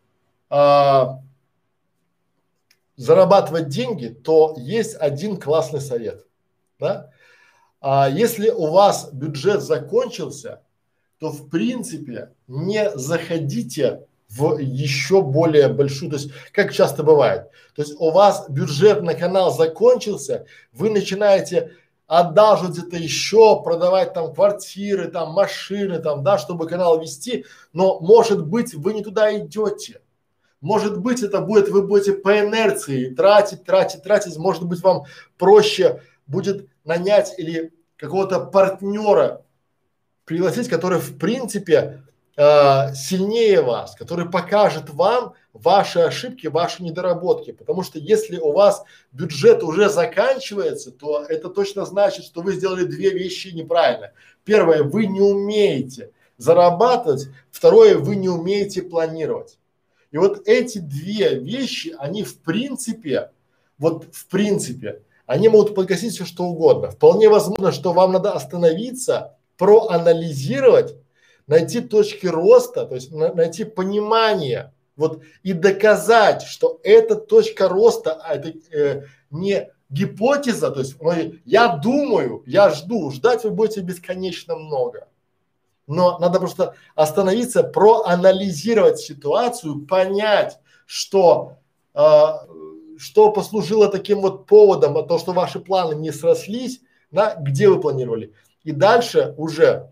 зарабатывать деньги, то есть один классный совет, да? Если у вас бюджет закончился, то в принципе не заходите в еще более большую, то есть как часто бывает, то есть у вас бюджет на канал закончился, вы начинаете одалживать это еще, продавать там квартиры, там машины, там, да, чтобы канал вести, но может быть вы не туда идете. Может быть, это будет, вы будете по инерции тратить. Может быть, вам проще будет нанять или какого-то партнера пригласить, который в принципе сильнее вас, который покажет вам ваши ошибки, ваши недоработки. Потому что если у вас бюджет уже заканчивается, то это точно значит, что вы сделали две вещи неправильно. Первое, вы не умеете зарабатывать. Второе, вы не умеете планировать. И вот эти две вещи, они в принципе, они могут погасить все что угодно. Вполне возможно, что вам надо остановиться, проанализировать, найти точки роста, то есть найти понимание, вот и доказать, что эта точка роста, это не гипотеза, то есть я думаю, я жду, ждать вы будете бесконечно много. Но надо просто остановиться, проанализировать ситуацию, понять, что послужило таким вот поводом, то, что ваши планы не срослись, да, где вы планировали. И дальше уже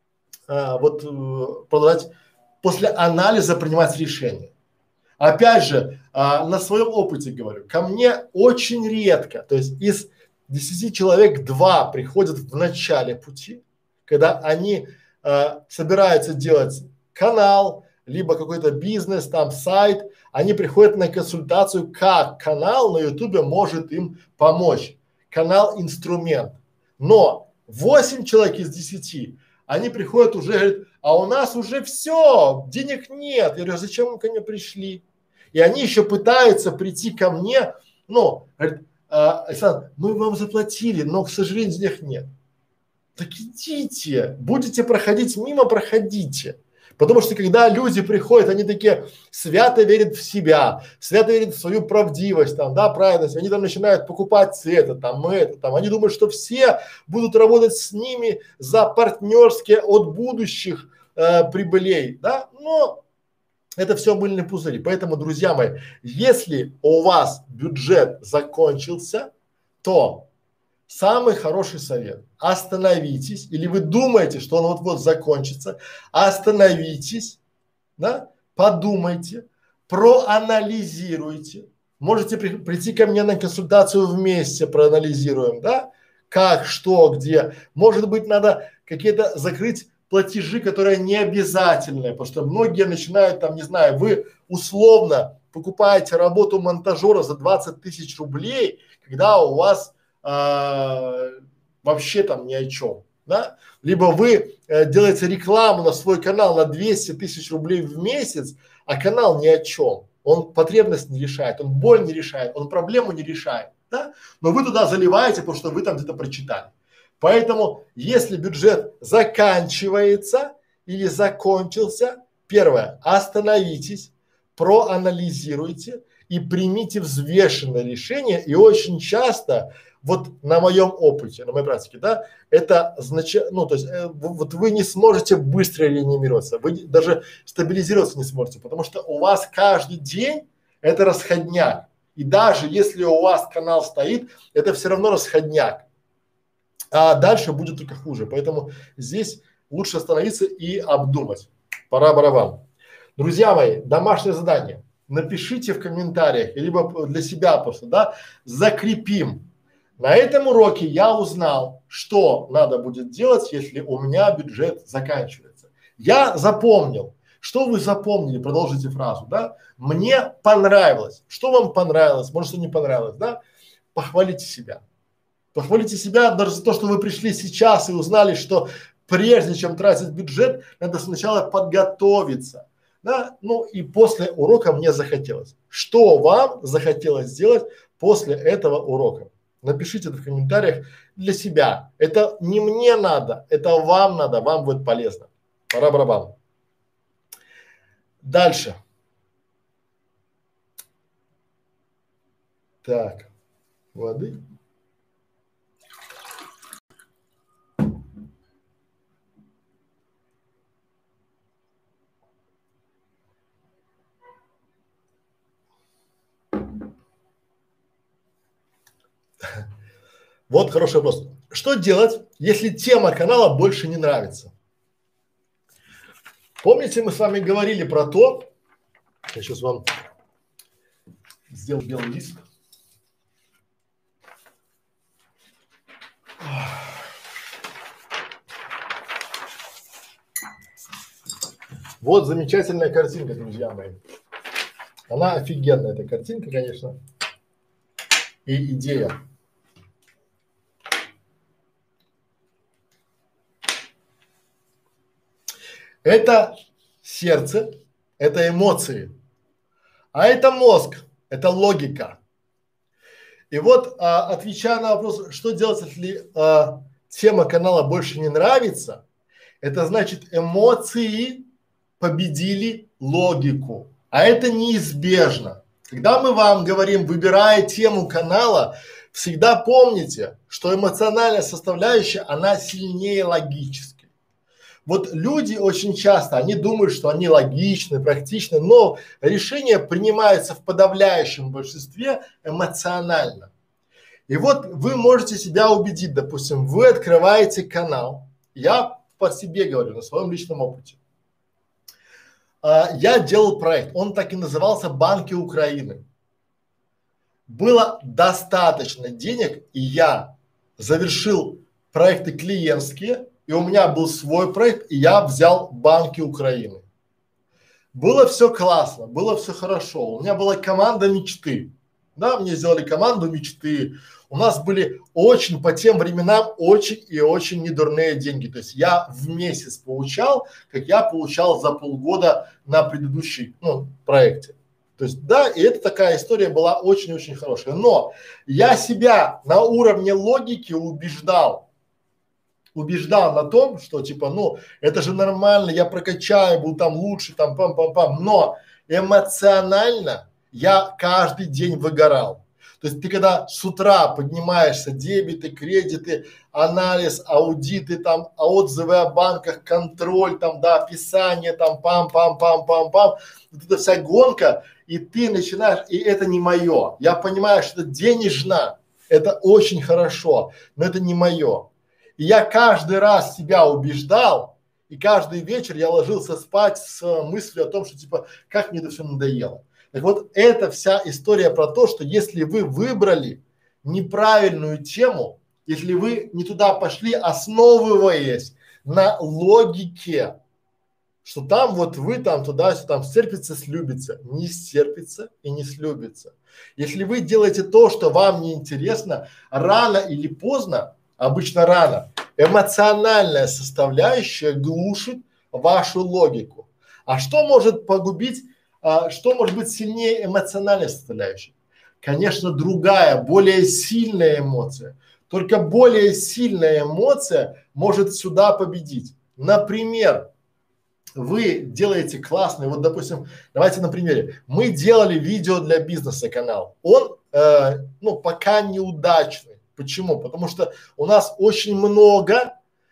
продолжать после анализа принимать решения. Опять же, на своем опыте говорю, ко мне очень редко, то есть из 10 человек 2 приходят в начале пути, когда они собираются делать канал, либо какой-то бизнес, там сайт, они приходят на консультацию, как канал на ютубе может им помочь. Канал инструмент. Но 8 человек из 10, они приходят уже, говорят, а у нас уже все, денег нет. Я говорю, зачем вы ко мне пришли? И они еще пытаются прийти ко мне, говорят, Александр, мы вам заплатили, но, к сожалению, денег нет. Так идите, будете проходить мимо, проходите. Потому что когда люди приходят, они такие свято верят в себя, свято верят в свою правдивость, там, да, правильность, они там начинают покупать это, они думают, что все будут работать с ними за партнерские от будущих прибылей, да, но это все мыльные пузыри. Поэтому, друзья мои, если у вас бюджет закончился, то самый хороший совет – остановитесь, или вы думаете, что он вот-вот закончится, остановитесь, да, подумайте, проанализируйте. Можете прийти ко мне на консультацию вместе, проанализируем, да, как, что, где. Может быть, надо какие-то закрыть платежи, которые не обязательные, потому что многие начинают там, не знаю, вы условно покупаете работу монтажера за 20 тысяч рублей, когда у вас вообще там ни о чем, да? Либо вы делаете рекламу на свой канал на 200 тысяч рублей в месяц, а канал ни о чем. Он потребность не решает, он боль не решает, он проблему не решает, да? Но вы туда заливаете, потому что вы там где-то прочитали. Поэтому, если бюджет заканчивается или закончился, первое, остановитесь, проанализируйте и примите взвешенное решение. И очень часто вот на моем опыте, на моей практике, да, это значит, то есть вот вы не сможете быстро реанимироваться, вы даже стабилизироваться не сможете, потому что у вас каждый день это расходняк. И даже если у вас канал стоит, это все равно расходняк. А дальше будет только хуже. Поэтому здесь лучше остановиться и обдумать. Пора барабан. Друзья мои, домашнее задание. Напишите в комментариях, либо для себя просто, да, закрепим. На этом уроке я узнал, что надо будет делать, если у меня бюджет заканчивается. Я запомнил. Что вы запомнили? Продолжите фразу, да? Мне понравилось. Что вам понравилось? Может, что не понравилось, да? Похвалите себя. Похвалите себя даже за то, что вы пришли сейчас и узнали, что прежде чем тратить бюджет, надо сначала подготовиться. Да? Ну и после урока мне захотелось. Что вам захотелось сделать после этого урока? Напишите это в комментариях для себя. Это не мне надо, это вам надо, вам будет полезно. Пора барабан. Дальше. Так, воды. Вот хороший вопрос. Что делать, если тема канала больше не нравится? Помните, мы с вами говорили про то, я сейчас вам Сделал белый лист. Вот замечательная картинка, друзья мои. Она офигенная, эта картинка, конечно. И идея. Это сердце, это эмоции, а это мозг, это логика. И вот, отвечая на вопрос, что делать, если тема канала больше не нравится, это значит, эмоции победили логику, а это неизбежно. Когда мы вам говорим, выбирая тему канала, всегда помните, что эмоциональная составляющая, она сильнее логической. Вот люди очень часто, они думают, что они логичны, практичны, но решения принимаются в подавляющем большинстве эмоционально. И вот вы можете себя убедить, допустим, вы открываете канал, я по себе говорю, на своем личном опыте. Я делал проект, он так и назывался «Банки Украины». Было достаточно денег, и я завершил проекты клиентские, и у меня был свой проект, и я взял Банки Украины. Было все классно, было все хорошо. У меня была команда мечты. Да, мне сделали команду мечты. У нас были очень, по тем временам, очень и очень недурные деньги. То есть я в месяц получал, как я получал за полгода на предыдущей, проекте. То есть да, и это такая история была очень-очень хорошая. Но я себя на уровне логики убеждал на том, что типа, это же нормально, я прокачаю, буду там лучше, там пам-пам-пам, но эмоционально я каждый день выгорал. То есть ты когда с утра поднимаешься, дебеты, кредиты, анализ, аудиты, там, отзывы о банках, контроль, там, да, описание, там, пам-пам-пам-пам-пам, вот эта вся гонка, и ты начинаешь, и это не мое. Я понимаю, что это денежно, это очень хорошо, но это не мое. И я каждый раз себя убеждал, и каждый вечер я ложился спать с мыслью о том, что типа, как мне это все надоело. Так вот, это вся история про то, что если вы выбрали неправильную тему, если вы не туда пошли, основываясь на логике, что там вот вы там туда-сюда, там стерпится, слюбится, не стерпится и не слюбится. Если вы делаете то, что вам не интересно, рано или поздно, обычно рано, эмоциональная составляющая глушит вашу логику. А что может погубить, что может быть сильнее эмоциональной составляющей? Конечно, другая, более сильная эмоция. Только более сильная эмоция может сюда победить. Например, вы делаете классный, вот допустим, давайте на примере. Мы делали видео для бизнеса канал. Он, пока неудачный. Почему? Потому что у нас очень много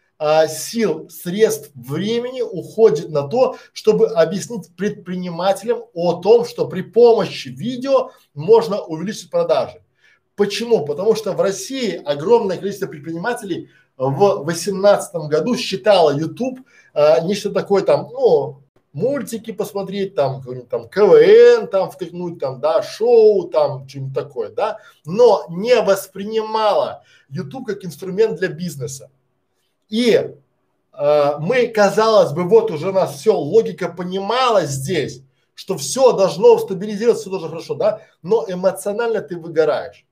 сил, средств, времени уходит на то, чтобы объяснить предпринимателям о том, что при помощи видео можно увеличить продажи. Почему? Потому что в России огромное количество предпринимателей в 2018 году считало YouTube нечто такое там, мультики посмотреть, там, там КВН там втыкнуть, там, да, шоу, там, что-нибудь такое, да, но не воспринимала YouTube как инструмент для бизнеса. И мы, казалось бы, вот уже у нас все, логика понимала здесь, что все должно стабилизироваться, все должно хорошо, да, но эмоционально ты выгораешь.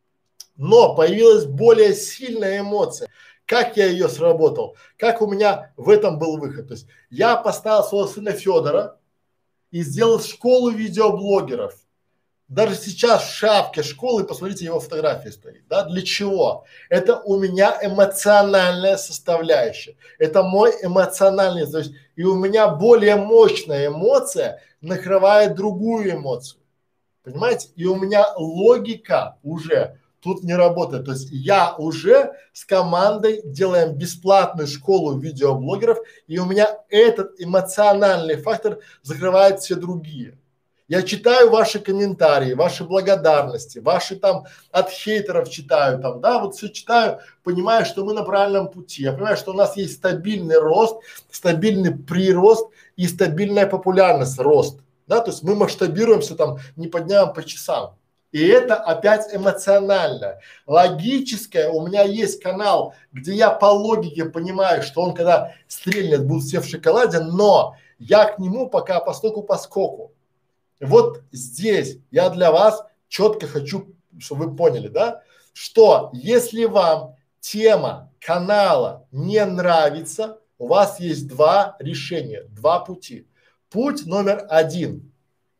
Но появилась более сильная эмоция. Как я ее сработал? Как у меня в этом был выход? То есть я поставил своего сына Федора и сделал школу видеоблогеров. Даже сейчас в шапке школы, посмотрите, его фотография стоит, да, для чего? Это у меня эмоциональная составляющая, это мой эмоциональный, то есть и у меня более мощная эмоция накрывает другую эмоцию, понимаете? И у меня логика уже тут не работает, то есть я уже с командой делаем бесплатную школу видеоблогеров, и у меня этот эмоциональный фактор закрывает все другие. Я читаю ваши комментарии, ваши благодарности, ваши там от хейтеров читаю там, да, вот все читаю, понимаю, что мы на правильном пути. Я понимаю, что у нас есть стабильный рост, стабильный прирост и стабильная популярность, рост. да, то есть мы масштабируемся там не по дням, по часам. И это опять эмоционально. Логическое, у меня есть канал, где я по логике понимаю, что он когда стрельнет, будет все в шоколаде, но я к нему пока поскоку. Вот здесь я для вас четко хочу, чтобы вы поняли, да, что если вам тема канала не нравится, у вас есть два решения, два пути. Путь номер один.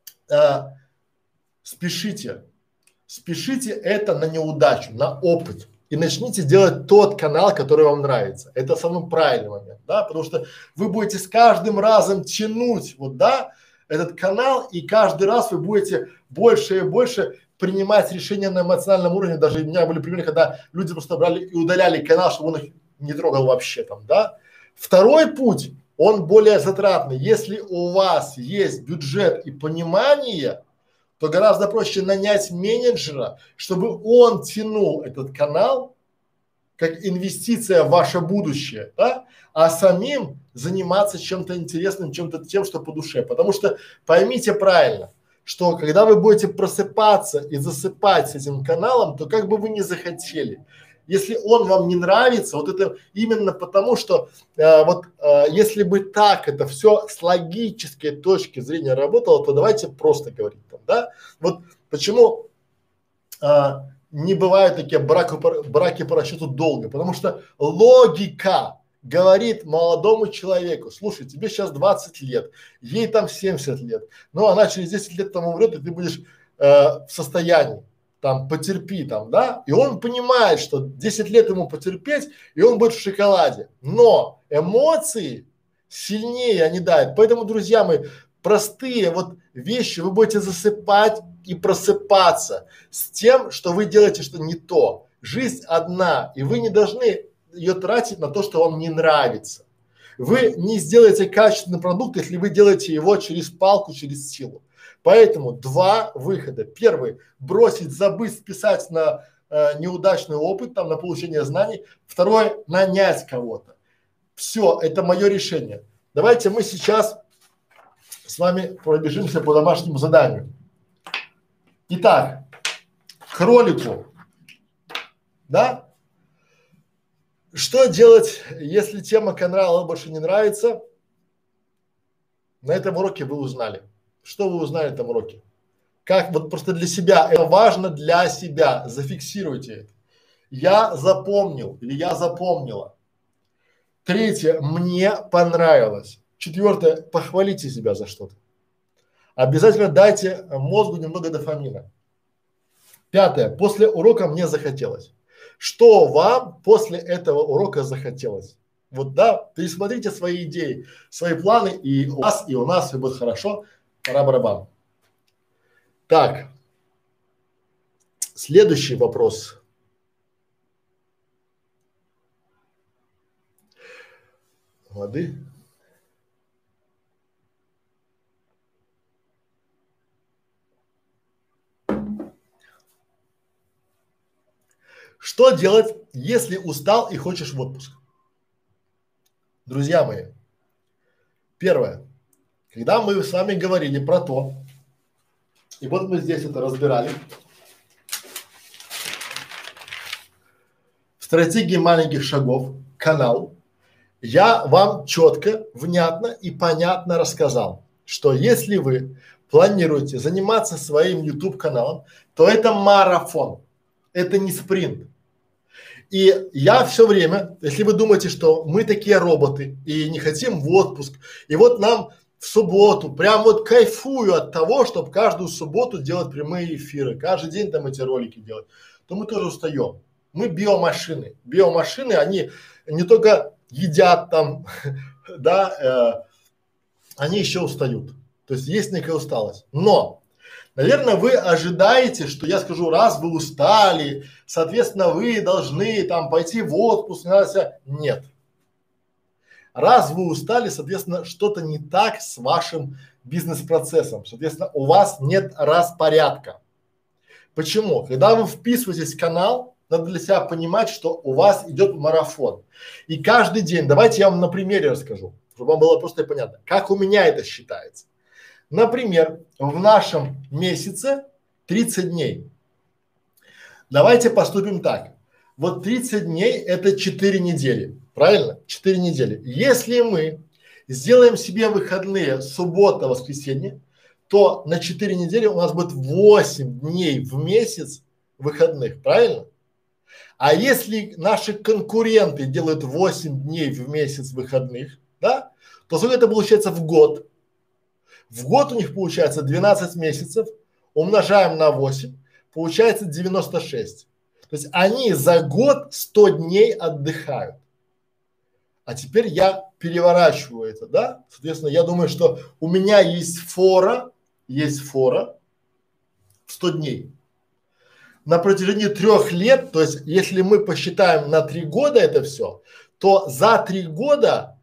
Спешите это на неудачу, на опыт. И начните делать тот канал, который вам нравится. Это самый правильный момент, да, потому что вы будете с каждым разом тянуть, вот, да, этот канал, и каждый раз вы будете больше и больше принимать решения на эмоциональном уровне. Даже у меня были примеры, когда люди просто брали и удаляли канал, чтобы он их не трогал вообще там, да. Второй путь, он более затратный. Если у вас есть бюджет и понимание, то гораздо проще нанять менеджера, чтобы он тянул этот канал как инвестиция в ваше будущее, да, а самим заниматься чем-то интересным, чем-то тем, что по душе. Потому что поймите правильно, что когда вы будете просыпаться и засыпать с этим каналом, то как бы вы ни захотели, если он вам не нравится, вот это именно потому, что если бы так это все с логической точки зрения работало, то давайте просто говорить там, да, вот почему не бывают такие браки по расчету долго, потому что логика говорит молодому человеку: слушай, тебе сейчас 20 лет, ей там 70 лет, но она через 10 лет там умрет, и ты будешь в состоянии, там, потерпи там, да, и он понимает, что 10 лет ему потерпеть, и он будет в шоколаде, но эмоции сильнее они дают, поэтому, друзья мои, простые вот вещи вы будете засыпать и просыпаться с тем, что вы делаете что не то. Жизнь одна, и вы не должны ее тратить на то, что вам не нравится. Вы не сделаете качественный продукт, если вы делаете его через палку, через силу. Поэтому два выхода. Первый – бросить, забыть, списать на неудачный опыт, там, на получение знаний. Второе – нанять кого-то. Все, это мое решение. Давайте мы сейчас с вами пробежимся по домашнему заданию. Итак, кролику, да? Что делать, если тема канала больше не нравится? На этом уроке вы узнали. Что вы узнали на этом уроке? Как вот просто для себя, это важно для себя, зафиксируйте это. Я запомнил или я запомнила. Третье, мне понравилось. Четвертое, похвалите себя за что-то. Обязательно дайте мозгу немного дофамина. Пятое, после урока мне захотелось. Что вам после этого урока захотелось? Вот, да, пересмотрите свои идеи, свои планы, и у вас, и у нас все будет хорошо. Пора-барабан. Так, следующий вопрос. Воды. Что делать, если устал и хочешь в отпуск? Друзья мои, первое, когда мы с вами говорили про то, и вот мы здесь это разбирали, в стратегии маленьких шагов, канал, я вам четко, внятно и понятно рассказал, что если вы планируете заниматься своим YouTube каналом, то это марафон, это не спринт. И я все время, если вы думаете, что мы такие роботы и не хотим в отпуск, и вот нам в субботу прям вот кайфую от того, чтобы каждую субботу делать прямые эфиры, каждый день там эти ролики делать, то мы тоже устаем. Мы биомашины. Биомашины, они не только едят там, да, они еще устают. То есть есть некая усталость. Но, наверное, вы ожидаете, что я скажу: раз вы устали, соответственно, вы должны там пойти в отпуск. Нет. Раз вы устали, соответственно, что-то не так с вашим бизнес-процессом. Соответственно, у вас нет распорядка. Почему? Когда вы вписываетесь в канал, надо для себя понимать, что у вас идет марафон. И каждый день, давайте я вам на примере расскажу, чтобы вам было просто понятно, как у меня это считается. Например, в нашем месяце 30 дней. Давайте поступим так. Вот 30 дней это 4 недели, правильно? 4 недели. Если мы сделаем себе выходные суббота, воскресенье, то на 4 недели у нас будет 8 дней в месяц выходных, правильно? А если наши конкуренты делают 8 дней в месяц выходных, да, то сколько это получается в год? В год у них получается 12 месяцев, умножаем на 8, получается 96. То есть они за год 100 дней отдыхают. А теперь я переворачиваю это, да? Соответственно, я думаю, что у меня есть фора в 100 дней. На протяжении 3 лет, то есть если мы посчитаем на 3 года это все, то за 3 года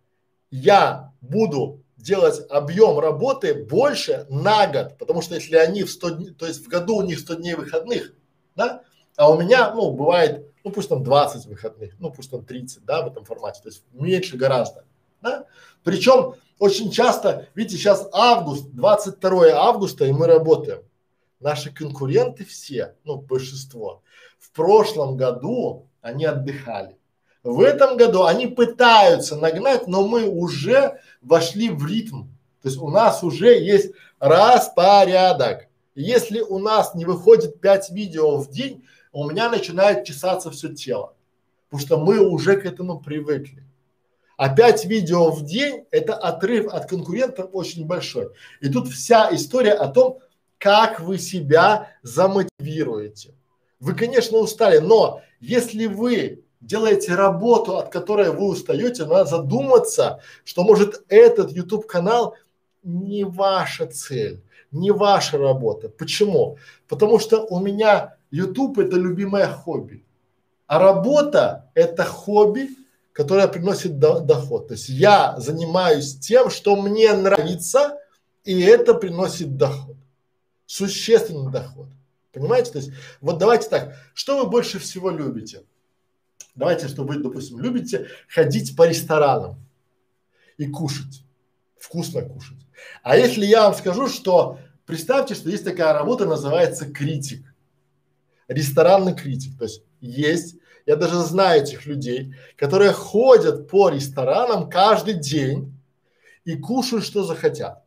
я буду делать объем работы больше на год, потому что если они в 100 дней, то есть в году у них 100 дней выходных, да, а у меня, ну, бывает, ну, пусть там 20 выходных, ну, пусть там 30, да, в этом формате, то есть меньше гораздо, да. Причем очень часто, видите, сейчас август, 22 августа, и мы работаем. Наши конкуренты все, ну, большинство, в прошлом году они отдыхали. В этом году они пытаются нагнать, но мы уже вошли в ритм. То есть у нас уже есть распорядок. Если у нас не выходит 5 видео в день, у меня начинает чесаться все тело. Потому что мы уже к этому привыкли. А 5 видео в день – это отрыв от конкурентов очень большой. И тут вся история о том, как вы себя замотивируете. Вы, конечно, устали, но если вы делаете работу, от которой вы устаете, надо задуматься, что может этот YouTube канал не ваша цель, не ваша работа. Почему? Потому что у меня YouTube это любимое хобби, а работа это хобби, которое приносит доход. То есть я занимаюсь тем, что мне нравится, и это приносит доход, существенный доход. Понимаете? То есть вот давайте так, что вы больше всего любите? Давайте, что вы, допустим, любите ходить по ресторанам и кушать, вкусно кушать. А если я вам скажу, что представьте, что есть такая работа, называется критик, ресторанный критик. То есть, я даже знаю этих людей, которые ходят по ресторанам каждый день и кушают, что захотят.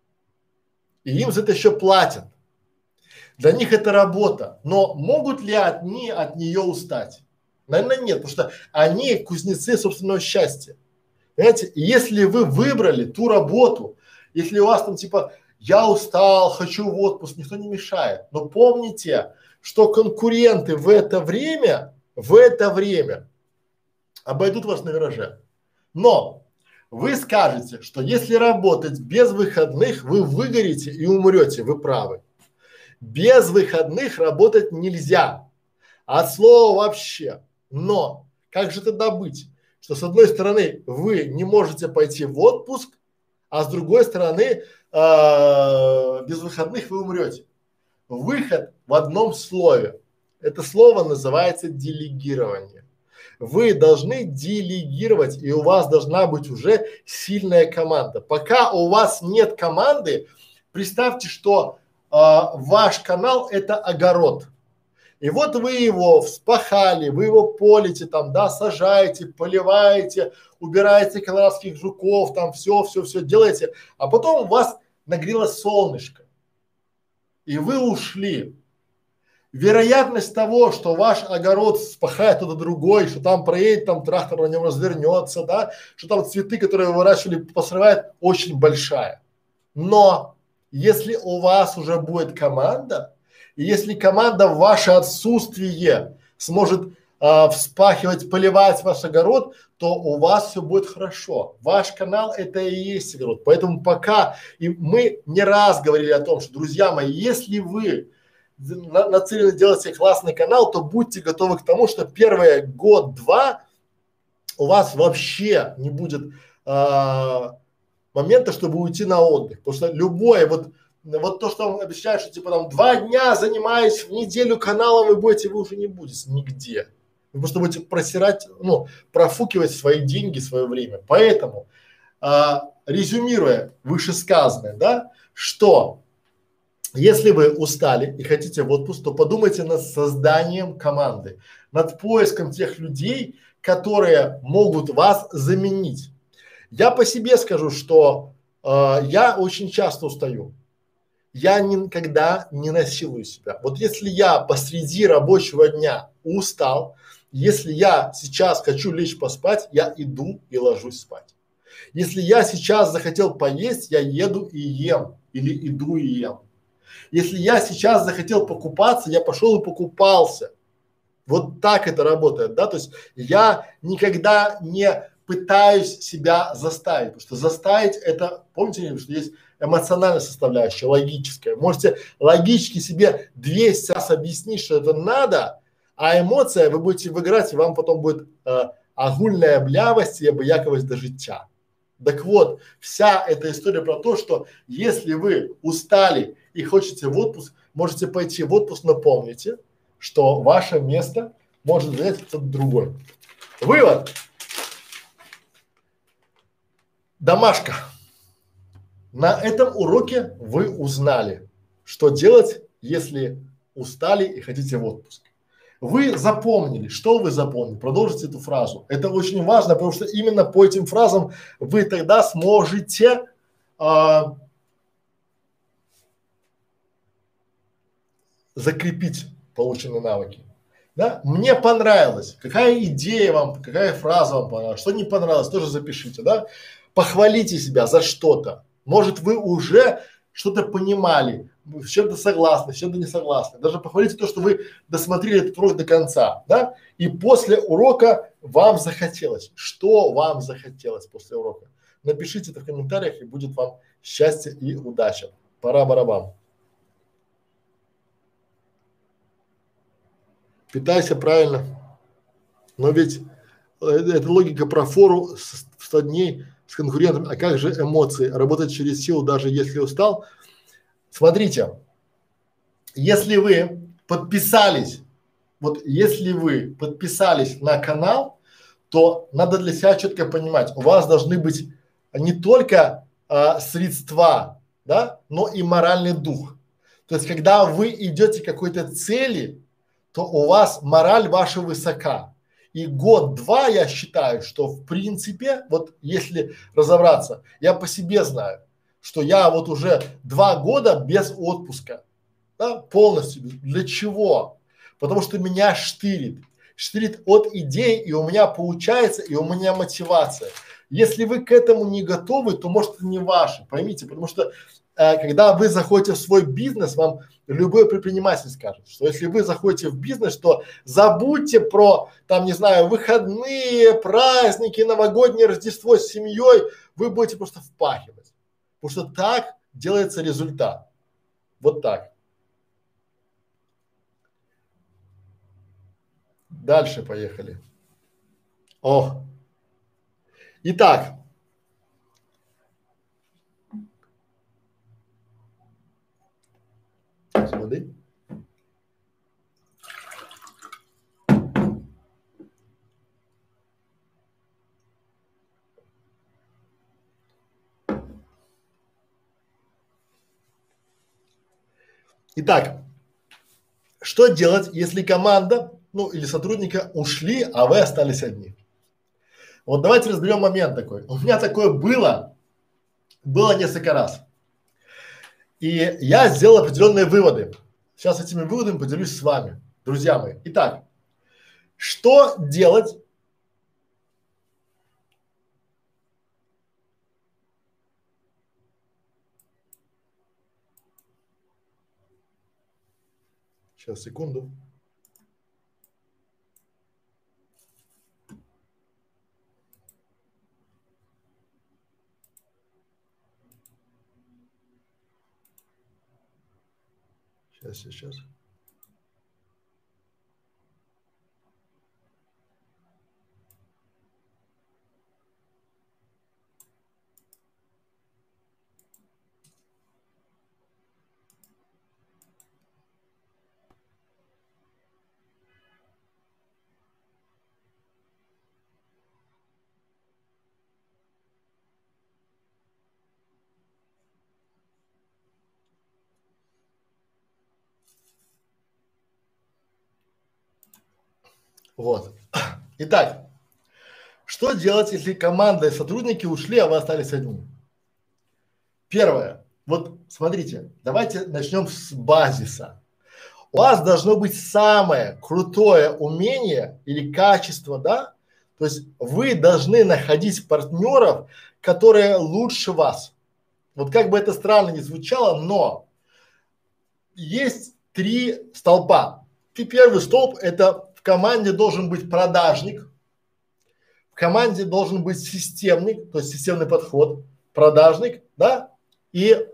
И им за это еще платят. Для них это работа. Но могут ли они от нее устать? Наверное, нет, потому что они кузнецы собственного счастья. Понимаете, и если вы выбрали ту работу, если у вас там типа я устал, хочу в отпуск, никто не мешает. Но помните, что конкуренты в это время обойдут вас на вираже. Но вы скажете, что если работать без выходных, вы выгорите и умрете, вы правы. Без выходных работать нельзя, от слова вообще. Но как же тогда быть, что с одной стороны вы не можете пойти в отпуск, а с другой стороны без выходных вы умрете? Выход в одном слове. Это слово называется делегирование. Вы должны делегировать, и у вас должна быть уже сильная команда. Пока у вас нет команды, представьте, что ваш канал это огород. И вот вы его вспахали, вы его полите там, да, сажаете, поливаете, убираете колорадских жуков, там все делаете, а потом у вас нагрело солнышко, и вы ушли. Вероятность того, что ваш огород вспахает кто-то другой, что там проедет, там трактор на нем развернется, да, что там цветы, которые вы выращивали, посрывает, очень большая. Но если у вас уже будет команда, и если команда в ваше отсутствие сможет вспахивать, поливать ваш огород, то у вас все будет хорошо. Ваш канал это и есть огород. Поэтому пока, и мы не раз говорили о том, что, друзья мои, если вы нацелены делать себе классный канал, то будьте готовы к тому, что первый год-два у вас вообще не будет момента, чтобы уйти на отдых. Потому что любое вот то, что вам обещают, что типа там 2 дня занимаюсь в неделю каналом, вы уже не будете нигде. Вы просто будете просирать, ну, профукивать свои деньги, свое время. Поэтому, резюмируя вышесказанное, да, что если вы устали и хотите в отпуск, то подумайте над созданием команды, над поиском тех людей, которые могут вас заменить. Я по себе скажу, что я очень часто устаю. Я никогда не насилую себя. Вот если я посреди рабочего дня устал, если я сейчас хочу лечь поспать, я иду и ложусь спать. Если я сейчас захотел поесть, я еду и ем или иду и ем. Если я сейчас захотел покупаться, я пошел и покупался. Вот так это работает, да, то есть я никогда не пытаюсь себя заставить, потому что заставить это, помните, что есть эмоциональная составляющая, логическая. Можете логически себе 200 раз объяснить, что это надо, а эмоция вы будете выиграть, и вам потом будет огульная блявость и обыяковость до життя. Так вот, вся эта история про то, что если вы устали и хотите в отпуск, можете пойти в отпуск, но помните, что ваше место может занять кто-то другой. Вывод. Домашка. На этом уроке вы узнали, что делать, если устали и хотите в отпуск. Вы запомнили, что вы запомнили, продолжите эту фразу. Это очень важно, потому что именно по этим фразам вы тогда сможете закрепить полученные навыки. Да? Мне понравилось. Какая идея вам, какая фраза вам понравилась, что не понравилось, тоже запишите, да? Похвалите себя за что-то. Может, вы уже что-то понимали, с чем-то согласны, с чем-то не согласны. Даже похвалите то, что вы досмотрели этот урок до конца, да? И после урока вам захотелось. Что вам захотелось после урока? Напишите это в комментариях, и будет вам счастье и удача. Пора барабан. Питайся правильно. Но ведь это логика про фору 100 дней с конкурентом. А как же эмоции? Работать через силу, даже если устал? Смотрите, если вы подписались, вот если вы подписались на канал, то надо для себя четко понимать, у вас должны быть не только средства, да, но и моральный дух. То есть, когда вы идете к какой-то цели, то у вас мораль ваша высока. И год-два я считаю, что в принципе, вот если разобраться, я по себе знаю, что я вот уже 2 года без отпуска, да, полностью. Для чего? Потому что меня штырит. Штырит от идей, и у меня получается, и у меня мотивация. Если вы к этому не готовы, то может это не ваше, поймите, потому что когда вы заходите в свой бизнес, вам любой предприниматель скажет, что если вы заходите в бизнес, то забудьте про, там, не знаю, выходные, праздники, новогоднее Рождество с семьей, вы будете просто впахивать. Потому что так делается результат. Вот так. Дальше поехали. О, итак, воды. Итак, что делать, если команда, ну или сотрудника ушли, а вы остались одни? Вот давайте разберем момент такой. У меня такое было несколько раз. И я сделал определенные выводы. Сейчас этими выводами поделюсь с вами, друзья мои. Итак, что делать? Сейчас, секунду. Сейчас. Вот. Итак, что делать, если команда и сотрудники ушли, а вы остались одни? Первое. Вот смотрите, давайте начнем с базиса. У вас должно быть самое крутое умение или качество, да? То есть вы должны находить партнеров, которые лучше вас. Вот как бы это странно ни звучало, но есть три столпа. И первый столб – это в команде должен быть продажник, в команде должен быть системник, то есть системный подход, продажник, да, и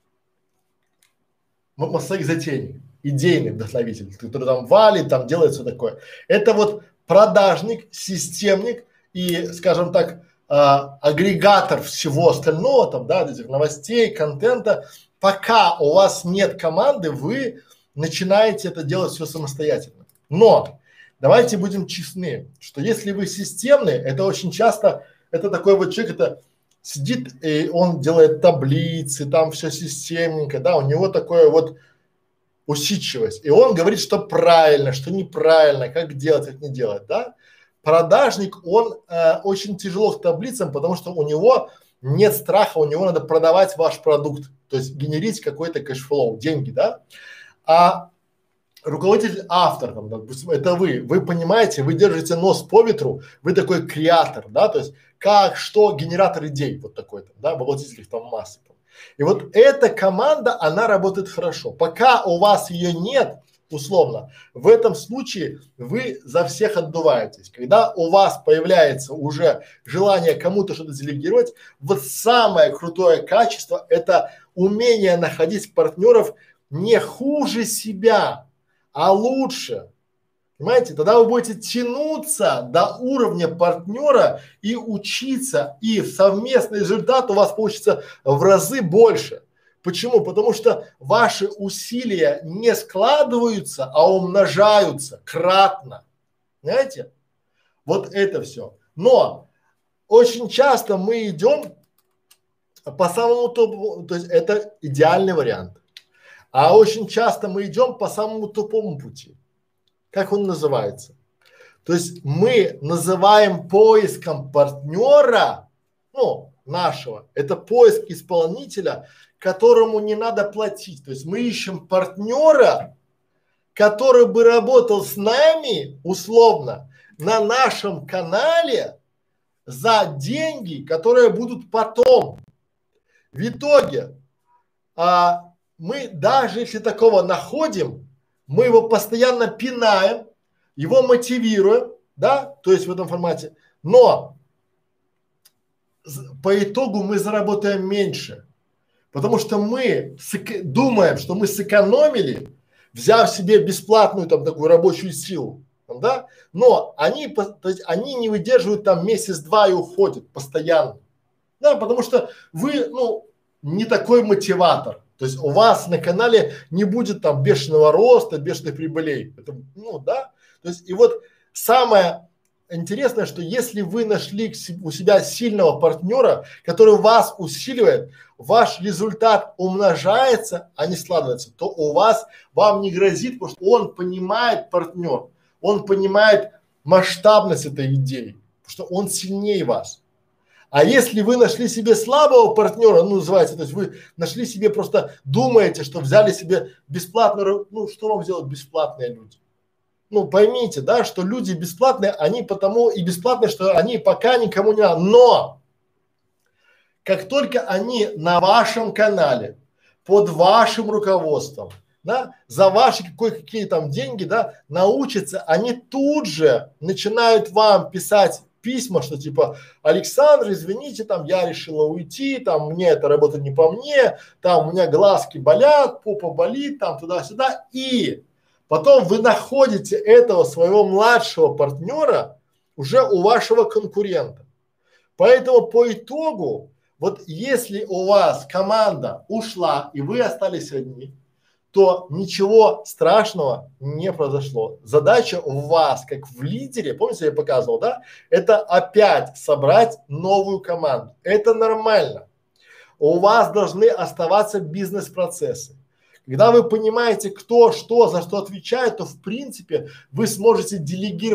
затейник, идейный вдохновитель, который там валит, там делает все такое. Это вот продажник, системник и, скажем так, агрегатор всего остального, там, да, этих новостей, контента. Пока у вас нет команды, вы начинаете это делать все самостоятельно. Но давайте будем честны, что если вы системный, это очень часто, это такой вот человек, это сидит и он делает таблицы, там все системненько, да, у него такое вот усидчивость. И он говорит, что правильно, что неправильно, как делать, как не делать, да. Продажник, он очень тяжело к таблицам, потому что у него нет страха, у него надо продавать ваш продукт, то есть генерить какой-то кэшфлоу, деньги, да. А руководитель, автор, там, допустим, это вы понимаете, вы держите нос по ветру, вы такой креатор, да, то есть как, что, генератор идей, вот такой там, да, обладатель там массы. Там. И вот эта команда, она работает хорошо. Пока у вас ее нет, условно, в этом случае вы за всех отдуваетесь. Когда у вас появляется уже желание кому-то что-то делегировать, вот самое крутое качество – это умение находить партнеров не хуже себя, а лучше. Понимаете, тогда вы будете тянуться до уровня партнера и учиться, и совместный результат у вас получится в разы больше. Почему? Потому что ваши усилия не складываются, а умножаются кратно. Понимаете? Вот это все. Но очень часто мы идем по самому топу, то есть это идеальный вариант. А очень часто мы идем по самому тупому пути. Как он называется? То есть мы называем поиском партнера, ну, нашего, это поиск исполнителя, которому не надо платить. То есть мы ищем партнера, который бы работал с нами, условно, на нашем канале за деньги, которые будут потом. В итоге, мы даже если такого находим, мы его постоянно пинаем, его мотивируем, да, то есть в этом формате, но по итогу мы заработаем меньше, потому что мы думаем, что мы сэкономили, взяв себе бесплатную там такую рабочую силу, да, но они, то есть они не выдерживают там месяц-два и уходят постоянно, да, потому что вы, ну, не такой мотиватор. То есть у вас на канале не будет там бешеного роста, бешеных прибылей. Это, ну да. То есть и вот самое интересное, что если вы нашли у себя сильного партнера, который вас усиливает, ваш результат умножается, а не складывается, то у вас, вам не грозит, потому что он понимает партнер, он понимает масштабность этой идеи, потому что он сильнее вас. А если вы нашли себе слабого партнера, ну называется, то есть вы нашли себе просто думаете, что взяли себе бесплатно, ну что вам делать бесплатные люди? Ну поймите, да, что люди бесплатные, они потому и бесплатные, что они пока никому не надо. Но как только они на вашем канале, под вашим руководством, да, за ваши какие там деньги, да, научатся, они тут же начинают вам писать письма, что типа: Александр, извините, там я решила уйти, там мне эта работа не по мне, там у меня глазки болят, попа болит, там туда-сюда. И потом вы находите этого своего младшего партнера уже у вашего конкурента. Поэтому по итогу, вот если у вас команда ушла и вы остались одни, то ничего страшного не произошло. Задача у вас, как в лидере, помните, я показывал, да, это опять собрать новую команду. Это нормально. У вас должны оставаться бизнес-процессы. Когда вы понимаете, кто что, за что отвечает, то в принципе вы сможете делегировать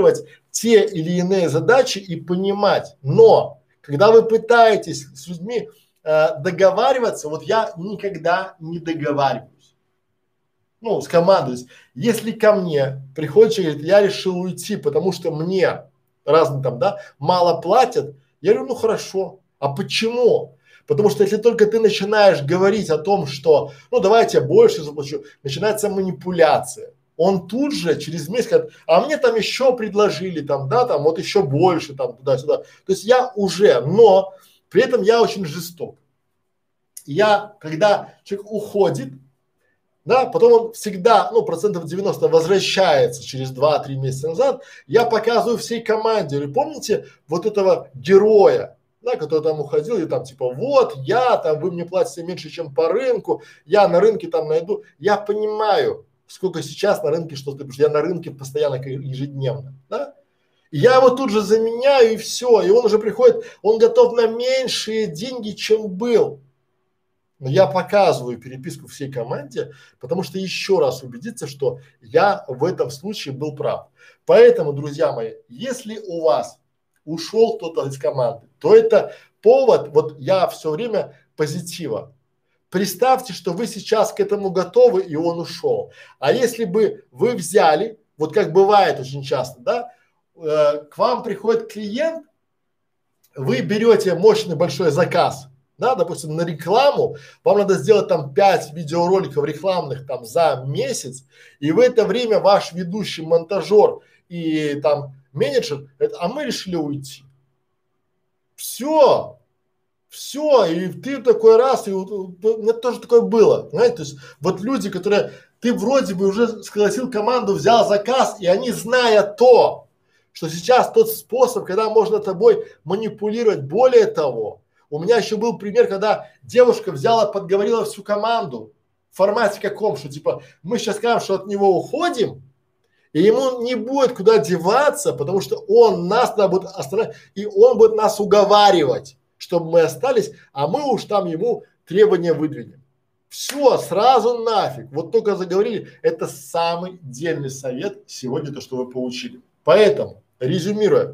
те или иные задачи и понимать. Но когда вы пытаетесь с людьми договариваться, вот я никогда не договариваюсь. Ну, с командой. То есть, если ко мне приходит человек, говорит, я решил уйти, потому что мне разные там, да, мало платят, я говорю, ну хорошо. А почему? Потому что если только ты начинаешь говорить о том, что, ну давай я тебе больше заплачу, начинается манипуляция. Он тут же через месяц говорит, а мне там еще предложили там, да, там вот еще больше там туда-сюда. То есть я уже, но при этом я очень жесток. Я, когда человек уходит, да, потом он всегда, ну, процентов 90 возвращается через 2-3 месяца назад, я показываю всей команде, говорю, помните вот этого героя, да, который там уходил и там типа, вот я там, вы мне платите меньше, чем по рынку, я на рынке там найду, я понимаю, сколько сейчас на рынке что-то, потому что я на рынке постоянно ежедневно, да, и я его тут же заменяю и все, и он уже приходит, он готов на меньшие деньги, чем был. Но я показываю переписку всей команде, потому что еще раз убедиться, что я в этом случае был прав. Поэтому, друзья мои, если у вас ушел кто-то из команды, то это повод, вот я все время позитива. Представьте, что вы сейчас к этому готовы и он ушел. А если бы вы взяли, вот как бывает очень часто, да, к вам приходит клиент, вы берете мощный большой заказ, да, допустим, на рекламу, вам надо сделать там 5 видеороликов рекламных там за месяц, и в это время ваш ведущий, монтажер и там менеджер, это, а мы решили уйти. Все, все, и ты такой раз, и у меня тоже такое было, знаете, то есть вот люди, которые, ты вроде бы уже согласил команду, взял заказ, и они, зная то, что сейчас тот способ, когда можно тобой манипулировать, более того, у меня еще был пример, когда девушка взяла, подговорила всю команду в формате каком, что типа мы сейчас скажем, что от него уходим, и ему не будет куда деваться, потому что он нас надо будет останавливать, и он будет нас уговаривать, чтобы мы остались, а мы уж там ему требования выдвинем. Все, сразу нафиг. Вот только заговорили, это самый дельный совет сегодня, то, что вы получили. Поэтому, резюмируя,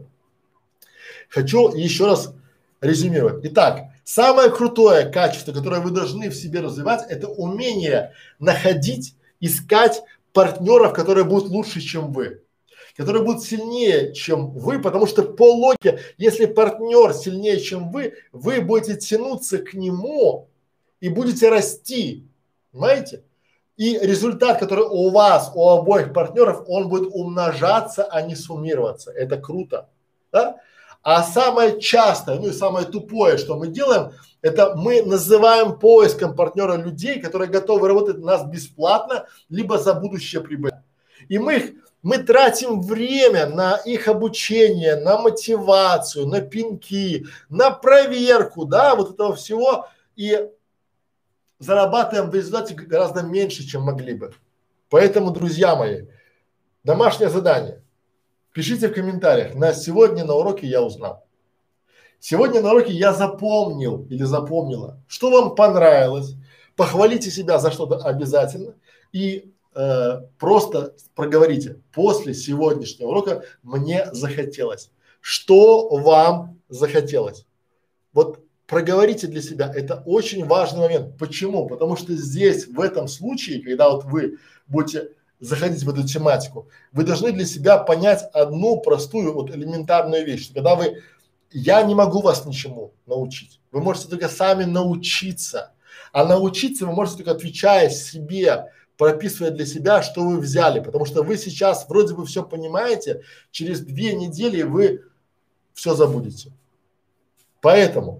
хочу еще раз резюмировать. Итак, самое крутое качество, которое вы должны в себе развивать, это умение находить, искать партнеров, которые будут лучше, чем вы, которые будут сильнее, чем вы, потому что по логике, если партнер сильнее, чем вы будете тянуться к нему и будете расти, понимаете? И результат, который у вас, у обоих партнеров, он будет умножаться, а не суммироваться. Это круто, да? А самое частое, ну и самое тупое, что мы делаем, это мы называем поиском партнера людей, которые готовы работать на нас бесплатно, либо за будущее прибыль. И мы тратим время на их обучение, на мотивацию, на пинки, на проверку, да, вот этого всего, и зарабатываем в результате гораздо меньше, чем могли бы. Поэтому, друзья мои, домашнее задание. Пишите в комментариях, на сегодня на уроке я узнал. Сегодня на уроке я запомнил или запомнила, что вам понравилось. Похвалите себя за что-то обязательно и просто проговорите. После сегодняшнего урока мне захотелось. Что вам захотелось? Вот проговорите для себя. Это очень важный момент. Почему? Потому что здесь, в этом случае, когда вот вы будете заходить в эту тематику, вы должны для себя понять одну простую, вот элементарную вещь, что когда вы, я не могу вас ничему научить, вы можете только сами научиться, а научиться вы можете только отвечая себе, прописывая для себя, что вы взяли, потому что вы сейчас вроде бы все понимаете, через 2 недели вы все забудете. Поэтому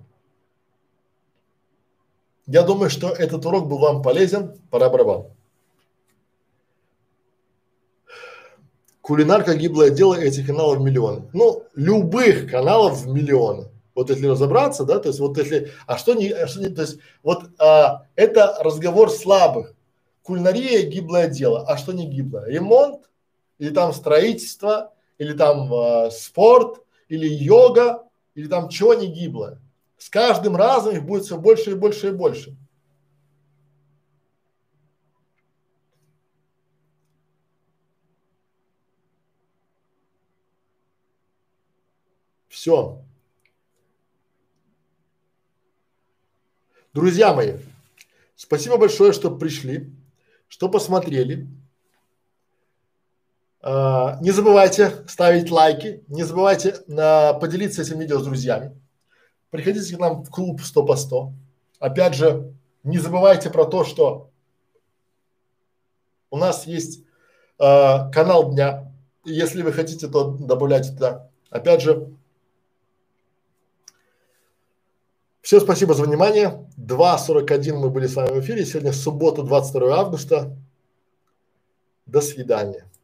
я думаю, что этот урок был вам полезен. Пора барабан. Кулинарка, гиблое дело, этих каналов миллионы. Ну, любых каналов в миллионы. Вот если разобраться, да, то есть вот если, то есть вот это разговор слабых. Кулинария, гиблое дело, а что не гиблое? Ремонт, или там строительство, или там спорт, или йога, или там чего не гиблое. С каждым разом их будет все больше и больше и больше. Все. Друзья мои, спасибо большое, что пришли, что посмотрели. Не забывайте ставить лайки, не забывайте поделиться этим видео с друзьями. Приходите к нам в клуб 100 по 100. Опять же, не забывайте про то, что у нас есть канал дня. И если вы хотите, то добавляйте туда. Опять же, всем спасибо за внимание. 2:41 мы были с вами в эфире. Сегодня суббота, 22 августа. До свидания.